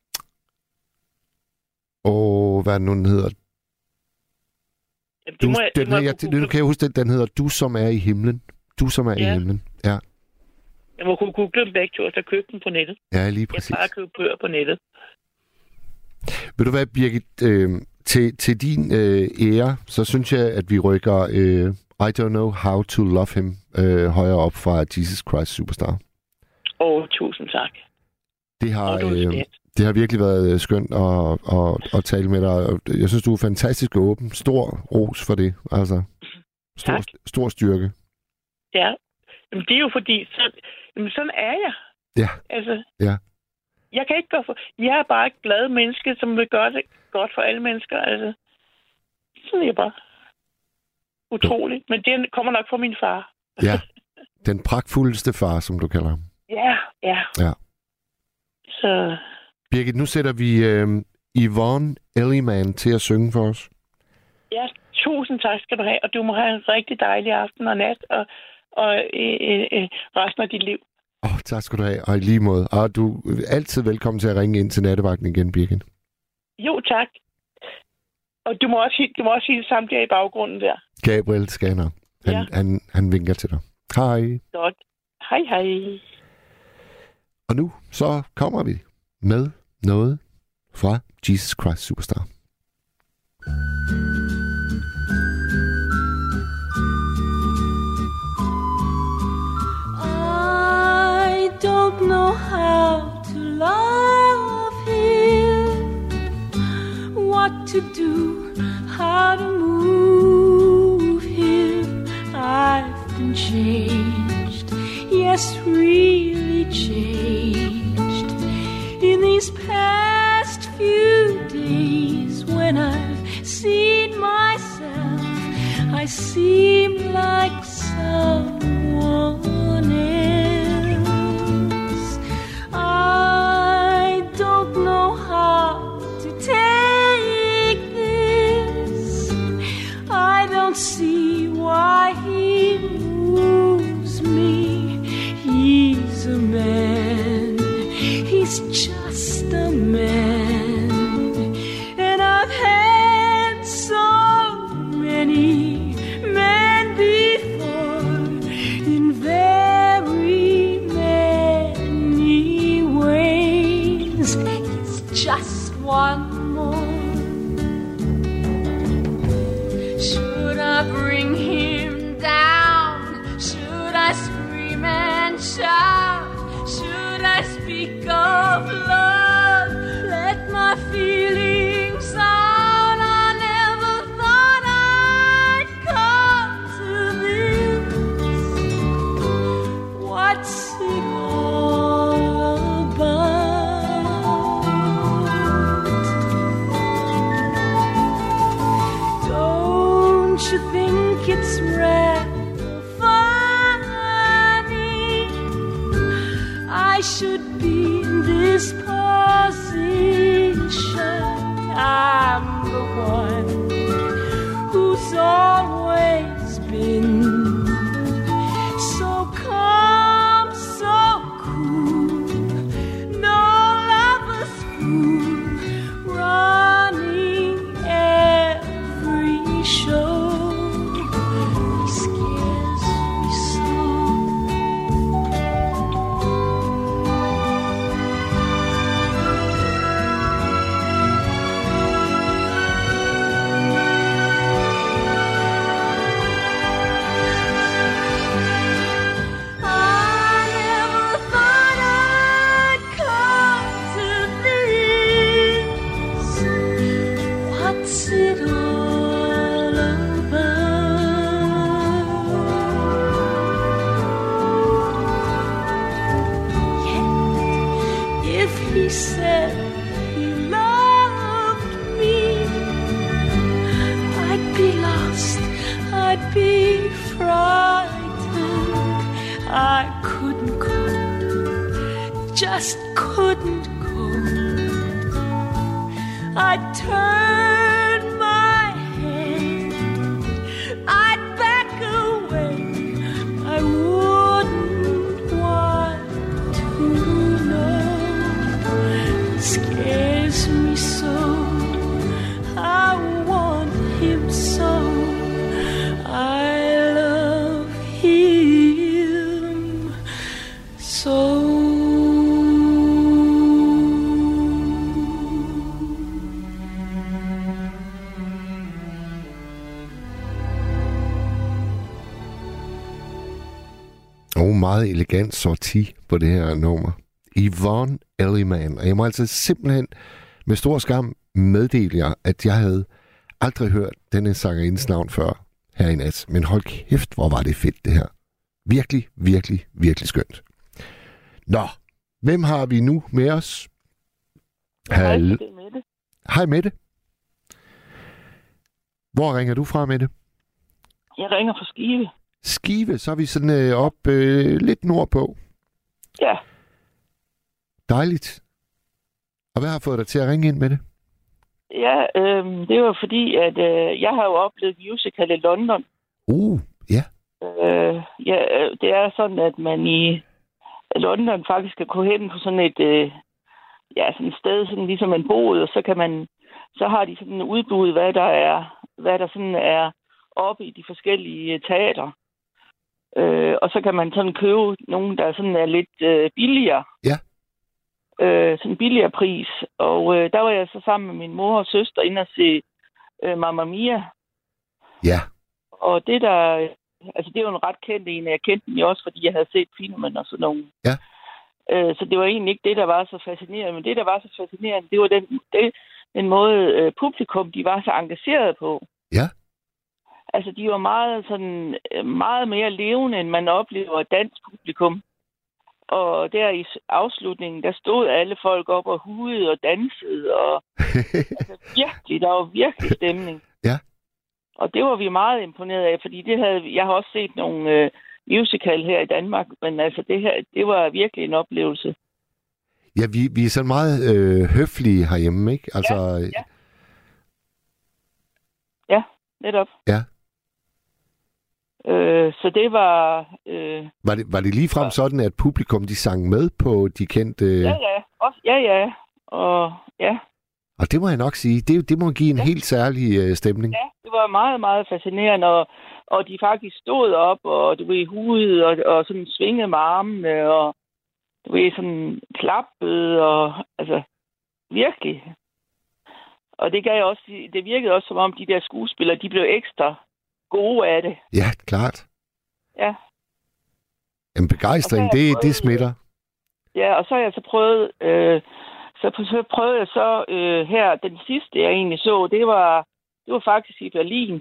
Åh, hvad er den nu, den hedder? Jamen, Du, må jeg, den, må jeg, jeg, jeg, nu kan jeg huske, den, den hedder Du, som er i himlen. Du, som er ja. i himlen. Ja. Jeg må kunne google dem begge to, og så købe dem på nettet. Ja, lige præcis. Jeg bare købe bøger på nettet. Ved du hvad, Birgit? Øh, til, til din øh, ære, så synes jeg, at vi rykker øh, I Don't Know How to Love Him øh, højere op fra Jesus Christ Superstar. Åh, oh, tusind tak. Det har, øh, det har virkelig været skønt at, at, at tale med dig. Jeg synes, du er fantastisk åben. Stor ros for det. Altså, stor, stor styrke. Ja, men det er jo fordi, så, jamen, sådan er jeg. Ja. Altså, ja. Jeg kan ikke gøre for... Jeg er bare et glad menneske, som vil gøre det godt for alle mennesker. Altså, sådan er jeg bare. Utroligt. Men det kommer nok fra min far. Ja. Den pragtfuldeste far, som du kalder ham. Ja, ja. Ja. Så... Birgit, nu sætter vi øh, Yvonne Elliman til at synge for os. Ja, tusind tak skal du have, og du må have en rigtig dejlig aften og nat, og, og øh, øh, resten af dit liv. Åh, oh, tak skal du have, og i lige måde. Og du er altid velkommen til at ringe ind til nattevagten igen, Birgit. Jo, tak. Og du må også, du må også sige det samme der i baggrunden der. Gabriel Scanner. Han, ja. han, han vinker til dig. Hej. Godt. Hej, hej. Og nu så kommer vi med noget fra Jesus Christ Superstar. I don't know how to love him, what to do, how to move him. I've been changed, yes, really changed in these past few days. When I've seen myself, I seem like someone else. I don't know how to take this. I don't see why he moves me. He shout? Should I speak of love? Let my feelings out. I never thought I'd come to this. What's it all about? Don't you think it's rather funny? I should be in this position. I'm the one who's always been so calm, so cool. No lover's fool, running every show. He scares me so. He said he loved me, I'd be lost, I'd be frightened. I couldn't go, just couldn't go. I'd turn my head, I'd back away. I wouldn't want to know. Scares me so. I want him so. I love him so. Og meget elegant sorti på det her nummer. Yvonne Elliman. Og jeg må altså simpelthen med stor skam meddele jer, at jeg havde aldrig hørt denne sangerindens navn før her i nat. Men hold kæft, hvor var det fedt det her. Virkelig, virkelig, virkelig skønt. Nå, hvem har vi nu med os? Hej, det er Mette. Hej Mette. Hvor ringer du fra, Mette? Jeg ringer fra Skive. Skive, så er vi sådan øh, op øh, lidt nordpå. Ja. Dejligt. Og hvad har fået dig til at ringe ind med det? Ja, øh, det var fordi, at øh, jeg har jo oplevet musical i London. Uh, ja. Øh, ja, det er sådan, at man i London faktisk kan gå hen på sådan et, øh, ja, sådan et sted, sådan ligesom en bod, og så kan man, så har de sådan en udbud, hvad der er, hvad der sådan er oppe i de forskellige teater. Øh, og så kan man sådan købe nogen, der sådan er lidt øh, billigere. Ja. Øh, sådan billigere pris. Og øh, der var jeg så sammen med min mor og søster inde og se øh, Mamma Mia. Ja. Og det der, altså det var en ret kendt en. Jeg kendte den jo også, fordi jeg havde set filmen og sådan nogen. Ja. Øh, så det var egentlig ikke det, der var så fascinerende. Men det, der var så fascinerende, det var den, det, den måde øh, publikum, de var så engageret på. Ja. Altså, de var meget, sådan, meget mere levende, end man oplever et dansk publikum. Og der i afslutningen, der stod alle folk op og hudede og dansede. Og, altså, virkelig, der var virkelig stemning. Ja. Og det var vi meget imponeret af, fordi det havde, jeg har også set nogle øh, musical her i Danmark, men altså, det her, det var virkelig en oplevelse. Ja, vi, vi er sådan meget øh, høflige herhjemme, ikke? Altså, ja, ja. Ja, netop. Ja. Øh, så det var... Øh, var, det, var det ligefrem var... sådan, at publikum de sang med på de kendte... Ja, ja. Også, ja, ja. Og ja. Og det må jeg nok sige, det, det må give en ja. helt særlig øh, stemning. Ja, det var meget, meget fascinerende, og, og de faktisk stod op, og du ved, hudet, og, og sådan svingede med armene, og du ved, sådan klappede, og altså, virkelig. Og det gav også, det virkede også som om, de der skuespillere, de blev ekstra gode af det. Ja, klart. Ja. En begejstring, det, prøvet, det smitter. Ja, og så har jeg så prøvet... Øh, så, så prøvede jeg så øh, her, den sidste, jeg egentlig så, det var, det var faktisk i Berlin.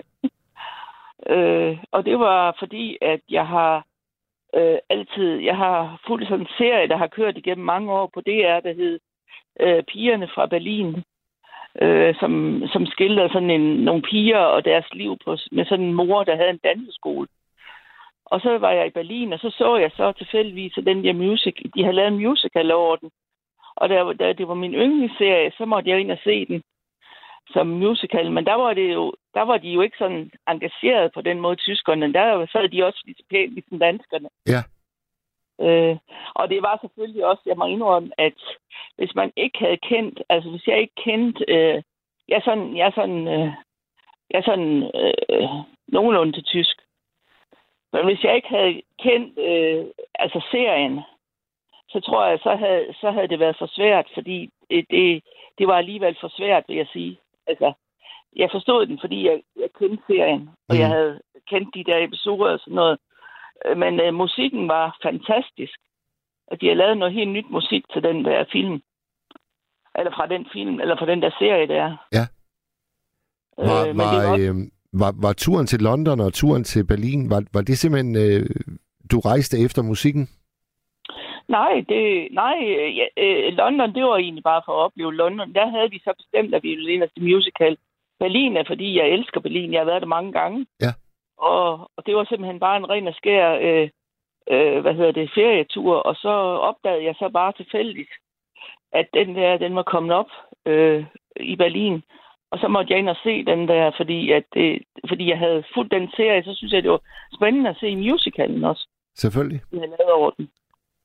øh, og det var fordi, at jeg har øh, altid... Jeg har fulgt sådan en serie, der har kørt igennem mange år på D R, der hed øh, Pigerne fra Berlin. Øh, som, som skildrede sådan en, nogle piger og deres liv på, med sådan en mor, der havde en danseskole. Og så var jeg i Berlin, og så så jeg så tilfældigvis den der music. De havde lavet en musical over den. Og da, da det var min yndlingsserie, så måtte jeg ind og se den som musical. Men der var, det jo, der var de jo ikke sådan engageret på den måde, tyskerne. Der sad de også lige så pænt ligesom danskerne. Ja. Øh, og det var selvfølgelig også, jeg må indrømme, at hvis man ikke havde kendt, altså hvis jeg ikke kendte, øh, jeg er sådan, jeg er sådan, øh, jeg er sådan øh, nogenlunde til tysk. Men hvis jeg ikke havde kendt, øh, altså serien, så tror jeg, så havde, så havde det været for svært, fordi det, det, det var alligevel for svært, vil jeg sige. Altså, jeg forstod den, fordi jeg, jeg kendte serien, og mm. jeg havde kendt de der episoder og sådan noget. Men øh, musikken var fantastisk. Og de har lavet noget helt nyt musik til den der film. Eller fra den film, eller fra den der serie der. Ja. Var, øh, var, var, øh, var, var turen til London og turen til Berlin, var, var det simpelthen, øh, du rejste efter musikken? Nej, det, nej ja, øh, London, det var egentlig bare for at opleve London. Der havde vi så bestemt, at vi ville ind til musical. Berlin er, fordi jeg elsker Berlin. Jeg har været der mange gange. Ja. Og, og det var simpelthen bare en ren og skær, øh, øh, hvad hedder det, ferietur. Og så opdagede jeg så bare tilfældigt, at den der, den var kommet op øh, i Berlin. Og så måtte jeg ind og se den der, fordi, at det, fordi jeg havde fulgt den serie, så synes jeg, det var spændende at se musicalen også. Selvfølgelig. Jeg havde lavet over den.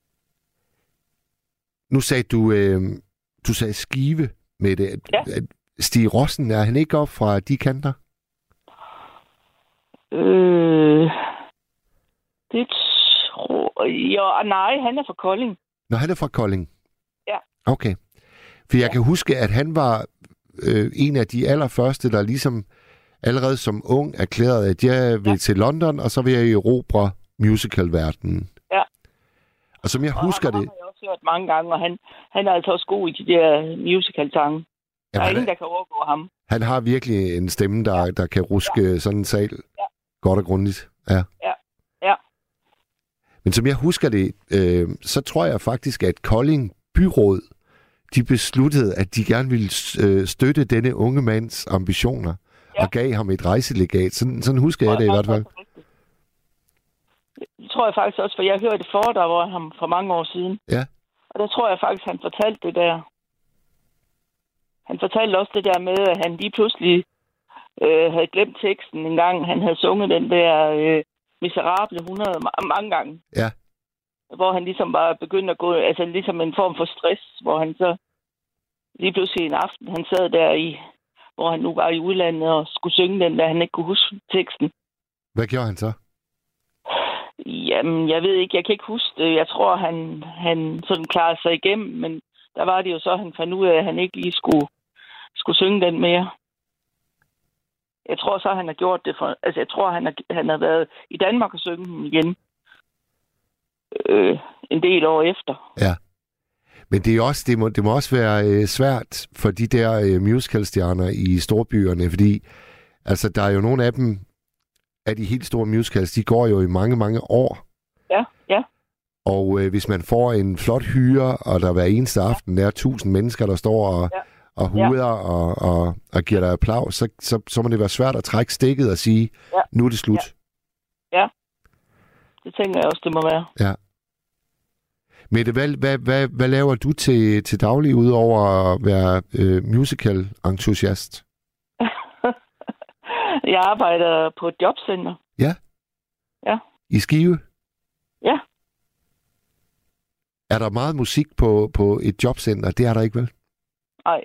Nu sagde du, øh, du sagde Skive med det. Ja. Stig Rossen, er han ikke op fra de kanter? Øh, det tror jeg... Nej, han er fra Kolding. Nå, han er fra Kolding? Ja. Okay. For jeg ja. kan huske, at han var øh, en af de allerførste, der ligesom allerede som ung erklærede, at jeg vil ja. til London, og så vil jeg erobre musicalverdenen. Ja. Og som jeg og husker ham, det... har jeg også hørt mange gange, og han, han er altså også god i de der musical-sange. Der er ingen, der kan overgå ham. Han har virkelig en stemme, der, ja. der kan ruske ja. sådan en sal ja. godt og grundigt. Ja. Ja. ja. Men som jeg husker det, øh, så tror jeg faktisk, at Kolding Byråd, de besluttede, at de gerne ville øh, støtte denne unge mands ambitioner, ja. og gav ham et rejselegat. Sådan, sådan husker jeg, jeg det i hvert fald. Det tror jeg faktisk også, for jeg hørte det foredrag af ham for mange år siden. Ja. Og der tror jeg faktisk, han fortalte det der. Han fortalte også det der med, at han lige pludselig øh, havde glemt teksten en gang. Han havde sunget den der øh, miserable hundrede mange gange. Ja. Hvor han ligesom bare begyndte at gå, altså ligesom en form for stress, hvor han så lige pludselig en aften, han sad der i, hvor han nu var i udlandet og skulle synge den, da han ikke kunne huske teksten. Hvad gjorde han så? Jamen, jeg ved ikke, jeg kan ikke huske det. Jeg tror, han, han sådan klarede sig igennem, men der var det jo så, han fandt ud af, at han ikke lige skulle, skulle synge den mere. Jeg tror så, han har gjort det for... Altså, jeg tror, han har, han har været i Danmark og synge den igen. Øh, en del år efter. Ja. Men det, er også, det, må, det må også være øh, svært for de der øh, musicalstjerner i storbyerne, fordi altså, der er jo nogle af dem, af de helt store musicals, de går jo i mange, mange år. Ja, ja. Og øh, hvis man får en flot hyre, og der hver eneste aften er tusind mennesker, der står og, ja. og huder ja. og, og, og giver dig applaus, så, så, så må det være svært at trække stikket og sige, ja. nu er det slut. Ja. ja, det tænker jeg også, det må være. Ja. Mette, hvad, hvad, hvad, hvad laver du til, til daglig, udover at være øh, musical-entusiast? Jeg arbejder på et jobcenter. Ja? Ja. I Skive? Ja. Er der meget musik på, på et jobcenter? Det er der ikke, vel? Nej.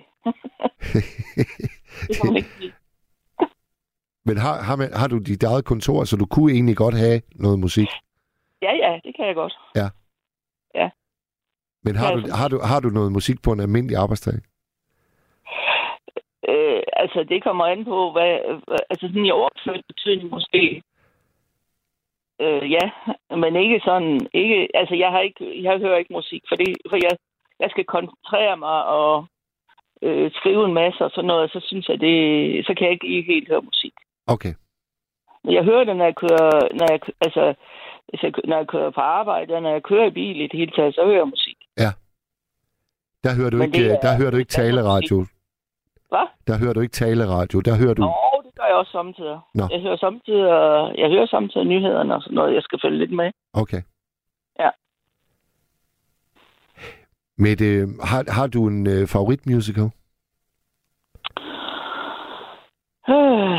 Det kan man ikke sige. Men har, har, man, har du dit eget kontor, så du kunne egentlig godt have noget musik? Ja, ja, det kan jeg godt. Ja. Ja. Men har, du, har, du, har du noget musik på en almindelig arbejdsdag? Øh, altså, det kommer an på, hvad... Altså, sådan i overført betydning måske. Øh, ja, men ikke sådan... Ikke, altså, jeg har ikke... Jeg hører ikke musik, for, det, for jeg, jeg skal koncentrere mig og øh, skrive en masse og sådan noget, så synes jeg, det... Så kan jeg ikke, ikke helt høre musik. Okay. Jeg hører det, når jeg kører... Når jeg, altså, når jeg kører på arbejde, og når jeg kører i bil i det hele taget, så hører jeg musik. Ja. Der hører du men ikke, er, der hører du ikke taleradio. Hvad? Der hører du ikke taleradio. Der hører du... Nå, det gør jeg også samtidig. Nå. Jeg hører samtidig, jeg hører samtidig nyhederne og sådan noget. Jeg skal følge lidt med. Okay. Ja. Mette, har, har du en øh, favoritmusical? Øh.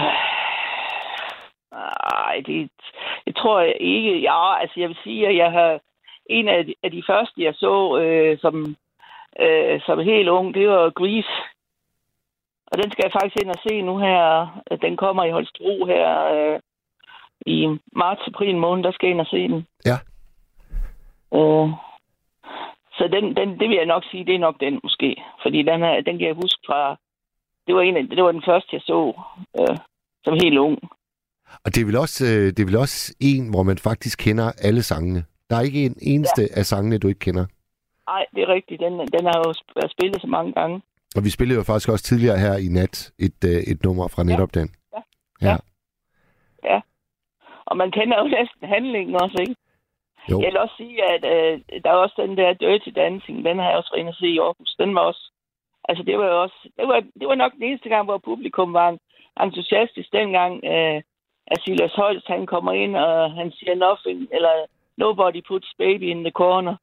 Nej, det, det tror jeg ikke. Ja, altså jeg vil sige, at jeg har en af de, af de første, jeg så øh, som, øh, som helt ung, det var Grease. Og den skal jeg faktisk ind og se nu her. Den kommer i Holstebro her øh, i marts-april måned. Der skal jeg ind og se den. Ja. Øh, så den, den, det vil jeg nok sige, det er nok den måske. Fordi den, her, den kan jeg huske fra... Det var, en af, det var den første, jeg så øh, som helt ung. Og det er, vel også, det er vel også en, hvor man faktisk kender alle sangene. Der er ikke en eneste ja. af sangene, du ikke kender. Nej, det er rigtigt. Den, den har jo spillet så mange gange. Og vi spillede jo faktisk også tidligere her i nat et, et nummer fra netop ja. den. Ja. Ja. ja. Og man kender jo næsten handlingen også, ikke? Jo. Jeg vil også sige, at øh, der er også den der Dirty Dancing. Den har jeg også været inde at se i Aarhus. Den var også... Altså, det var jo også... Det var, det var nok den eneste gang, hvor publikum var entusiastisk dengang... Øh, at Silas Holst, han kommer ind, og han siger nothing, eller nobody puts baby in the corner.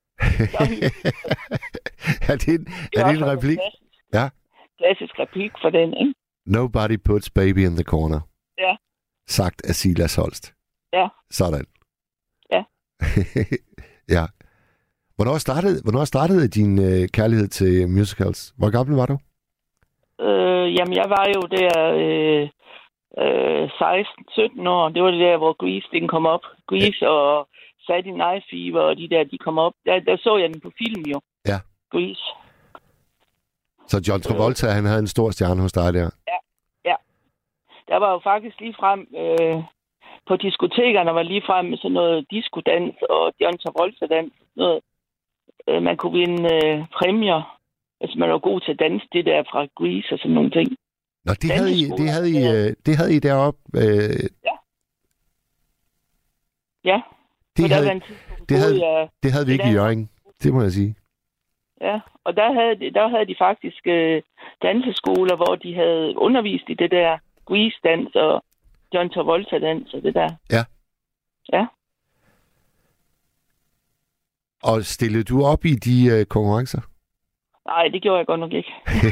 er det en, det er det en replik? Klassisk, ja. Klassisk replik for den, ikke? Nobody puts baby in the corner. Ja. Sagt af Silas Holst. Ja. Sådan. Ja. ja. Hvornår startede, hvornår startede din øh, kærlighed til musicals? Hvor gammel var du? Øh, jamen, jeg var jo der... Øh, Øh, seksten sytten år. Det var det der, hvor Grease den kom op. Grease ja. og Saturday Night Fever og de der, de kom op. Der, der så jeg den på film jo. Ja. Grease. Så John Travolta, øh. han havde en stor stjerne hos dig der? Ja. Ja. Der var jo faktisk lige frem øh, på diskotekerne var lige frem med sådan noget diskodans og John Travolta-dans. Noget. Øh, man kunne vinde øh, præmier, hvis man var god til at danse det der fra Grease og sådan nogle ting. Nå, det havde, I, det, havde I, det havde I deroppe? Øh... Ja. Ja. Det havde, det, havde, jeg, det havde vi ikke i Hjørring, det må jeg sige. Ja, og der havde de, der havde de faktisk øh, danseskoler, hvor de havde undervist i det der Grease-dans og John Travolta-dans og det der. Ja. Ja. Og stillede du op i de øh, konkurrencer? Nej, det gjorde jeg godt nok ikke.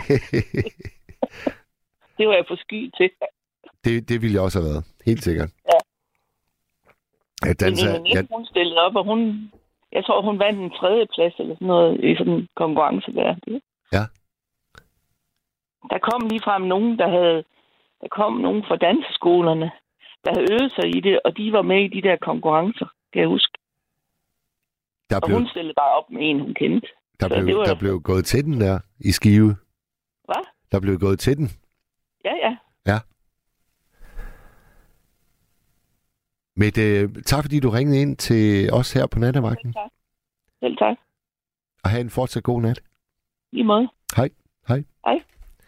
Det var jeg for sky til. Det, det ville jeg også have været. Helt sikkert. Ja. Jeg danser, Men jeg... hun stillede op, og hun... Jeg tror, hun vandt en tredje plads eller sådan noget i sådan en konkurrence der. Ja. Der kom ligefrem nogen, der havde... Der kom nogen fra danseskolerne, der havde øvet sig i det, og de var med i de der konkurrencer, kan jeg huske. Der og blev... hun stillede bare op med en, hun kendte. Der, blev, der der blev gået til den der i Skive. Hvad? Der blev gået til den. Ja, ja. Ja. Mette, tak fordi du ringede ind til os her på Nattevagten. Selv tak. Selv tak. Og have en fortsat god nat. I måde. Hej. Hej. Hej.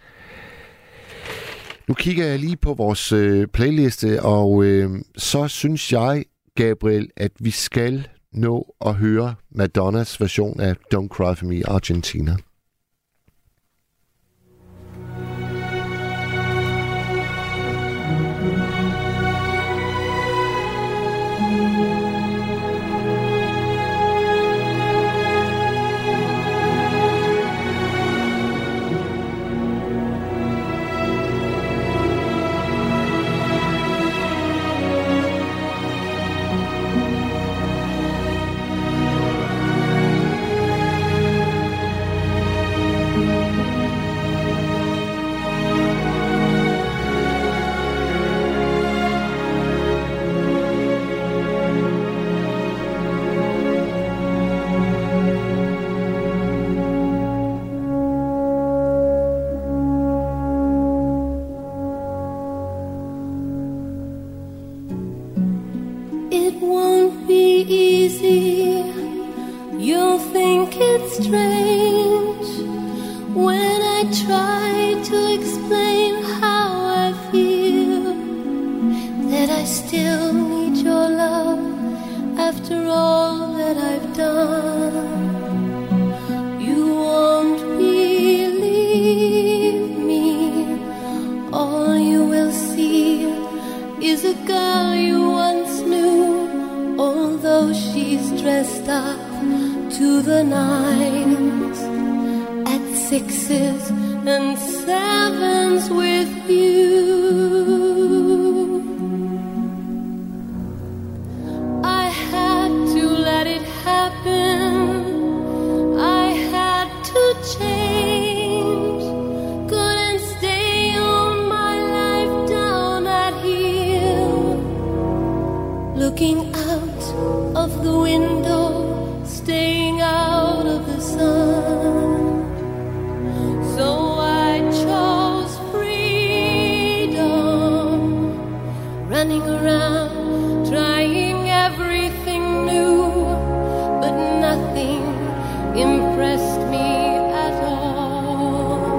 Nu kigger jeg lige på vores øh, playliste, og øh, så synes jeg, Gabriel, at vi skal nå at høre Madonnas version af Don't Cry For Me, Argentina. think it's strange when I try to explain how I feel, that I still need your love after all that I've done. You won't believe me. All you will see is a girl you once knew, although she's dressed up to the nines, at sixes and sevens with you. I had to let it happen. I had to change. Couldn't stay on my life down at heel, looking out of the window, staying out of the sun. So I chose freedom, running around, trying everything new, but nothing impressed me at all.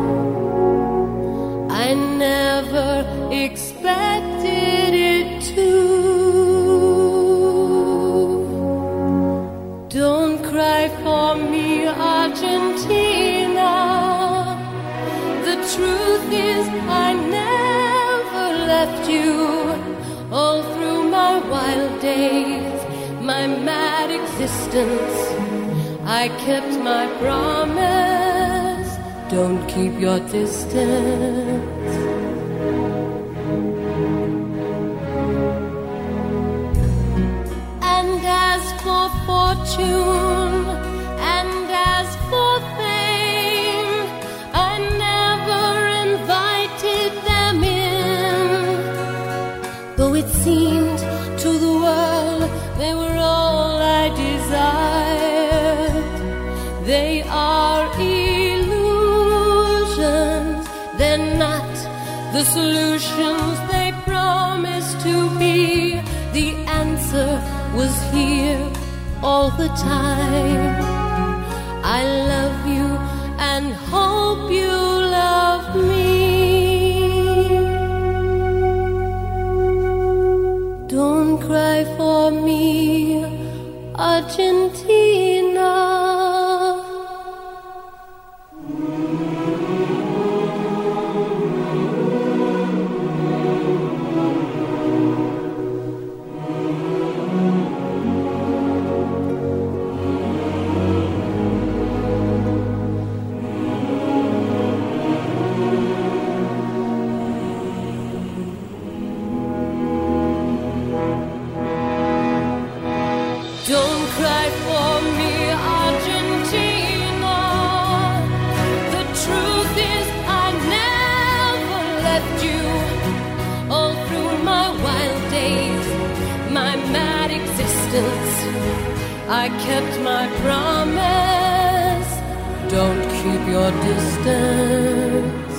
I never expected it to. Don't cry for me, Argentina. The truth is I never left you. All through my wild days, my mad existence, I kept my promise. Don't keep your distance. And as for fortune, and as for fame, I never invited them in, though it seemed to the world they were all I desired. They are illusions, they're not the solutions they promised to be. The answer was here all the time. I love you and hope you love me. Don't cry for me, Argentina. Don't cry for me, Argentina. The truth is I never left you. All through my wild days, my mad existence, I kept my promise. Don't keep your distance.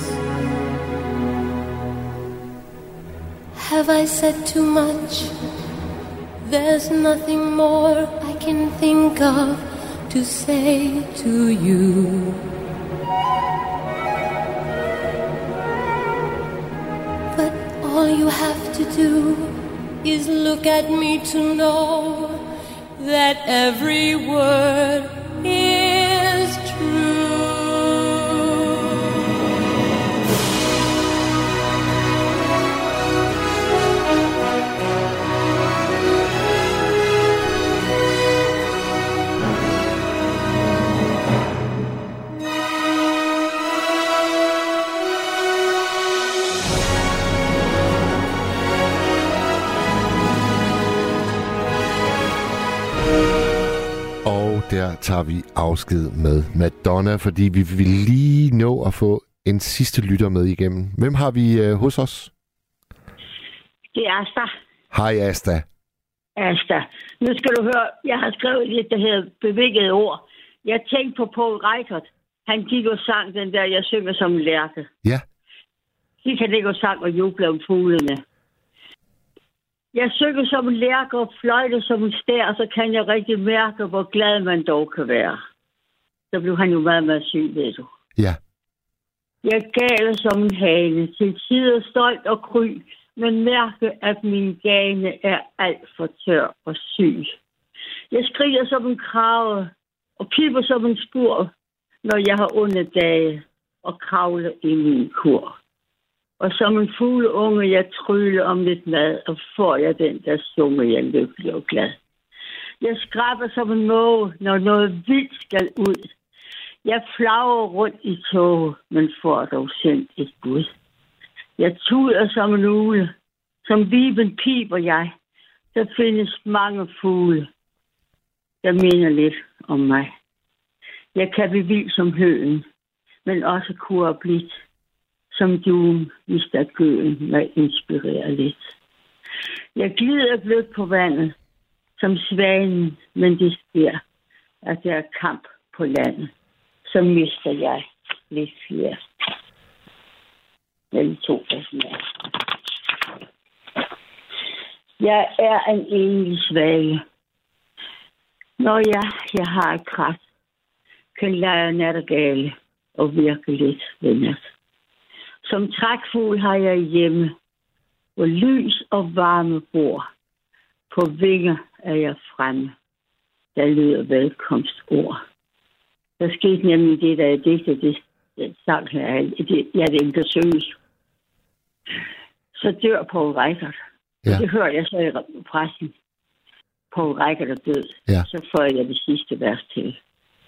Have I said too much? There's nothing more I can think of to say to you. But all you have to do is look at me to know that every word is true. Der tager vi afsked med Madonna, fordi vi vil lige nå at få en sidste lytter med igennem. Hvem har vi øh, hos os? Det er Asta. Hej Asta. Asta. Nu skal du høre, jeg har skrevet lidt, der hedder bevægede ord. Jeg tænkte på Paul Reichert. Han gik og sang den der, jeg synger som en lærke. Ja. De kan ligge og sang og juble om fuglene. Jeg synger som en lærke og fløjter som en stær, og så kan jeg rigtig mærke, hvor glad man dog kan være. så blev han jo meget, meget syg, ved du. Ja. Jeg galer som en hane, til tider stolt og kry, men mærke, at min gane er alt for tør og syg. Jeg skriger som en krave og piper som en skur, når jeg har onde dage og kravler i min kur. Og som en fugle unge, jeg tryller om lidt mad, og får jeg den, der sunger jeg lykkelig og glad. Jeg skraber som en måge, når noget vildt skal ud. Jeg flagrer rundt i tog, men får dog sendt et bud. Jeg tuder som en ugle, som viben piber jeg. Der findes mange fugle, der minder lidt om mig. Jeg kan blive vild som høen, men også kur og blidt. Som duen, hvis der gøen mig inspirerer lidt. Jeg glider blødt på vandet, som svanen, men det sker, at der er kamp på landet. Så mister jeg lidt flere. Jeg to Jeg er en enlig svage. Når jeg, jeg har et krat, kan lege nattergale og virke lidt ved nat. Som trækfugl har jeg hjemme, hvor lys og varme bor. På vinger er jeg fremme, der lyder velkomstord. Der skete nemlig det, der er digtet, det, det sang her. Det, ja, det ikke synges. Så dør Poul Reichhardt. Ja. Det hører jeg så i pressen. Poul Reichhardt er død. Ja. Så får jeg det sidste vers til.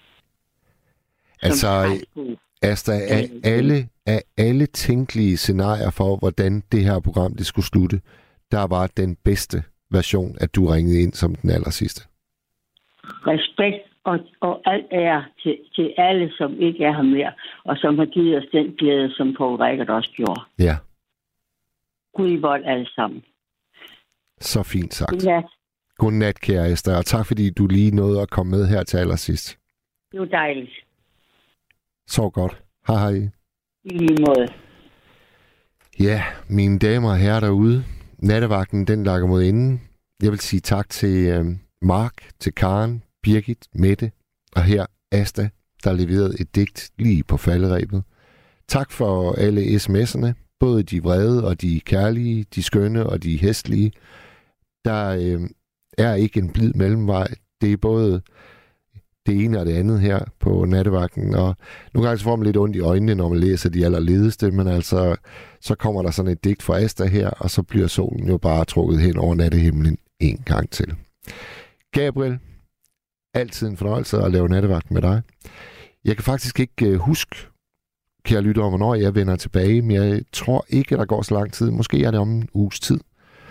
Altså, Asta, er alle, er alle tænkelige scenarier for, hvordan det her program det skulle slutte, der var den bedste version, at du ringede ind som den aller sidste? Respekt og, og alt ære til, til alle, som ikke er her mere, og som har givet os den glæde, som Poul Reichhardt også gjorde. Ja. Gud i vold alle sammen. Så fint sagt. Godnat. Godnat, kære Esther, og tak fordi du lige nåede at komme med her til allersidst. Det var dejligt. Så godt. Hej hej. I lige måde. Ja, mine damer og herrer derude. Nattevagten, den lakker mod enden. Jeg vil sige tak til øh, Mark, til Karen, Birgit, Mette og her Asta, der leverede et digt lige på falderebet. Tak for alle sms'erne, både de vrede og de kærlige, de skønne og de hæstlige. Der øh, er ikke en blid mellemvej. Det er både det ene og det andet her på nattevagten, og nogle gange så får man lidt ondt i øjnene, når man læser de allerledeste, men altså, så kommer der sådan et digt fra Asta her, og så bliver solen jo bare trukket hen over nattehimlen en gang til. Gabriel, altid en fornøjelse at lave nattevagt med dig. Jeg kan faktisk ikke uh, huske, kære lyttere, hvornår jeg vender tilbage, men jeg tror ikke, at der går så lang tid. Måske er det om en uges tid.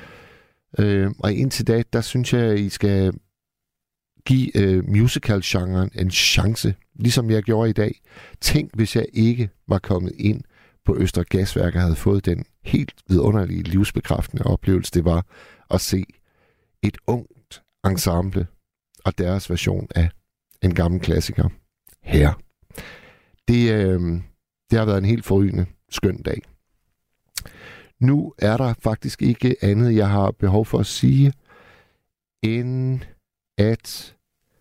Uh, og indtil da, der synes jeg, at I skal give uh, musical-genren en chance, ligesom jeg gjorde i dag. Tænk, hvis jeg ikke var kommet ind på Østre Gasværk og havde fået den helt vidunderlige livsbekræftende oplevelse, det var at se et ungt ensemble og deres version af en gammel klassiker her. Det, øh, det har været en helt forrygende skøn dag. Nu er der faktisk ikke andet, jeg har behov for at sige, end at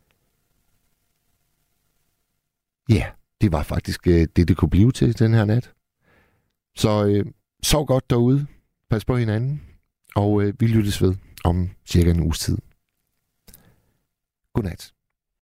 ja, det var faktisk øh, det, det kunne blive til den her nat. Så øh, sov godt derude. Pas på hinanden. Og øh, vi lyttes ved om cirka en uges tid. Godnat.